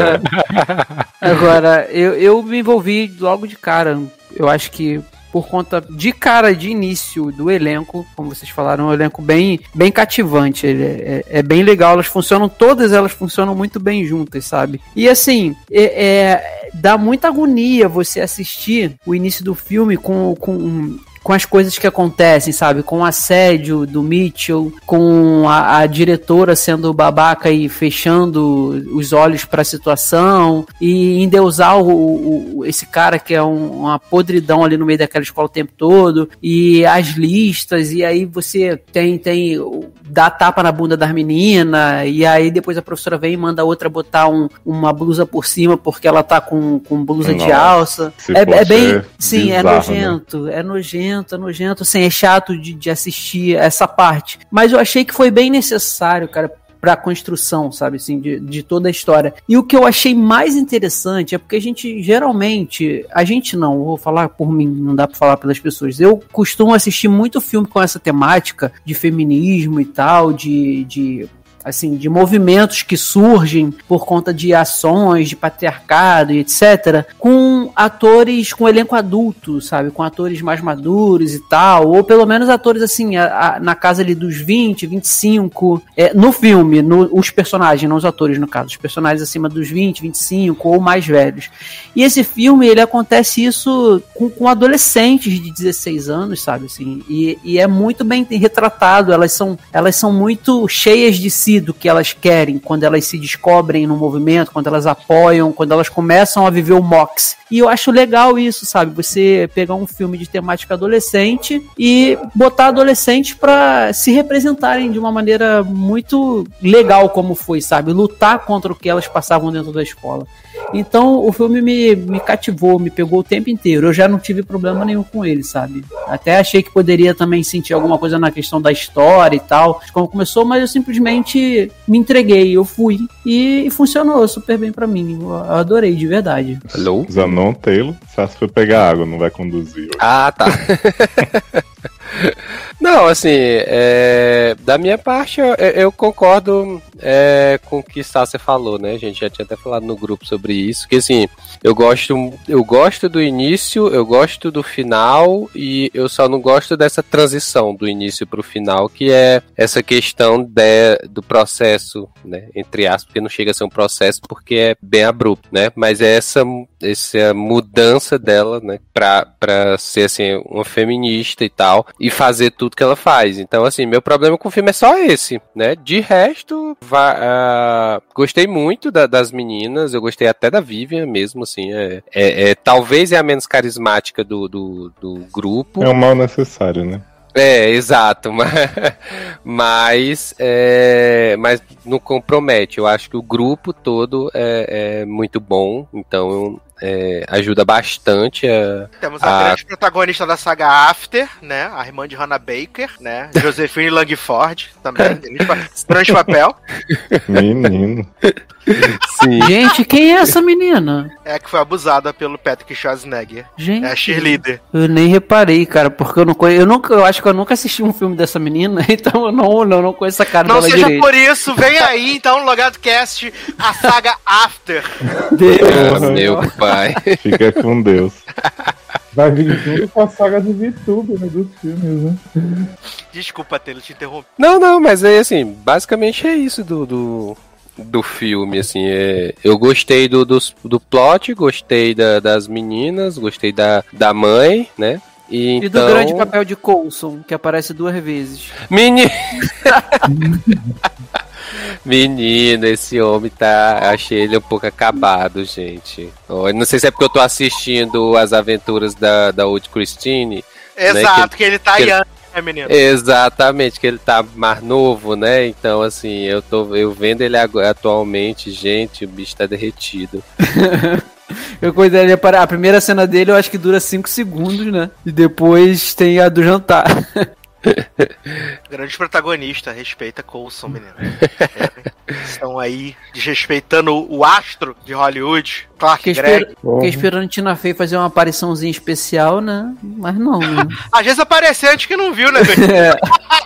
Agora, eu, eu me envolvi logo de cara. Eu acho que por conta de cara, de início do elenco, como vocês falaram, é um elenco bem, bem cativante, ele é, é, é bem legal, elas funcionam, todas elas funcionam muito bem juntas, sabe? E assim, é, é, dá muita agonia você assistir o início do filme com... com com as coisas que acontecem, sabe? Com o assédio do Mitchell, com a, a diretora sendo babaca e fechando os olhos pra situação, e endeusar o, o, esse cara que é um, uma podridão ali no meio daquela escola o tempo todo, e as listas, e aí você tem, tem dá tapa na bunda das meninas, e aí depois a professora vem e manda a outra botar um, uma blusa por cima porque ela tá com, com blusa Nossa, de alça. É, é bem... Sim, bizarro, é nojento, né? é nojento. É nojento, assim, é chato de, de assistir essa parte. Mas eu achei que foi bem necessário, cara, pra construção, sabe, assim, de, de toda a história. E o que eu achei mais interessante é porque a gente, geralmente, a gente não, vou falar por mim, não dá pra falar pelas pessoas, eu costumo assistir muito filme com essa temática de feminismo e tal, de... de assim, de movimentos que surgem por conta de ações, de patriarcado e etcétera, com atores, com elenco adulto, sabe, com atores mais maduros e tal, ou pelo menos atores, assim, a, a, na casa ali dos vinte, vinte e cinco, é, no filme, no, os personagens, não os atores no caso, os personagens acima dos vinte, vinte e cinco ou mais velhos. E esse filme, ele acontece isso com, com adolescentes de dezesseis anos, sabe, assim, e, e é muito bem retratado, elas são, elas são muito cheias de si, do que elas querem, quando elas se descobrem no movimento, quando elas apoiam, quando elas começam a viver o Mox. E eu acho legal isso, sabe? Você pegar um filme de temática adolescente e botar adolescentes pra se representarem de uma maneira muito legal, como foi, sabe? Lutar contra o que elas passavam dentro da escola. Então o filme me, me cativou, me pegou o tempo inteiro. Eu já não tive problema nenhum com ele, sabe? Até achei que poderia também sentir alguma coisa na questão da história e tal, de como começou, mas eu simplesmente me entreguei, eu fui e funcionou super bem pra mim. Eu adorei, de verdade. Alô? Zanon Taylor, só se for pegar água, não vai conduzir. Ah, tá. Não, assim, é, da minha parte eu, eu concordo é, com o que Sácia falou, né? A gente já tinha até falado no grupo sobre isso, que assim, eu gosto, eu gosto do início, eu gosto do final e eu só não gosto dessa transição do início pro final, que é essa questão de, do processo, né? Entre aspas, porque não chega a ser um processo porque é bem abrupto, né? Mas é essa, essa mudança dela, né? Pra, pra ser assim, uma feminista e tal, e fazer tudo que ela faz. Então, assim, meu problema com o filme é só esse, né? De resto, va- uh, gostei muito da, das meninas, eu gostei até da Vivian mesmo, assim, é, é, é, talvez é a menos carismática do, do, do grupo. É um mal necessário, né? É, exato, mas, mas, é, mas não compromete. Eu acho que o grupo todo é, é muito bom, então é, ajuda bastante a... Temos a, a grande protagonista da saga After, né, a irmã de Hannah Baker, né, Josephine Langford, também, grande papel. Menino. Sim. Gente, quem é essa menina? É que foi abusada pelo Patrick Schwarzenegger. Gente, É a cheerleader. eu nem reparei, cara, porque eu não conheço, eu nunca, eu acho que eu nunca assisti um filme dessa menina, então eu não, não, não conheço a cara Não dela seja direito. por isso, vem aí então no Logado Cast a saga After. Deus. Oh, meu pai. Fica com Deus. Vai vir junto com a saga do VTube, né? Dos filmes, né? Desculpa, Taylor, te interrompi. Não, não, mas é assim, basicamente é isso do, do, do filme, assim, é, eu gostei do, do, do plot, gostei da, das meninas, gostei da, da mãe, né? E, E então... do grande papel de Coulson, que aparece duas vezes. Menino! Menino, esse homem tá. Achei ele um pouco acabado, gente. Eu não sei se é porque eu tô assistindo as aventuras da, da Old Christine. Exato, né, que, que ele tá que aí, ele... né, menino? Exatamente, que ele tá mais novo, né? Então, assim, eu tô eu vendo ele agora, atualmente, gente, o bicho tá derretido. Eu consideraria para a primeira cena dele, eu acho que dura cinco segundos, né? E depois tem a do jantar. Grande protagonista, respeita Coulson, menino. É, estão aí desrespeitando o astro de Hollywood, Clark Fiquei, Gregg. esper... Fiquei esperando Tina Fey fazer uma apariçãozinha especial, né? Mas não, né? Às vezes apareceu, a gente que não viu, né, velho? É,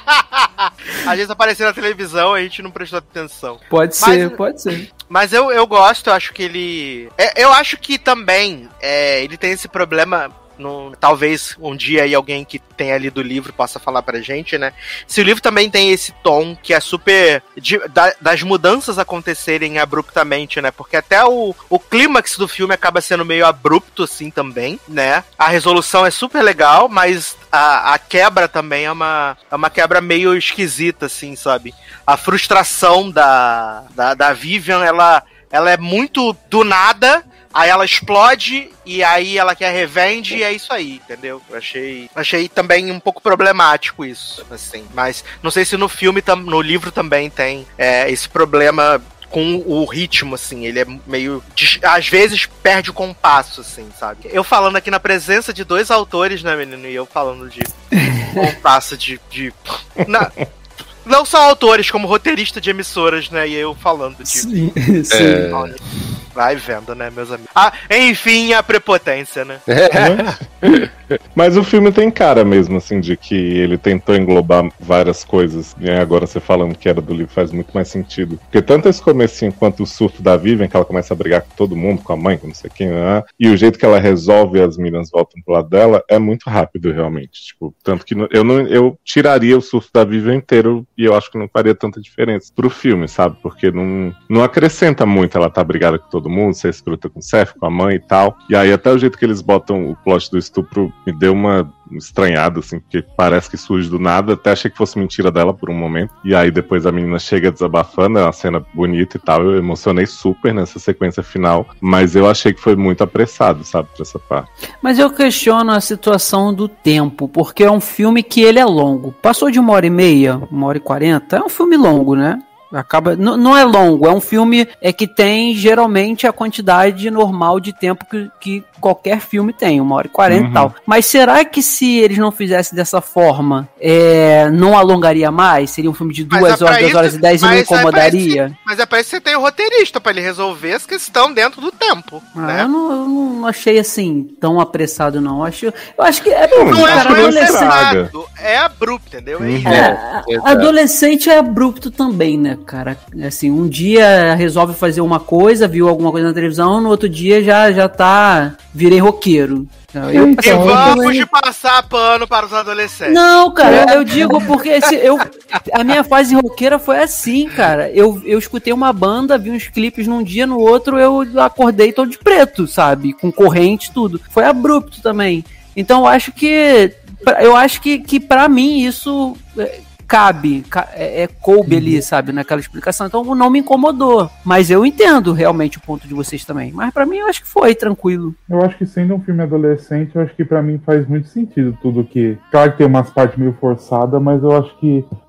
Às vezes apareceu na televisão, a gente não prestou atenção. pode Mas- ser, pode ser. Mas eu, eu gosto, eu acho que ele... é, eu acho que também é, ele tem esse problema... No, talvez um dia aí alguém que tenha lido o livro possa falar pra gente, né? Se o livro também tem esse tom que é super... de- da- das mudanças acontecerem abruptamente, né? Porque até o, o clímax do filme acaba sendo meio abrupto, assim, também, né? A resolução é super legal, mas a, a quebra também é uma, é uma quebra meio esquisita, assim, sabe? A frustração da, da, da Vivian, ela, ela é muito do nada... Aí ela explode e aí ela quer revenge e é isso aí, entendeu? Eu achei, achei também um pouco problemático isso, assim. Mas não sei se no filme, tam- no livro também tem é, esse problema com o ritmo, assim. Ele é meio... des- às vezes perde o compasso, assim, sabe? Eu falando aqui na presença de dois autores, né, menino? E eu falando de compasso de... de... Na... Não só autores, como roteirista de emissoras, né? E eu falando de... Sim, sim. É. Vai vendo, né, meus amigos? Ah, enfim, a prepotência, né? Mas o filme tem cara mesmo, assim, de que ele tentou englobar várias coisas. E agora você falando que era do livro faz muito mais sentido. Porque tanto esse comecinho quanto o surto da Vivian, que ela começa a brigar com todo mundo, com a mãe, com não sei quem, né? E o jeito que ela resolve e as meninas voltam pro lado dela é muito rápido, realmente. Tipo, tanto que no- eu, não, eu tiraria o surto da Vivian inteiro e eu acho que não faria tanta diferença pro filme, sabe? Porque não, não acrescenta muito ela tá brigada com todo mundo, ser escrota com o Seth, com a mãe e tal. E aí até o jeito que eles botam o plot do estupro me deu uma estranhada, assim, porque parece que surge do nada. Até achei que fosse mentira dela por um momento. E aí depois a menina chega desabafando, é uma cena bonita e tal. Eu emocionei super nessa sequência final, mas eu achei que foi muito apressado, sabe, pra essa parte. Mas eu questiono a situação do tempo, porque é um filme que ele é longo. Passou de uma hora e meia, uma hora e quarenta, é um filme longo, né? Acaba, n- não é longo, é um filme é que tem geralmente a quantidade normal de tempo que, que qualquer filme tem, uma hora e quarenta Uhum. e tal. Mas será que se eles não fizessem dessa forma, é, não alongaria mais? Seria um filme de Mas duas é horas, pra duas isso- horas e dez e não mas é pra incomodaria? esse- Mas é pra isso que você tem o roteirista, pra ele resolver essa questão dentro do tempo, Ah, né? eu, não, eu não achei assim tão apressado, não. Eu acho, eu acho que é Não é acho que não adolescente. estraga. apressado, é abrupto, entendeu? É Uhum. isso. É, exato. adolescente é abrupto também, né, cara? Assim, um dia resolve fazer uma coisa, viu alguma coisa na televisão, no outro dia já, já tá... Virei roqueiro. Eu, E Então, vamos também- de passar pano para os adolescentes. não, cara, eu digo porque esse, eu, a minha fase roqueira foi assim, cara. Eu, eu escutei uma banda, vi uns clipes num dia, no outro eu acordei todo de preto, sabe? Com corrente e tudo. Foi abrupto também. Então eu acho que. Eu acho que, que pra mim isso é, cabe, ca- é, é coube ali, sabe, naquela explicação. Então não me incomodou. Mas eu entendo realmente o ponto de vocês também. Mas pra mim eu acho que foi tranquilo. Eu acho que sendo um filme adolescente, eu acho que pra mim faz muito sentido tudo que... Claro que tem umas partes meio forçadas, mas eu acho que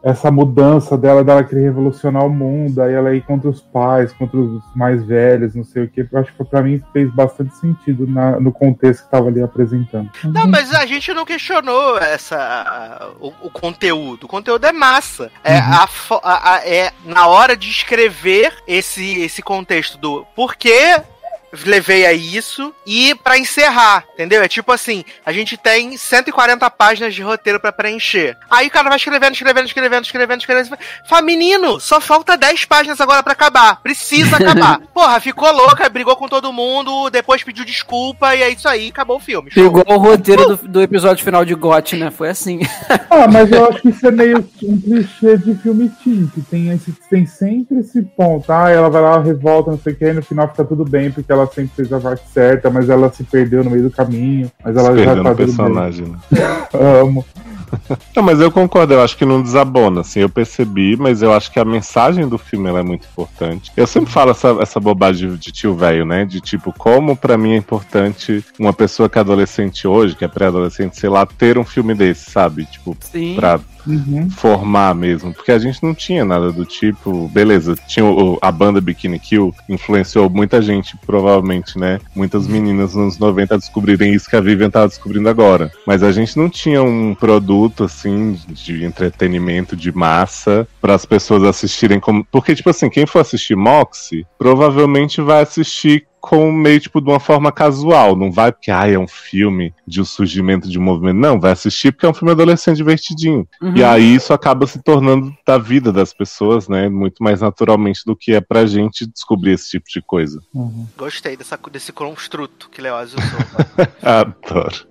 essa mudança dela, dela querer revolucionar o mundo, aí ela ir contra os pais, contra os mais velhos, não sei o que. Eu acho que pra mim fez bastante sentido na, no contexto que tava ali apresentando. Não, mas a gente não questionou essa, o, o conteúdo. O conteúdo é massa. É, Uhum. a, fo- a, a, é na hora de escrever esse, esse contexto do porquê levei a isso e pra encerrar, entendeu? É tipo assim, a gente tem cento e quarenta páginas de roteiro pra preencher. Aí o cara vai escrevendo, escrevendo, escrevendo, escrevendo, escrevendo. Fala, menino, só falta dez páginas agora pra acabar. Precisa acabar. Porra, ficou louca, brigou com todo mundo, depois pediu desculpa e é isso aí, acabou o filme. Show. Igual o roteiro do, do episódio final de G O T, né? Foi assim. Ah, mas eu acho que isso é meio um clichê de filme teen, que tem, esse, tem sempre esse ponto. Ah, ela vai lá, revolta, não sei o que, e no final fica tudo bem, porque ela sempre fez a parte certa, mas ela se perdeu no meio do caminho, mas ela Se já perdeu tá no tudo personagem, né? bem. Amo. Não, mas eu concordo, eu acho que não desabona, assim, eu percebi, mas eu acho que a mensagem do filme ela é muito importante. Eu sempre falo essa, essa bobagem de tio velho, né, de tipo, como pra mim é importante uma pessoa que é adolescente hoje, que é pré-adolescente, sei lá, ter um filme desse, sabe, tipo, Sim. pra Uhum. formar mesmo, porque a gente não tinha nada do tipo, beleza, tinha o, a banda Bikini Kill, influenciou muita gente, provavelmente, né, muitas meninas nos noventa a descobrirem isso que a Vivian tava descobrindo agora, mas a gente não tinha um produto, assim, de entretenimento de massa para as pessoas assistirem como, porque, tipo assim, quem for assistir Moxie, provavelmente vai assistir com meio, tipo, de uma forma casual. Não vai porque, ah, é um filme de um surgimento de um movimento. Não, vai assistir porque é um filme adolescente divertidinho. Uhum. E aí isso acaba se tornando da vida das pessoas, né? Muito mais naturalmente do que é pra gente descobrir esse tipo de coisa. Uhum. Gostei dessa, desse construto que Leózio usou. Adoro.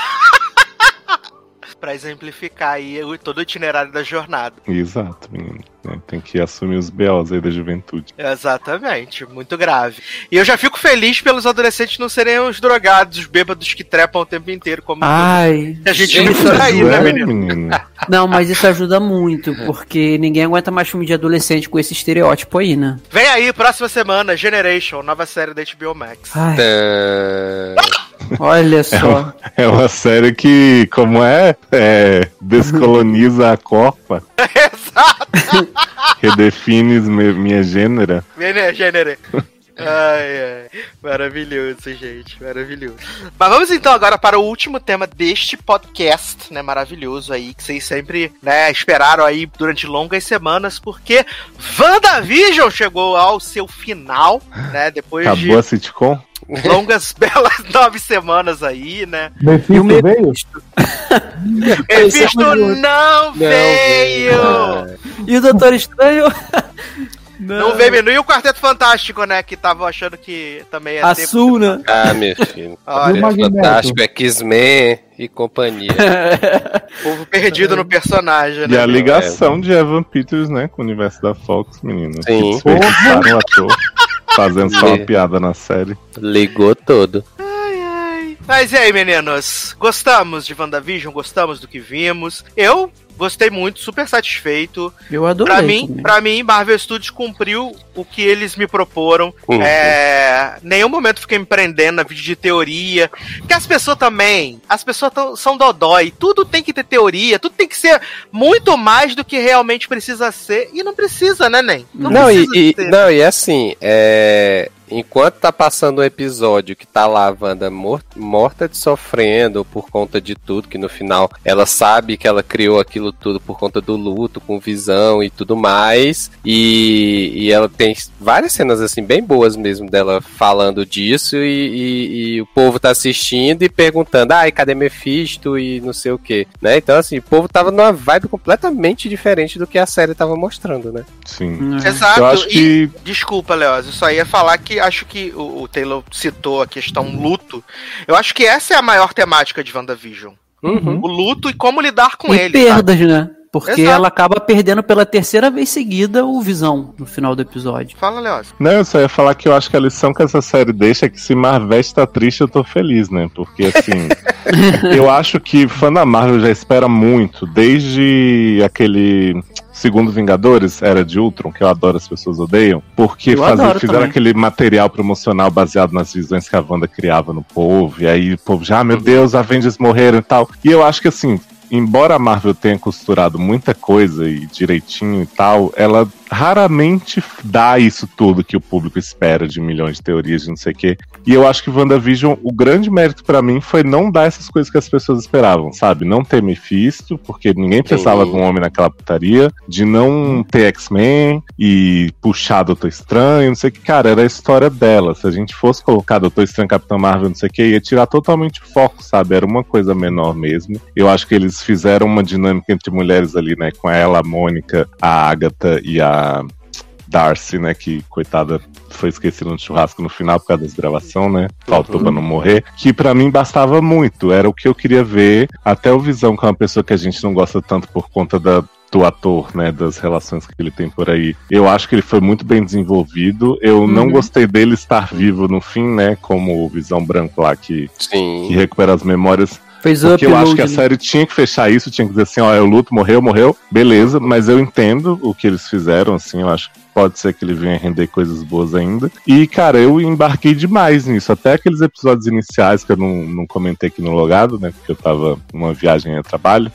Pra exemplificar aí o- todo o itinerário da jornada. Exato, menino. Né? Tem que assumir os B Os aí da juventude. Exatamente, muito grave. E eu já fico feliz pelos adolescentes não serem os drogados, os bêbados que trepam o tempo inteiro, como Ai. a gente Gente, viu por aí, Mas né, é, menino? menino? Não, mas isso ajuda muito, porque ninguém aguenta mais filme de adolescente com esse estereótipo aí, né? Vem aí, próxima semana, Generation, nova série da H B O Max. Ai, Tã. olha só. É uma série que, como é, é descoloniza a Copa, Exato, redefine me- minha gênera. Gene- Genere. Ai, ai, maravilhoso, gente, maravilhoso. Mas vamos então agora para o último tema deste podcast, né, maravilhoso aí, que vocês sempre, né, esperaram aí durante longas semanas, porque WandaVision chegou ao seu final, né, depois Acabou de a sitcom? longas, belas nove semanas aí, né. Mephisto E o veio? Mephisto é não, não veio! Ah, E o Doutor Estranho? Não veio menu e o Quarteto Fantástico, né, que tava achando que também ia A ter... Sul, né? Ah, meu filho. Olha, E o Magneto? Fantástico, X-Men e companhia. povo perdido no personagem, E né. a meu? ligação de Evan Peters, né, com o universo da Fox, menino. Sim. Que desperdiçaram o ator, fazendo só uma Sim. piada na série. Ligou todo. Ai, ai. Mas e aí, meninos? Gostamos de WandaVision? Gostamos do que vimos? Eu gostei muito, super satisfeito. Eu adorei. Pra mim, também. pra mim, Marvel Studios cumpriu o que eles me proporam. Uhum. É, nenhum momento fiquei me prendendo na vídeo de teoria. Que as pessoas também, as pessoas tão, são dodói. Tudo tem que ter teoria, tudo tem que ser muito mais do que realmente precisa ser. E não precisa, né, Nen? Não, e, precisa e- ser. não, e assim, é, enquanto tá passando um episódio que tá lá a Wanda mor- morta de sofrendo por conta de tudo, que no final ela sabe que ela criou aquilo tudo por conta do luto, com visão e tudo mais, e, e ela tem várias cenas assim bem boas mesmo dela falando disso, e, e- e o povo tá assistindo e perguntando, ai, cadê Mephisto e não sei o que, né? Então assim, o povo tava numa vibe completamente diferente do que a série tava mostrando, né? Sim. É. Exato. Eu acho E- que Desculpa, Leoz, eu só ia falar que acho que o, o Taylor citou a questão luto. Eu acho que essa é a maior temática de WandaVision. Uhum. O luto e como lidar com E ele. sabe? perdas, né? Porque Exato. ela acaba perdendo pela terceira vez seguida o Visão no final do episódio. Fala, Leoz. Não, eu só ia falar que eu acho que a lição que essa série deixa é que se Marvete tá triste, eu tô feliz, né? Porque, assim, eu acho que fã da Marvel já espera muito, desde aquele segundo Vingadores, Era de Ultron, que eu adoro, as pessoas odeiam, porque Eu fazer, adoro fizeram também. aquele material promocional baseado nas visões que a Wanda criava no povo, e aí o povo já, ah, meu Deus, Avengers morreram e tal. E eu acho que, assim, embora a Marvel tenha costurado muita coisa e direitinho e tal, ela raramente dá isso tudo que o público espera de milhões de teorias de não sei o quê. E eu acho que WandaVision, o grande mérito pra mim foi não dar essas coisas que as pessoas esperavam, sabe? Não ter Mephisto, porque ninguém precisava de um homem naquela putaria, de não ter X-Men e puxar Doutor Estranho, não sei o que. Cara, era a história dela. Se a gente fosse colocar Doutor Estranho, Capitão Marvel, não sei o que, ia tirar totalmente o foco, sabe? Era uma coisa menor mesmo. Eu acho que eles fizeram uma dinâmica entre mulheres ali, né? Com ela, a Mônica, a Agatha e a Darcy, né, que, coitada, foi esquecida no churrasco no final por causa das gravações, né, faltou uhum. pra não morrer, que pra mim bastava muito, era o que eu queria ver, até o Visão, que é uma pessoa que a gente não gosta tanto por conta da, do ator, né, das relações que ele tem por aí. Eu acho que ele foi muito bem desenvolvido, eu uhum. não gostei dele estar vivo no fim, né, como o Visão Branco lá, que, que recupera as memórias. Fez Porque eu acho que a né? série tinha que fechar isso, tinha que dizer assim, ó, eu luto, morreu, morreu, beleza, mas eu entendo o que eles fizeram, assim, eu acho que pode ser que ele venha render coisas boas ainda. E, cara, eu embarquei demais nisso, até aqueles episódios iniciais que eu não, não comentei aqui no Logado, né, porque eu tava numa viagem a trabalho.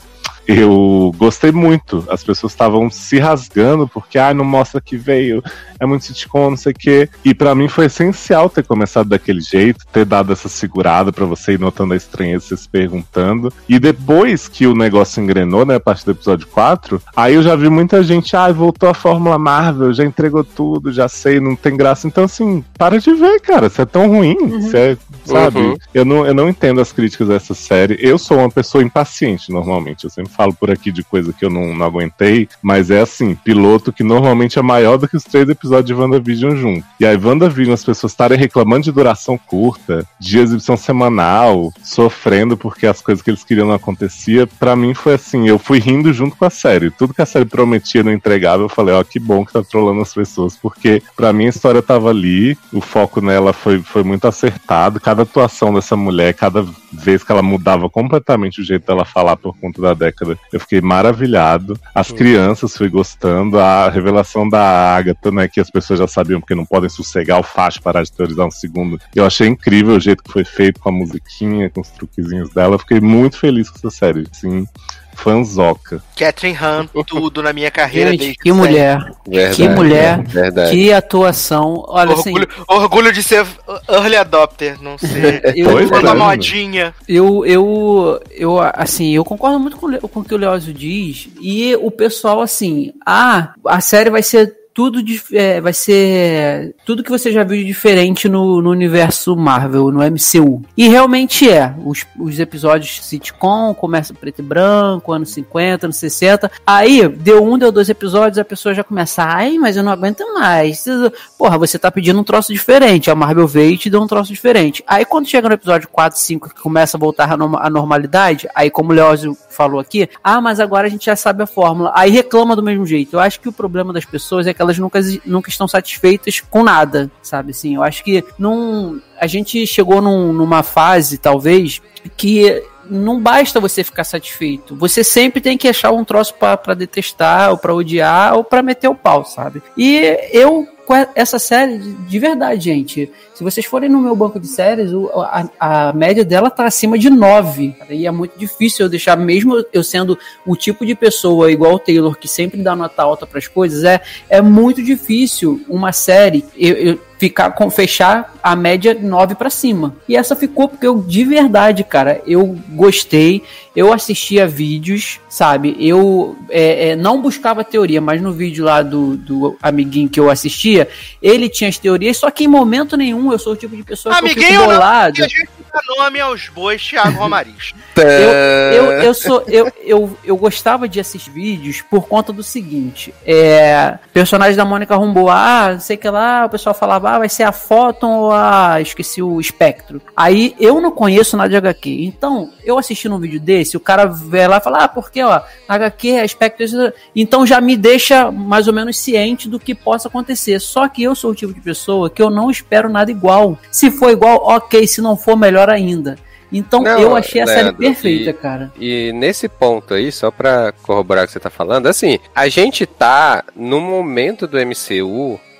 Eu gostei muito, as pessoas estavam se rasgando porque, ah, não mostra que veio, é muito sitcom, não sei o quê. E pra mim foi essencial ter começado daquele jeito, ter dado essa segurada pra você ir notando a estranheza, você se perguntando. E depois que o negócio engrenou, né, a partir do episódio quatro, aí eu já vi muita gente, ah, voltou a Fórmula Marvel, já entregou tudo, já sei, não tem graça. Então, assim, para de ver, cara, você é tão ruim, uhum. você é, sabe? Uhum. Eu, não, eu não entendo as críticas dessa série. Eu sou uma pessoa impaciente, normalmente, eu sempre falo por aqui de coisa que eu não, não aguentei, mas é assim, piloto que normalmente é maior do que os três episódios de WandaVision junto. E aí WandaVision, as pessoas estarem reclamando de duração curta, de exibição semanal, sofrendo porque as coisas que eles queriam não acontecia, pra mim foi assim, eu fui rindo junto com a série. Tudo que a série prometia não entregava, eu falei, ó, que bom que tá trolando as pessoas, porque pra mim a história tava ali, o foco nela foi, foi muito acertado, cada atuação dessa mulher, cada vez que ela mudava completamente o jeito dela falar por conta da década, eu fiquei maravilhado. As crianças fui gostando, a revelação da Agatha, né, que as pessoas já sabiam porque não podem sossegar o facho, parar de teorizar um segundo. Eu achei incrível o jeito que foi feito, com a musiquinha, com os truquezinhos dela. Eu fiquei muito feliz com essa série, assim, fanzoca. Catherine Hahn, tudo na minha carreira. Gente, que mulher, verdade, que mulher, verdade. Que atuação. Olha, orgulho, assim, orgulho de ser early adopter, não sei. eu, Foi uma modinha. Eu, eu, eu, assim, eu concordo muito com, com o que o Leózio diz, e o pessoal, assim, ah, a série vai ser tudo de, é, vai ser tudo que você já viu de diferente no, no universo Marvel, no M C U. E realmente é. Os, os episódios sitcom começam preto e branco, anos cinquenta, anos sessenta. Aí, deu um, deu dois episódios, a pessoa já começa, ai, mas eu não aguento mais. Porra, você tá pedindo um troço diferente. A Marvel veio e te deu um troço diferente. Aí, quando chega no episódio quatro, cinco, que começa a voltar à normalidade, aí, como o Leózio falou aqui, ah, mas agora a gente já sabe a fórmula. Aí reclama do mesmo jeito. Eu acho que o problema das pessoas é que elas nunca, nunca estão satisfeitas com nada, sabe? Assim, eu acho que não, a gente chegou num, numa fase, talvez, que não basta você ficar satisfeito. Você sempre tem que achar um troço pra, pra detestar, ou pra odiar, ou pra meter o pau, sabe? E eu, com essa série, de verdade, gente, se vocês forem no meu banco de séries, a, a média dela tá acima de nove. E é muito difícil eu deixar, mesmo eu sendo o tipo de pessoa igual o Taylor, que sempre dá nota alta pras coisas, é, é muito difícil uma série eu, eu ficar com, fechar a média nove pra cima. E essa ficou porque eu, de verdade, cara, eu gostei, eu assistia vídeos, sabe? Eu é, é, não buscava teoria, mas no vídeo lá do, do amiguinho que eu assistia, ele tinha as teorias, só que em momento nenhum eu sou o tipo de pessoa amiguinho, que eu fico bolado. Não, a gente dá nome aos bois, Thiago Romariz. eu, eu, eu, sou, eu, eu, eu gostava de assistir vídeos por conta do seguinte, é, personagem da Mônica Rambeau, ah, não sei o que lá, o pessoal falava, ah, vai ser a Photon ou a, esqueci o Espectro. Aí eu não conheço nada de H Q, então eu assistindo um vídeo desse, o cara vai lá e fala, ah, porque ó, H Q é Espectro, então já me deixa mais ou menos ciente do que possa acontecer. Só que eu sou o tipo de pessoa que eu não espero nada igual. Se for igual, ok, se não for, melhor ainda. Então não, eu achei a Leandro, série perfeita, e, cara. E nesse ponto aí, só pra corroborar o que você tá falando, assim, a gente tá no momento do M C U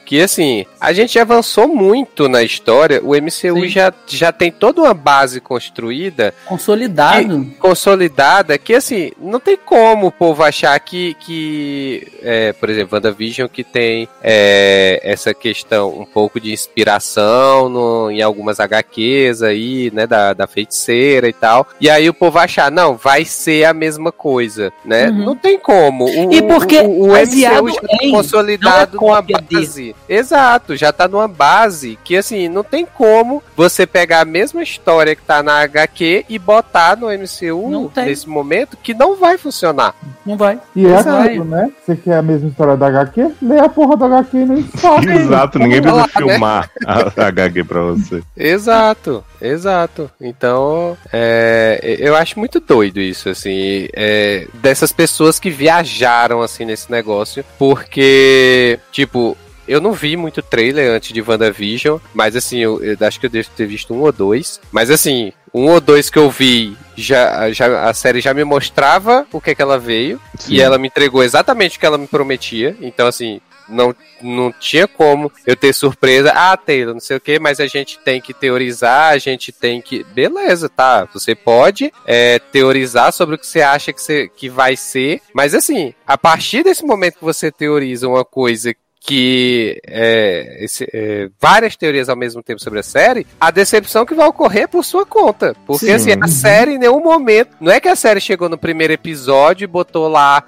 que assim, a gente avançou muito na história, o M C U já, já tem toda uma base construída. Consolidado. Que, consolidada, que assim, não tem como o povo achar que, que é, por exemplo, WandaVision que tem é, essa questão um pouco de inspiração no, em algumas agá quês aí, né, da, da feiticeira e tal, e aí o povo achar, não, vai ser a mesma coisa, né? Uhum. Não tem como. O, e porque o, o M C U já tá em, consolidado é numa base. De... Exato, já tá numa base que, assim, não tem como você pegar a mesma história que tá na agá quê e botar no M C U nesse momento que não vai funcionar. Não vai. E é aquilo, né? Você quer a mesma história da agá quê? Lê a porra da agá quê e nem sabe. Exato, ninguém precisa filmar, né? A agá quê pra você. Exato, exato. Então, é, eu acho muito doido isso, assim, é, dessas pessoas que viajaram, assim, nesse negócio, porque, tipo, eu não vi muito trailer antes de WandaVision, mas, assim, eu, eu acho que eu devo ter visto um ou dois, mas, assim, um ou dois que eu vi, já, já, a série já me mostrava o que é que ela veio, Sim. e ela me entregou exatamente o que ela me prometia, então, assim, Não, não tinha como eu ter surpresa. Ah, Taylor, não sei o que, mas a gente tem que teorizar, a gente tem que... Beleza, tá, você pode é, teorizar sobre o que você acha que, você, que vai ser, mas assim, a partir desse momento que você teoriza uma coisa que é, esse, é, várias teorias ao mesmo tempo sobre a série, a decepção que vai ocorrer por sua conta. Porque Sim. assim, a série em nenhum momento, não é que a série chegou no primeiro episódio e botou lá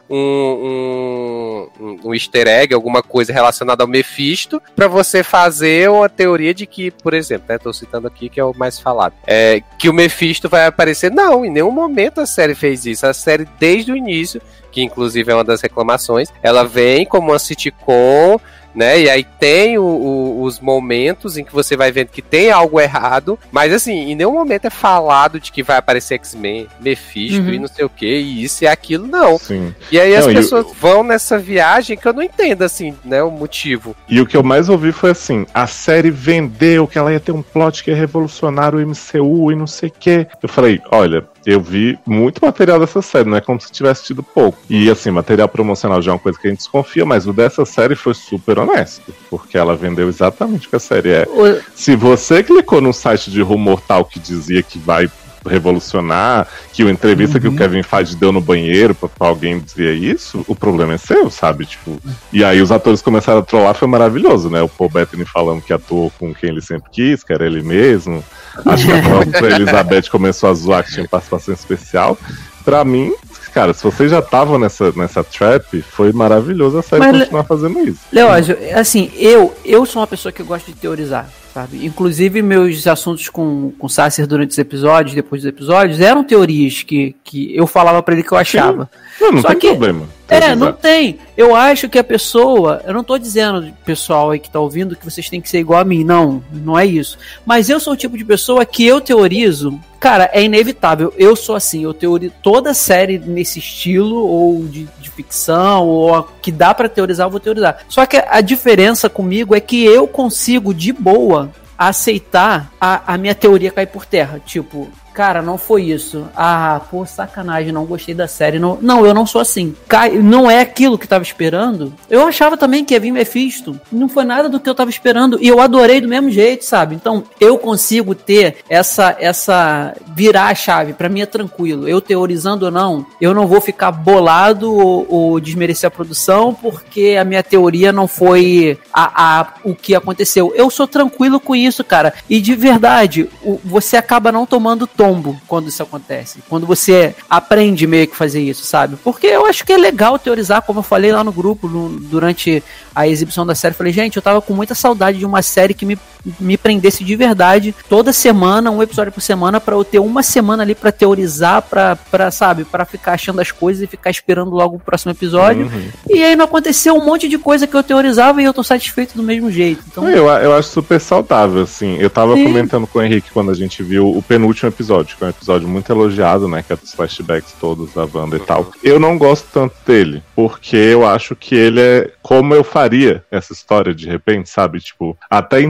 um, um, um easter egg, alguma coisa relacionada ao Mephisto, pra você fazer uma teoria de que, por exemplo, né, tô citando aqui que é o mais falado, é, que o Mephisto vai aparecer. Não, em nenhum momento a série fez isso. A série desde o início, que inclusive é uma das reclamações, ela vem como uma sitcom, né, e aí tem o, o, os momentos em que você vai vendo que tem algo errado, mas assim, em nenhum momento é falado de que vai aparecer X-Men, Mephisto uhum. e não sei o que, e isso e aquilo, não. Sim. E aí as não, pessoas eu... vão nessa viagem que eu não entendo, assim, né, o motivo. E o que eu mais ouvi foi assim, a série vendeu que ela ia ter um plot que ia revolucionar o M C U e não sei o que. Eu falei, olha, eu vi muito material dessa série, não é como se tivesse tido pouco. E assim, material promocional já é uma coisa que a gente desconfia, mas o dessa série foi super honesto, porque ela vendeu exatamente o que a série é. O... Se você clicou no site de Rumor Tal que dizia que vai revolucionar, que a entrevista uhum. que o Kevin Feige deu no banheiro pra, pra alguém dizer isso, o problema é seu, sabe? Tipo, e aí os atores começaram a trollar, foi maravilhoso, né? O Paul Bettany falando que atuou com quem ele sempre quis, que era ele mesmo. Acho que a própria Elizabeth começou a zoar que tinha participação especial. Pra mim, cara, se vocês já estavam nessa, nessa trap, foi maravilhoso a série Mas, continuar fazendo isso. Leózio, assim, eu, eu sou uma pessoa que gosta de teorizar, sabe? Inclusive, meus assuntos com, com o Sacer durante os episódios, depois dos episódios, eram teorias que, que eu falava pra ele que eu achava. Não, não Só tem que, problema. É, não tem. Eu acho que a pessoa... Eu não tô dizendo, pessoal aí que tá ouvindo, que vocês têm que ser igual a mim. Não, não é isso. Mas eu sou o tipo de pessoa que eu teorizo... Cara, é inevitável. Eu sou assim. Eu teorizo toda série nesse estilo, ou de, de ficção, ou a, que dá pra teorizar, eu vou teorizar. Só que a diferença comigo é que eu consigo, de boa, aceitar a, a minha teoria cair por terra. Tipo... Cara, não foi isso. Ah, pô, sacanagem, não gostei da série. Não, não eu não sou assim. Cai, não é aquilo que tava esperando. Eu achava também que ia vir Mephisto. Não foi nada do que eu tava esperando. E eu adorei do mesmo jeito, sabe? Então, eu consigo ter essa, essa virar a chave. Pra mim é tranquilo. Eu teorizando ou não, eu não vou ficar bolado ou, ou desmerecer a produção porque a minha teoria não foi a, a, o que aconteceu. Eu sou tranquilo com isso, cara. E de verdade, o, você acaba não tomando tombo quando isso acontece. Quando você aprende meio que fazer isso, sabe? Porque eu acho que é legal teorizar, como eu falei lá no grupo, no, durante a exibição da série. Falei, gente, eu tava com muita saudade de uma série que me, me prendesse de verdade, toda semana, um episódio por semana, pra eu ter uma semana ali pra teorizar, pra, pra sabe, pra ficar achando as coisas e ficar esperando logo o próximo episódio. Uhum. E aí não aconteceu um monte de coisa que eu teorizava e eu tô satisfeito do mesmo jeito. Então... Eu, eu acho super saudável, assim. Eu tava Sim. comentando com o Henrique quando a gente viu o penúltimo episódio, que é um episódio muito elogiado, né, que é dos flashbacks todos da banda e uhum. tal. Eu não gosto tanto dele, porque eu acho que ele é como eu faria essa história de repente, sabe? Tipo, até então a série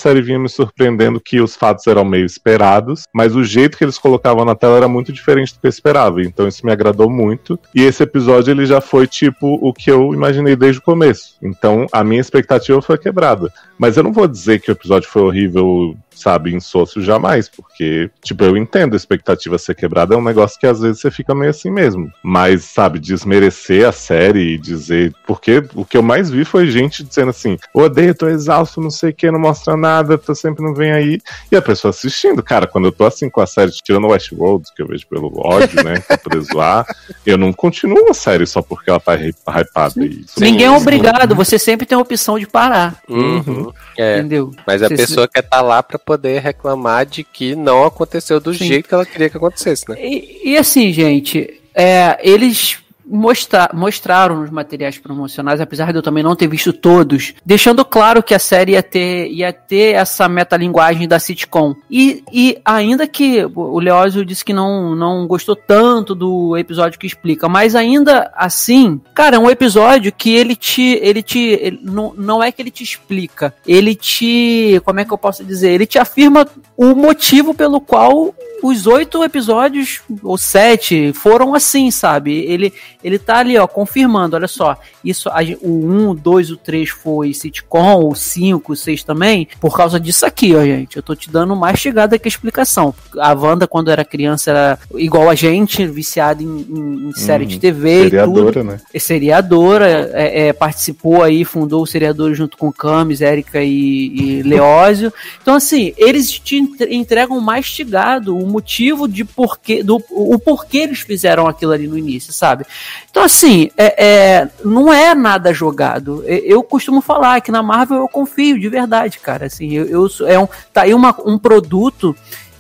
série vinha me surpreendendo que os fatos eram meio esperados, mas o jeito que eles colocavam na tela era muito diferente do que eu esperava, então isso me agradou muito, e esse episódio ele já foi tipo o que eu imaginei desde o começo, então a minha expectativa foi quebrada, mas eu não vou dizer que o episódio foi horrível, sabe, insosso jamais, porque, tipo, eu entendo a expectativa ser quebrada, é um negócio que às vezes você fica meio assim mesmo, mas, sabe, desmerecer a série e dizer, porque o que eu mais vi foi gente dizendo assim, odeio, tô exausto, não sei o que, não mostra nada, tô sempre não vem aí, e a pessoa assistindo, cara, quando eu tô assim com a série, tirando o Westworld, que eu vejo pelo ódio, né, pra poder zoar, eu não continuo a série só porque ela tá hypada. E ninguém é obrigado, você sempre tem a opção de parar. Uhum. É. Entendeu? Mas a Você pessoa se... quer estar tá lá pra poder reclamar de que não aconteceu do Sim. jeito que ela queria que acontecesse, né? E, e assim, gente, é, eles mostra, mostraram nos materiais promocionais, apesar de eu também não ter visto todos, deixando claro que a série ia ter, ia ter essa metalinguagem da sitcom. E, e ainda que o Leózio disse que não, não gostou tanto do episódio que explica, mas ainda assim, cara, é um episódio que ele te, ele te ele, não, não é que ele te explica, ele te, como é que eu posso dizer, ele te afirma o motivo pelo qual os oito episódios, ou sete, foram assim, sabe? Ele, ele tá ali, ó, confirmando, olha só, isso, a, o um, o dois, o três foi sitcom, o cinco, o seis também, por causa disso aqui, ó, gente. Eu tô te dando mastigada que a explicação. A Wanda, quando era criança, era igual a gente, viciada em, em, em série hum, de T V seriadora, e tudo. Né? É seriadora, é, é, participou aí, fundou o seriador junto com Camis, Érica e, e Leózio. Então, assim, eles te entregam mastigado o motivo de porquê, do, o porquê eles fizeram aquilo ali no início, sabe? Então, assim, é, é, não é nada jogado. Eu costumo falar que na Marvel eu confio de verdade, cara. Assim, eu, eu é um, tá aí uma, um produto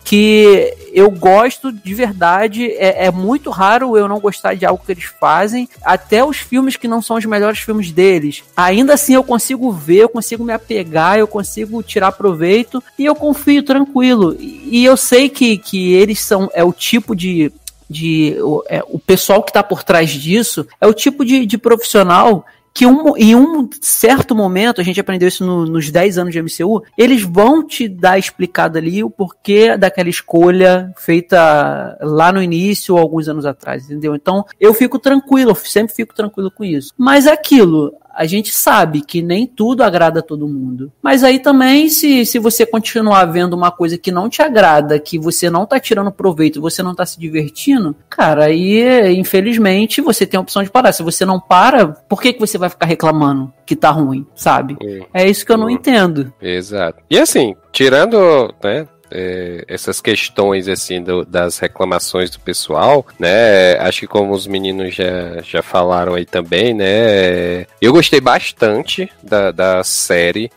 que eu gosto de verdade, é, é muito raro eu não gostar de algo que eles fazem, até os filmes que não são os melhores filmes deles, ainda assim eu consigo ver, eu consigo me apegar, eu consigo tirar proveito, e eu confio tranquilo, e, e eu sei que, que eles são, é o tipo de, de o, é, o pessoal que está por trás disso, é o tipo de, de profissional que um, em um certo momento, a gente aprendeu isso no, nos dez anos de M C U, eles vão te dar explicado ali o porquê daquela escolha feita lá no início ou alguns anos atrás, entendeu? Então, eu fico tranquilo, eu sempre fico tranquilo com isso. Mas aquilo, a gente sabe que nem tudo agrada a todo mundo. Mas aí também, se, se você continuar vendo uma coisa que não te agrada, que você não tá tirando proveito, você não tá se divertindo, cara, aí, infelizmente, você tem a opção de parar. Se você não para, por que, que você vai ficar reclamando que tá ruim, sabe? É, é isso que eu não entendo. Exato. E assim, tirando, né, É, essas questões assim do, das reclamações do pessoal, né? Acho que como os meninos já, já falaram aí também, né? Eu gostei bastante da, da série.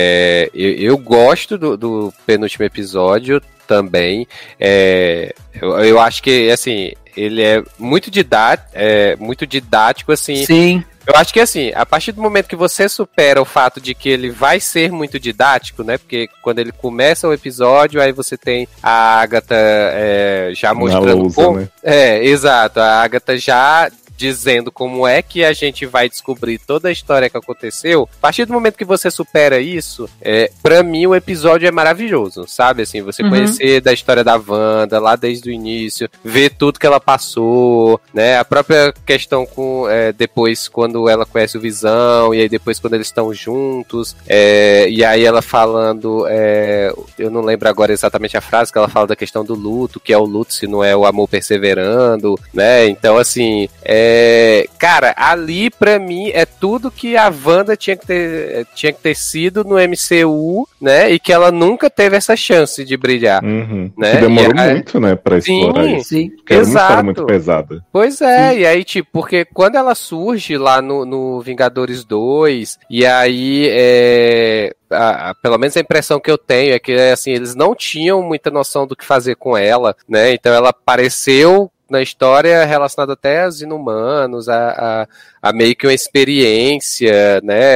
É, eu, eu gosto do, do penúltimo episódio também. É, eu, eu acho que assim ele é muito didático, é, muito didático assim. Sim. Eu acho que assim, a partir do momento que você supera o fato de que ele vai ser muito didático, né? Porque quando ele começa o episódio, aí você tem a Agatha é, já mostrando... Lousa, como... né? É, exato. A Agatha já dizendo como é que a gente vai descobrir toda a história que aconteceu. A partir do momento que você supera isso, é, pra mim o episódio é maravilhoso, sabe? Assim, você uhum. conhecer da história da Wanda lá desde o início, ver tudo que ela passou, né? A própria questão com é, depois quando ela conhece o Visão, e aí depois quando eles estão juntos, é, e aí ela falando, é, eu não lembro agora exatamente a frase que ela fala da questão do luto, que é o luto se não é o amor perseverando, né? Então, assim, é, É, cara, ali pra mim é tudo que a Wanda tinha que ter, tinha que ter sido no M C U, né? E que ela nunca teve essa chance de brilhar. Uhum. Né? Que demorou aí, muito, né, pra explorar sim, isso. Sim, porque era exato. uma história muito pesada. Pois é, sim. E aí, tipo, porque quando ela surge lá no, no Vingadores dois, e aí é... A, a, pelo menos a impressão que eu tenho é que assim, eles não tinham muita noção do que fazer com ela, né? Então ela apareceu na história relacionada até aos Inumanos, a, a, a meio que uma experiência, né,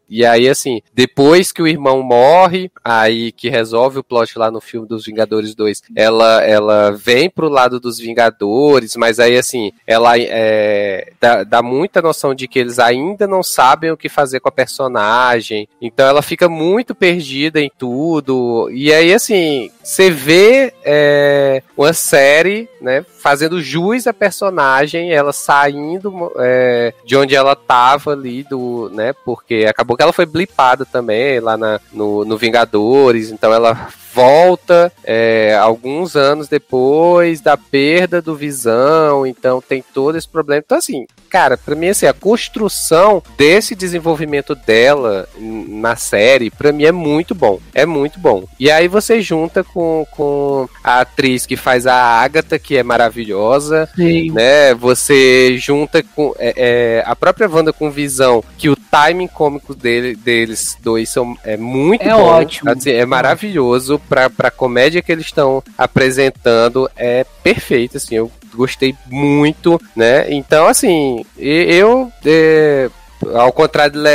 E aí, assim, depois que o irmão morre, aí que resolve o plot lá no filme dos Vingadores dois, ela, ela vem pro lado dos Vingadores, mas aí, assim, ela é, dá, dá muita noção de que eles ainda não sabem o que fazer com a personagem, então ela fica muito perdida em tudo, e aí, assim, você vê é, uma série, né, fazendo jus à personagem, ela saindo é, de onde ela tava ali, do, né, porque acabou que ela foi blipada também lá na, no, no Vingadores, então ela volta é, alguns anos depois da perda do Visão, então tem todo esse problema. Então, assim, cara, pra mim, assim, a construção desse desenvolvimento dela na série, pra mim, é muito bom. É muito bom. E aí você junta com, com a atriz que faz a Agatha, que é maravilhosa, sim, né? Você junta com é, é, a própria Wanda com Visão, que o timing cômico dele, deles dois são, é muito é bom. Ótimo. Assim, é maravilhoso. Pra, pra comédia que eles estão apresentando, é perfeito, assim, eu gostei muito, né? Então, assim, eu... É, ao contrário de Le,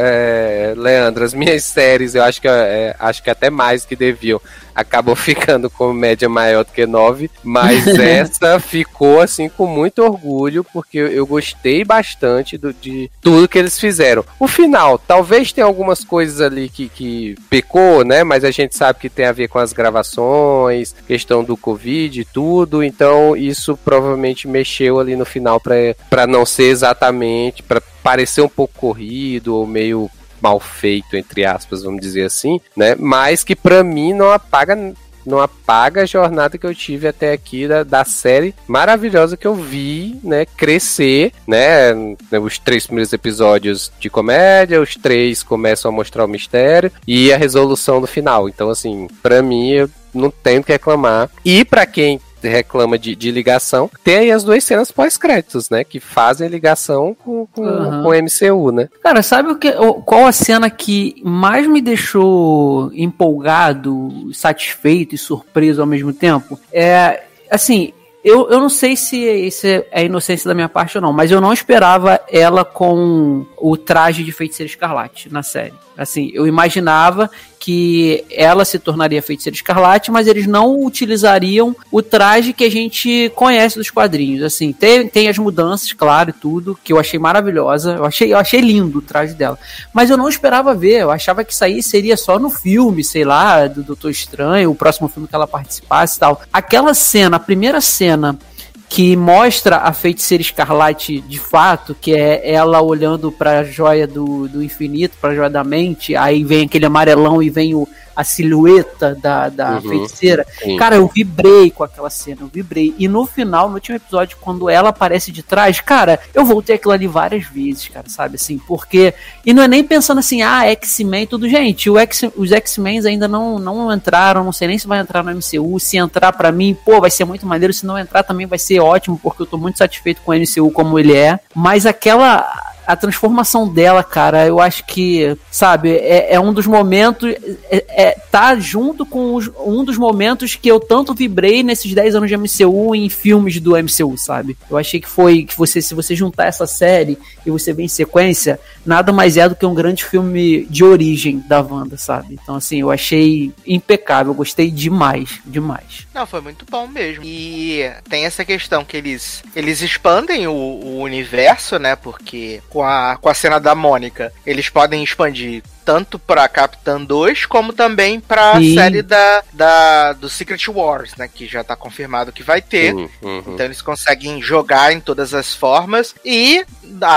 é, Leandro, as minhas séries, eu acho que, é, acho que até mais que deviam, acabam ficando com média maior do que nove, mas essa ficou, assim, com muito orgulho, porque eu gostei bastante do, de tudo que eles fizeram. O final, talvez tenha algumas coisas ali que, que pecou, né, mas a gente sabe que tem a ver com as gravações, questão do Covid e tudo, então isso provavelmente mexeu ali no final para não ser exatamente, para parecer um pouco corrido ou meio mal feito, entre aspas, vamos dizer assim, né? Mas que pra mim não apaga, não apaga a jornada que eu tive até aqui da, da série maravilhosa que eu vi, né, crescer, né? Os três primeiros episódios de comédia, os três começam a mostrar o mistério e a resolução no final. Então, assim, pra mim, eu não tenho o que reclamar. E pra quem reclama de, de ligação, tem aí as duas cenas pós-créditos, né, que fazem ligação com, com, uhum. com o M C U, né. Cara, sabe o que, qual a cena que mais me deixou empolgado, satisfeito e surpreso ao mesmo tempo? É, assim, eu, eu não sei se isso é inocência da minha parte ou não, mas eu não esperava ela com o traje de Feiticeira Escarlate na série. Assim, eu imaginava que ela se tornaria Feiticeira Escarlate, mas eles não utilizariam o traje que a gente conhece dos quadrinhos. Assim, tem, tem as mudanças, claro, e tudo, que eu achei maravilhosa. Eu achei, eu achei lindo o traje dela. Mas eu não esperava ver. Eu achava que isso aí seria só no filme, sei lá, do Doutor Estranho, o próximo filme que ela participasse e tal. Aquela cena, a primeira cena que mostra a Feiticeira Escarlate de fato, que é ela olhando para a joia do, do infinito, para a joia da mente, aí vem aquele amarelão e vem o, a silhueta da, da uhum, feiticeira. Sim. Cara, eu vibrei com aquela cena, eu vibrei. E no final, no último episódio, quando ela aparece de trás, cara, eu voltei aquilo ali várias vezes, cara, sabe, assim, porque... E não é nem pensando assim, ah, X-Men, tudo, gente, o X, os X-Men ainda não, não entraram, não sei nem se vai entrar no M C U, se entrar pra mim, pô, vai ser muito maneiro, se não entrar também vai ser ótimo, porque eu tô muito satisfeito com o M C U como ele é, mas aquela... A transformação dela, cara, eu acho que, sabe, é, é um dos momentos, é, é, tá junto com os, um dos momentos que eu tanto vibrei nesses dez anos de M C U em filmes do M C U, sabe? Eu achei que foi, que você, se você juntar essa série e você vê em sequência, nada mais é do que um grande filme de origem da Wanda, sabe? Então, assim, eu achei impecável, eu gostei demais, demais. Não, foi muito bom mesmo. E tem essa questão que eles, eles expandem o, o universo, né, porque... Com a, com a cena da Mônica, eles podem expandir tanto pra Capitã dois, como também pra Sim. série da, da, do Secret Wars, né, que já tá confirmado que vai ter. Uhum, uhum. Então eles conseguem jogar em todas as formas. E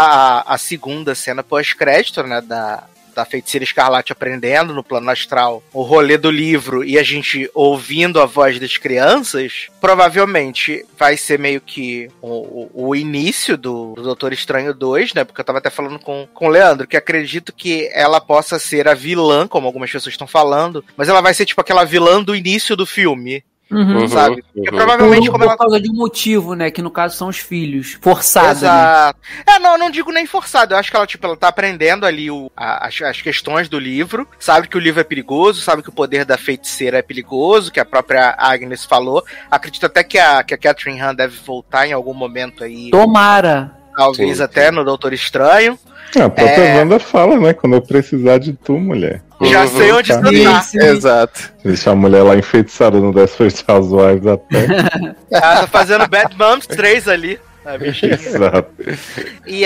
a, a segunda cena pós-crédito, né, da... da Feiticeira Escarlate aprendendo no plano astral o rolê do livro e a gente ouvindo a voz das crianças, provavelmente vai ser meio que o, o, o início do, do Doutor Estranho dois, né? Porque eu tava até falando com, com o Leandro, que acredito que ela possa ser a vilã, como algumas pessoas estão falando, mas ela vai ser tipo aquela vilã do início do filme. Uhum, sabe? Porque uhum. provavelmente por, como por ela... causa de um motivo, né? Que no caso são os filhos. Forçado. Exato. Ali. É, não, não digo nem forçado. Eu acho que ela, tipo, ela tá aprendendo ali o, a, as, as questões do livro. Sabe que o livro é perigoso, sabe que o poder da feiticeira é perigoso, que a própria Agnes falou. Acredito até que a, que a Catherine Han deve voltar em algum momento aí. Tomara. Talvez sim, até sim. no Doutor Estranho. A própria É. Wanda fala, né? Quando eu precisar de tu, mulher. Já Uhum, sei onde tá. tu tá. Sim. Exato. Deixa a mulher lá enfeitiçada no Desperate Housewives até. Ela tá fazendo Bad Moms três ali. A bichinha. Exato. E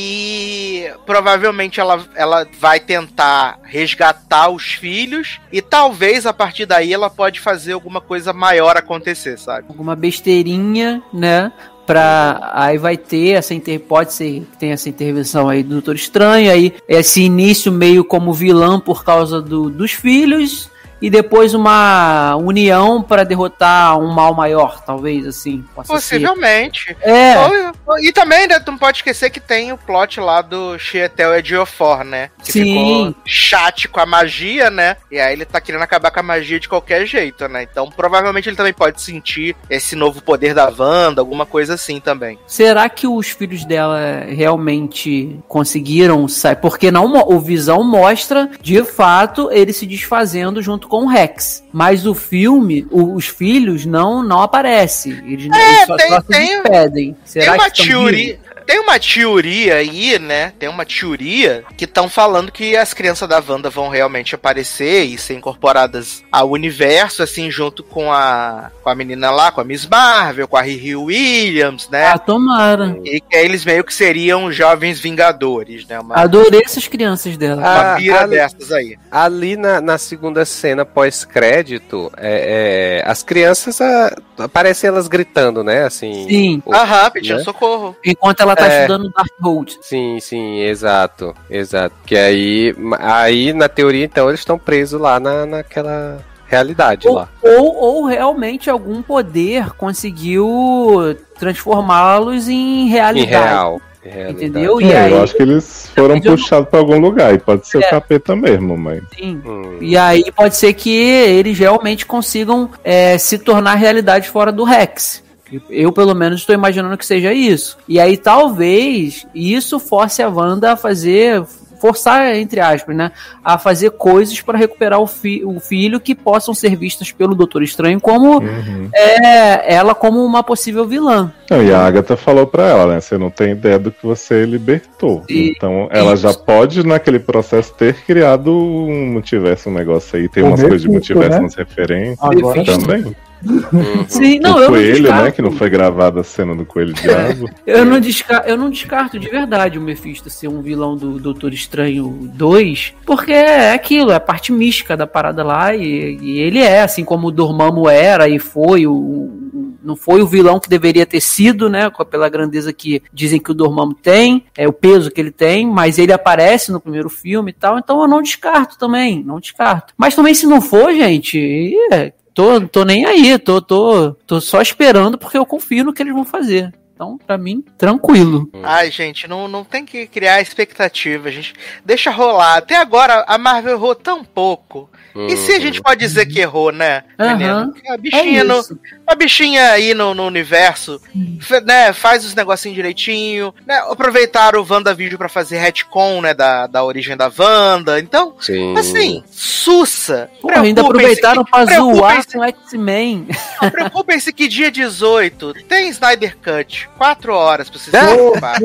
aí, provavelmente ela, ela vai tentar resgatar os filhos e talvez a partir daí ela pode fazer alguma coisa maior acontecer, sabe? Alguma besteirinha, né? Pra, aí vai ter essa inter, pode ser que tenha essa intervenção aí do Doutor Estranho, aí esse início meio como vilão por causa do, dos filhos, e depois uma união para derrotar um mal maior, talvez, assim. Possa Possivelmente. ser. É, Ou- E também, né, tu não pode esquecer que tem o plot lá do Sheetal Ejiofor, né? Que Sim. ficou chat com a magia, né? E aí ele tá querendo acabar com a magia de qualquer jeito, né? Então, provavelmente ele também pode sentir esse novo poder da Wanda, alguma coisa assim também. será que os filhos dela realmente conseguiram sair? Porque não, mo- o Visão mostra, de fato, ele se desfazendo junto com o Rex. Mas o filme, o- os filhos não, não aparecem. Eles, eles só, tem- só se tem- despedem. Será tem uma que estão teoria. vivos? Tem uma teoria aí, né? Tem uma teoria que estão falando que as crianças da Wanda vão realmente aparecer e ser incorporadas ao universo, assim, junto com a, com a menina lá, com a Miss Marvel, com a Riri Williams, né? Ah, tomara. E que eles meio que seriam jovens vingadores, né? Uma, Adorei essas crianças dela. uma Ah, pira ali- dessas aí. Ali na, na segunda cena pós-crédito, é, é, as crianças ah, aparecem elas gritando, né? Assim. Sim. o- Aham, pedindo né? socorro. Enquanto ela tá É. estudando Darkhold. Sim, sim, exato, exato. Que aí, aí na teoria, então, eles estão presos lá na, naquela realidade Ou, lá. ou, ou realmente algum poder conseguiu transformá-los em Em realidade. real. em realidade. Entendeu? E É, aí, eu acho que eles foram Mas eu não- puxados pra algum lugar. E pode ser É. o capeta mesmo, mas. sim. Hum. E aí pode ser que eles realmente consigam é, se tornar realidade fora do Rex. Eu, pelo menos, estou imaginando que seja isso. E aí, talvez, isso force a Wanda a fazer... Forçar, entre aspas, né? A fazer coisas para recuperar o, fi- o filho que possam ser vistas pelo Doutor Estranho como... Uhum. É, ela como uma possível vilã. Não, e a Agatha falou pra ela, né? Você não tem ideia do que você libertou. E- Então ela isso. já pode, naquele processo, ter criado um multiverso, um negócio aí. Tem O umas coisas de Mephisto, multiverso né? nas referências Agora Mephisto. também. Uhum. Sim, não, o eu não coelho, descarto. né? Que não foi gravada a cena do coelho diabo. Eu não, descarto, eu não descarto de verdade o Mephisto ser um vilão do Doutor Estranho dois, porque é aquilo, é a parte mística da parada lá, e, e ele é, assim como o Dormammu era e foi, o, o- não foi o vilão que deveria ter sido, né, com- pela grandeza que dizem que o Dormammu tem, é o peso que ele tem, mas ele aparece no primeiro filme e tal, então eu não descarto também, não descarto. Mas também se não for, gente, é, tô, tô nem aí, tô, tô, tô só esperando porque eu confio no que eles vão fazer. Então, pra mim, tranquilo. Ai, gente, não, não tem que criar expectativa, gente. Deixa rolar. Até agora, a Marvel errou tão pouco. E se a gente pode dizer que errou, né, Aham. menino? A É bichinha, no, isso. a bichinha aí no, no universo, fe- né, faz os negocinhos direitinho, né, aproveitaram o WandaVision pra fazer retcon, né, da, da origem da Wanda. Então, Sim. assim, sussa. Porra, ainda Preocupem-se aproveitaram que- pra zoar preocupem-se- com o X-Men. Não, preocupem-se que dia dezoito tem Snyder Cut. Quatro horas pra vocês Ah! se preocuparem.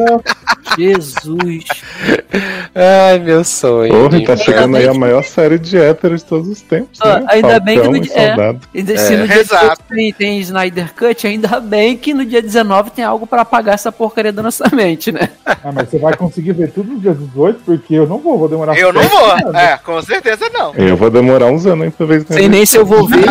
Jesus. Ai, meu sonho. Porra, e tá Ainda chegando aí a bem que- maior série de héteros de todos os tempos, Ah, né? ainda bem que Falcão no e dia- é. Soldado. E se no dia exato. dezoito tem, tem Snyder Cut, ainda bem que no dia dezenove tem algo pra apagar essa porcaria da nossa mente, né? Ah, mas você vai conseguir ver tudo no dia dezoito, porque eu não vou, vou demorar Eu não sete vou. anos. É, com certeza não. Eu vou demorar uns anos aí pra ver Sei nem se eu vou ver.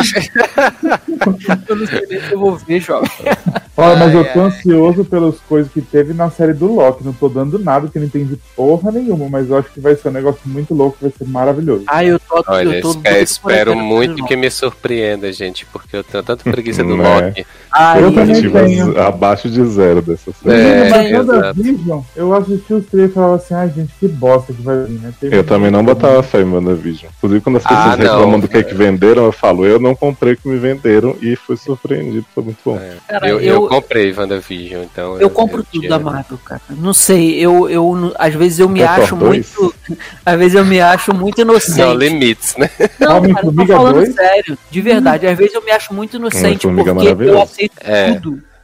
Eu não sei nem se eu vou ver, jovem. Olha, mas eu Ai, tô ai. ansioso pelas coisas que teve na série do Loki. Não tô dando nada, porque não entendi porra nenhuma, mas eu acho que vai ser um negócio muito louco, vai ser maravilhoso. Ah, eu tô, Olha, eu tô espe- doido por espero aquele muito episódio que me surpreenda, gente, porque eu tenho tanta preguiça do Não é. Loki. Ai, Eu também Expectativas tenho. abaixo de zero dessa série. É, mas exato. WandaVision, eu assisti os três e falava assim, ai gente, que bosta que vai vir, né? Teve Eu também não botava fé em WandaVision. Inclusive, quando as pessoas Ah, não. reclamam do que, é que venderam, eu falo, eu não comprei o que me venderam e fui surpreendido, foi muito bom. É. Cara, eu, eu- eu comprei WandaVision, então. Eu compro tudo tinha- da Marvel, cara. Não sei, eu, eu às vezes eu me Thor acho dois? muito. Às vezes eu me acho muito inocente. Não, limites, né? Não, Homem cara, eu tô Formiga falando dois? sério, de verdade. Às vezes eu me acho muito inocente Formiga porque eu maravilhoso. aceito É. tudo.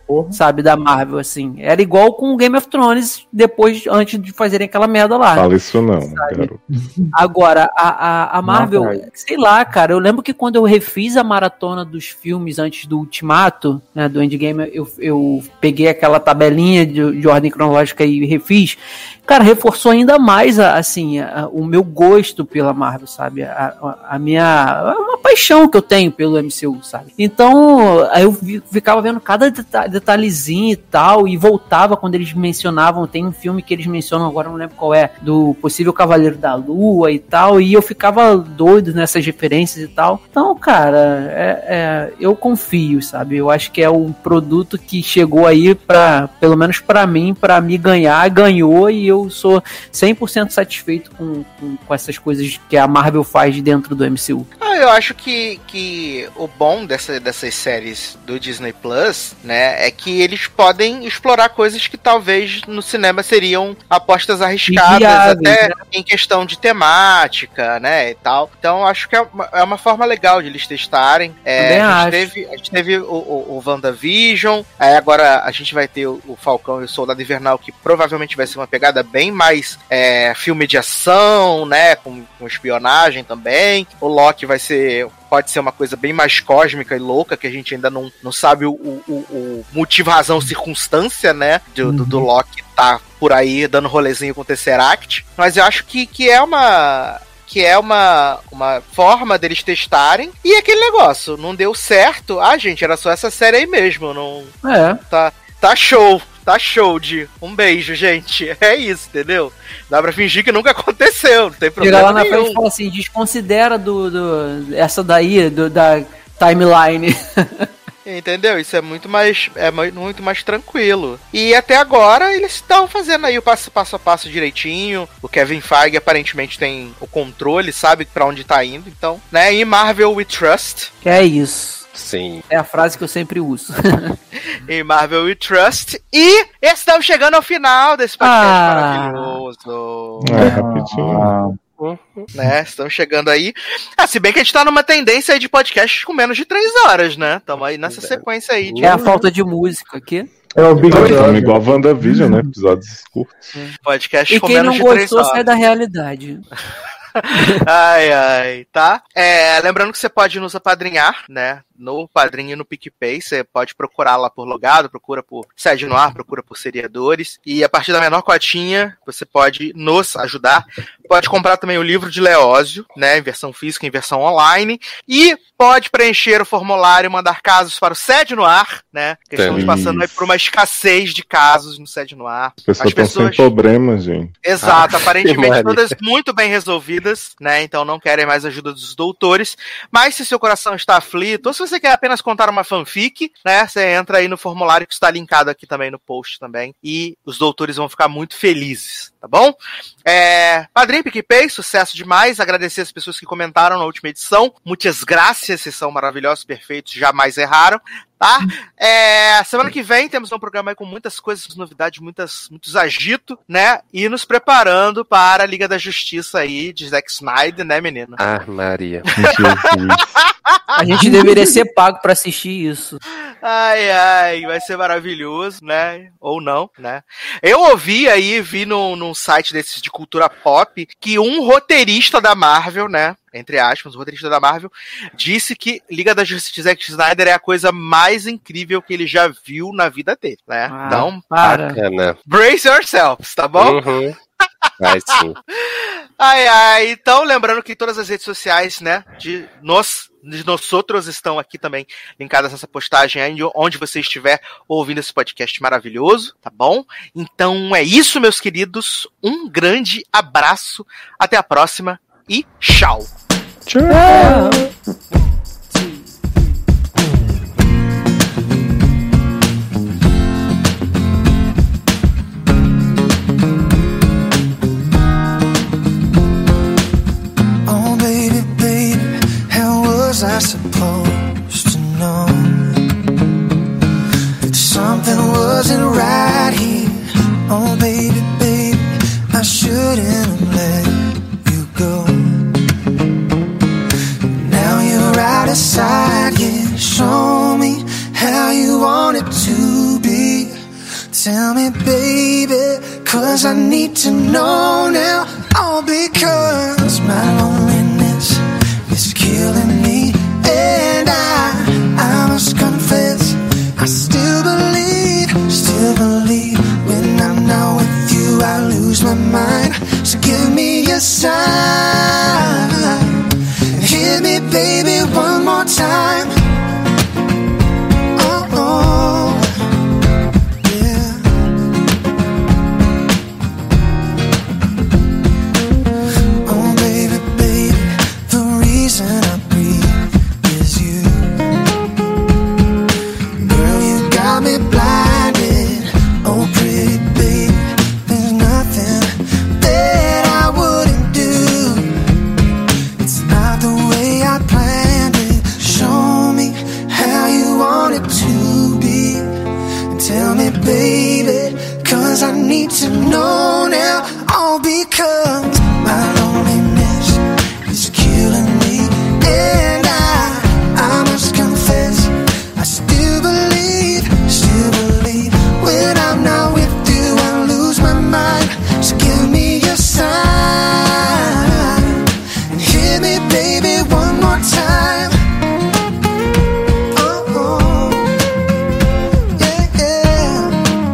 Porra. sabe, da Marvel, assim. Era igual com o Game of Thrones, depois, antes de fazerem aquela merda lá. Fala isso não, Sabe? garoto. Agora, a, a, a Marvel, Não, cara. sei lá, cara, eu lembro que quando eu refiz a maratona dos filmes antes do Ultimato, né, do Endgame, eu, eu peguei aquela tabelinha de, de ordem cronológica e refiz. Cara, reforçou ainda mais, a, assim, a, o meu gosto pela Marvel, sabe? A, a, a minha... uma paixão que eu tenho pelo M C U, sabe? Então, aí eu vi, ficava vendo cada deta- detalhezinho e tal, e voltava quando eles mencionavam, tem um filme que eles mencionam, agora eu não lembro qual é, do possível Cavaleiro da Lua e tal, e eu ficava doido nessas referências e tal. Então, cara, é, é, eu confio, sabe? Eu acho que é um produto que chegou aí pra, pelo menos pra mim, pra me ganhar, ganhou, e eu sou cem por cento satisfeito com, com, com essas coisas que a Marvel faz dentro do M C U. Ah, eu acho que, que o bom dessa, dessas séries do Disney Plus, né, é que eles podem explorar coisas que talvez no cinema seriam apostas arriscadas, Inviáveis, até né? em questão de temática, né, e tal. Então, acho que é uma, é uma forma legal de eles testarem. É, Também a, gente acho. teve, a gente teve o, o, o WandaVision, aí agora a gente vai ter o, o Falcão e o Soldado Invernal, que provavelmente vai ser uma pegada bem mais é, filme de ação, né, com, com espionagem também. O Loki vai ser... pode ser uma coisa bem mais cósmica e louca, que a gente ainda não, não sabe o, o, o motivo, razão, circunstância, né, do, do, do Loki tá por aí dando rolezinho com o Tesseract. Mas eu acho que, que é uma... que é uma, uma forma deles testarem. E aquele negócio, não deu certo. Ah, gente, era só essa série aí mesmo. Não, É. tá, tá show. Tá show de um beijo, gente. É isso, entendeu? Dá pra fingir que nunca aconteceu. Não tem problema Chega lá na nenhum. frente e fala assim, desconsidera do, do, essa daí, do, da timeline. Entendeu? Isso é muito mais é muito mais tranquilo. E até agora eles estão fazendo aí o passo, passo a passo direitinho. O Kevin Feige aparentemente tem o controle, sabe pra onde tá indo. Então, né? E Marvel We Trust. Que é isso. Sim. É a frase que eu sempre uso. Em Marvel We Trust. E estamos chegando ao final desse podcast Ah. maravilhoso. É, rapidinho. Né? Estamos chegando aí. Ah, se bem que a gente tá numa tendência aí de podcasts com menos de três horas, né? Estamos aí nessa sequência aí de É a falta de música aqui. É o Big Estamos Brother. igual a WandaVision, né? Episódios curtos. podcasts E com quem menos não de três gostou horas. sai da realidade. Ai, ai, tá? É, lembrando que você pode nos apadrinhar, né? No Padrinho e no PicPay, você pode procurar lá por logado, procura por Sede no Ar, procura por seriadores, e a partir da menor cotinha, você pode nos ajudar. Pode comprar também o livro de Leózio, né, em versão física, em versão online, e pode preencher o formulário e mandar casos para o Sede no Ar, né, que estamos Isso. passando aí por uma escassez de casos no Sede no Ar. As pessoas estão sem problemas, gente. Exato, aparentemente Maria. todas muito bem resolvidas, né? Então não querem mais ajuda dos doutores. Mas se seu coração está aflito, ou se você quer apenas contar uma fanfic, né? Você entra aí no formulário que está linkado aqui também no post também. E os doutores vão ficar muito felizes, tá bom? É... Padrinho, PicPay, sucesso demais. Agradecer as pessoas que comentaram na última edição. Muitas graças, vocês são maravilhosos, perfeitos, jamais erraram. Tá? É, semana que vem temos um programa aí com muitas coisas, novidades, muitas, muitos agito, né? E nos preparando para a Liga da Justiça aí de Zack Snyder, né, menino? Ah, Maria. Jesus. A gente deveria ser pago pra assistir isso. Ai, ai, vai ser maravilhoso, né? Ou não, né? Eu ouvi aí, vi num, num site desses de cultura pop, que um roteirista da Marvel, né? Entre aspas, o roteirista da Marvel, disse que Liga da Justiça de Zack Snyder é a coisa mais incrível que ele já viu na vida dele, né? Ah, Então, para. Bacana. brace yourselves, tá bom? Uhum. Vai sim. Ai, ai, então, lembrando que todas as redes sociais, né, de nós, de nós outros estão aqui também linkadas nessa postagem aí, onde você estiver ouvindo esse podcast maravilhoso, tá bom? Então é isso, meus queridos, um grande abraço, até a próxima e tchau! Tchau. Oh baby, baby, how was I supposed to know that something wasn't right here? Oh baby, baby, I shouldn't have let you go. Now you're out of sight, yeah, show me how you want it to be. 'cause I need to know now. All because my loneliness is killing me. And I, I must confess, I still believe, still believe. When I'm not with you, I lose my mind. So give me a sign, hit me baby one more time. Oh, oh, yeah. Oh baby, baby, the reason I breathe is you. Girl, you got me blinded. Oh pretty baby, there's nothing that I wouldn't do. It's not the way I planned it. Show me how you want it to be. And tell me baby, 'cause I need to know now. All because my loneliness is killing me. And I, I must confess, I still believe, still believe. When I'm not with you, I lose my mind. So give me a sign, and hit me baby one more time. Oh, oh, yeah, yeah.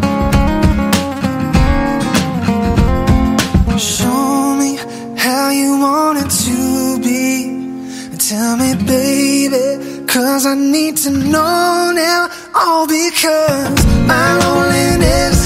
Show me how you want it to be. And tell me baby, 'cause I need to know now. All because my loneliness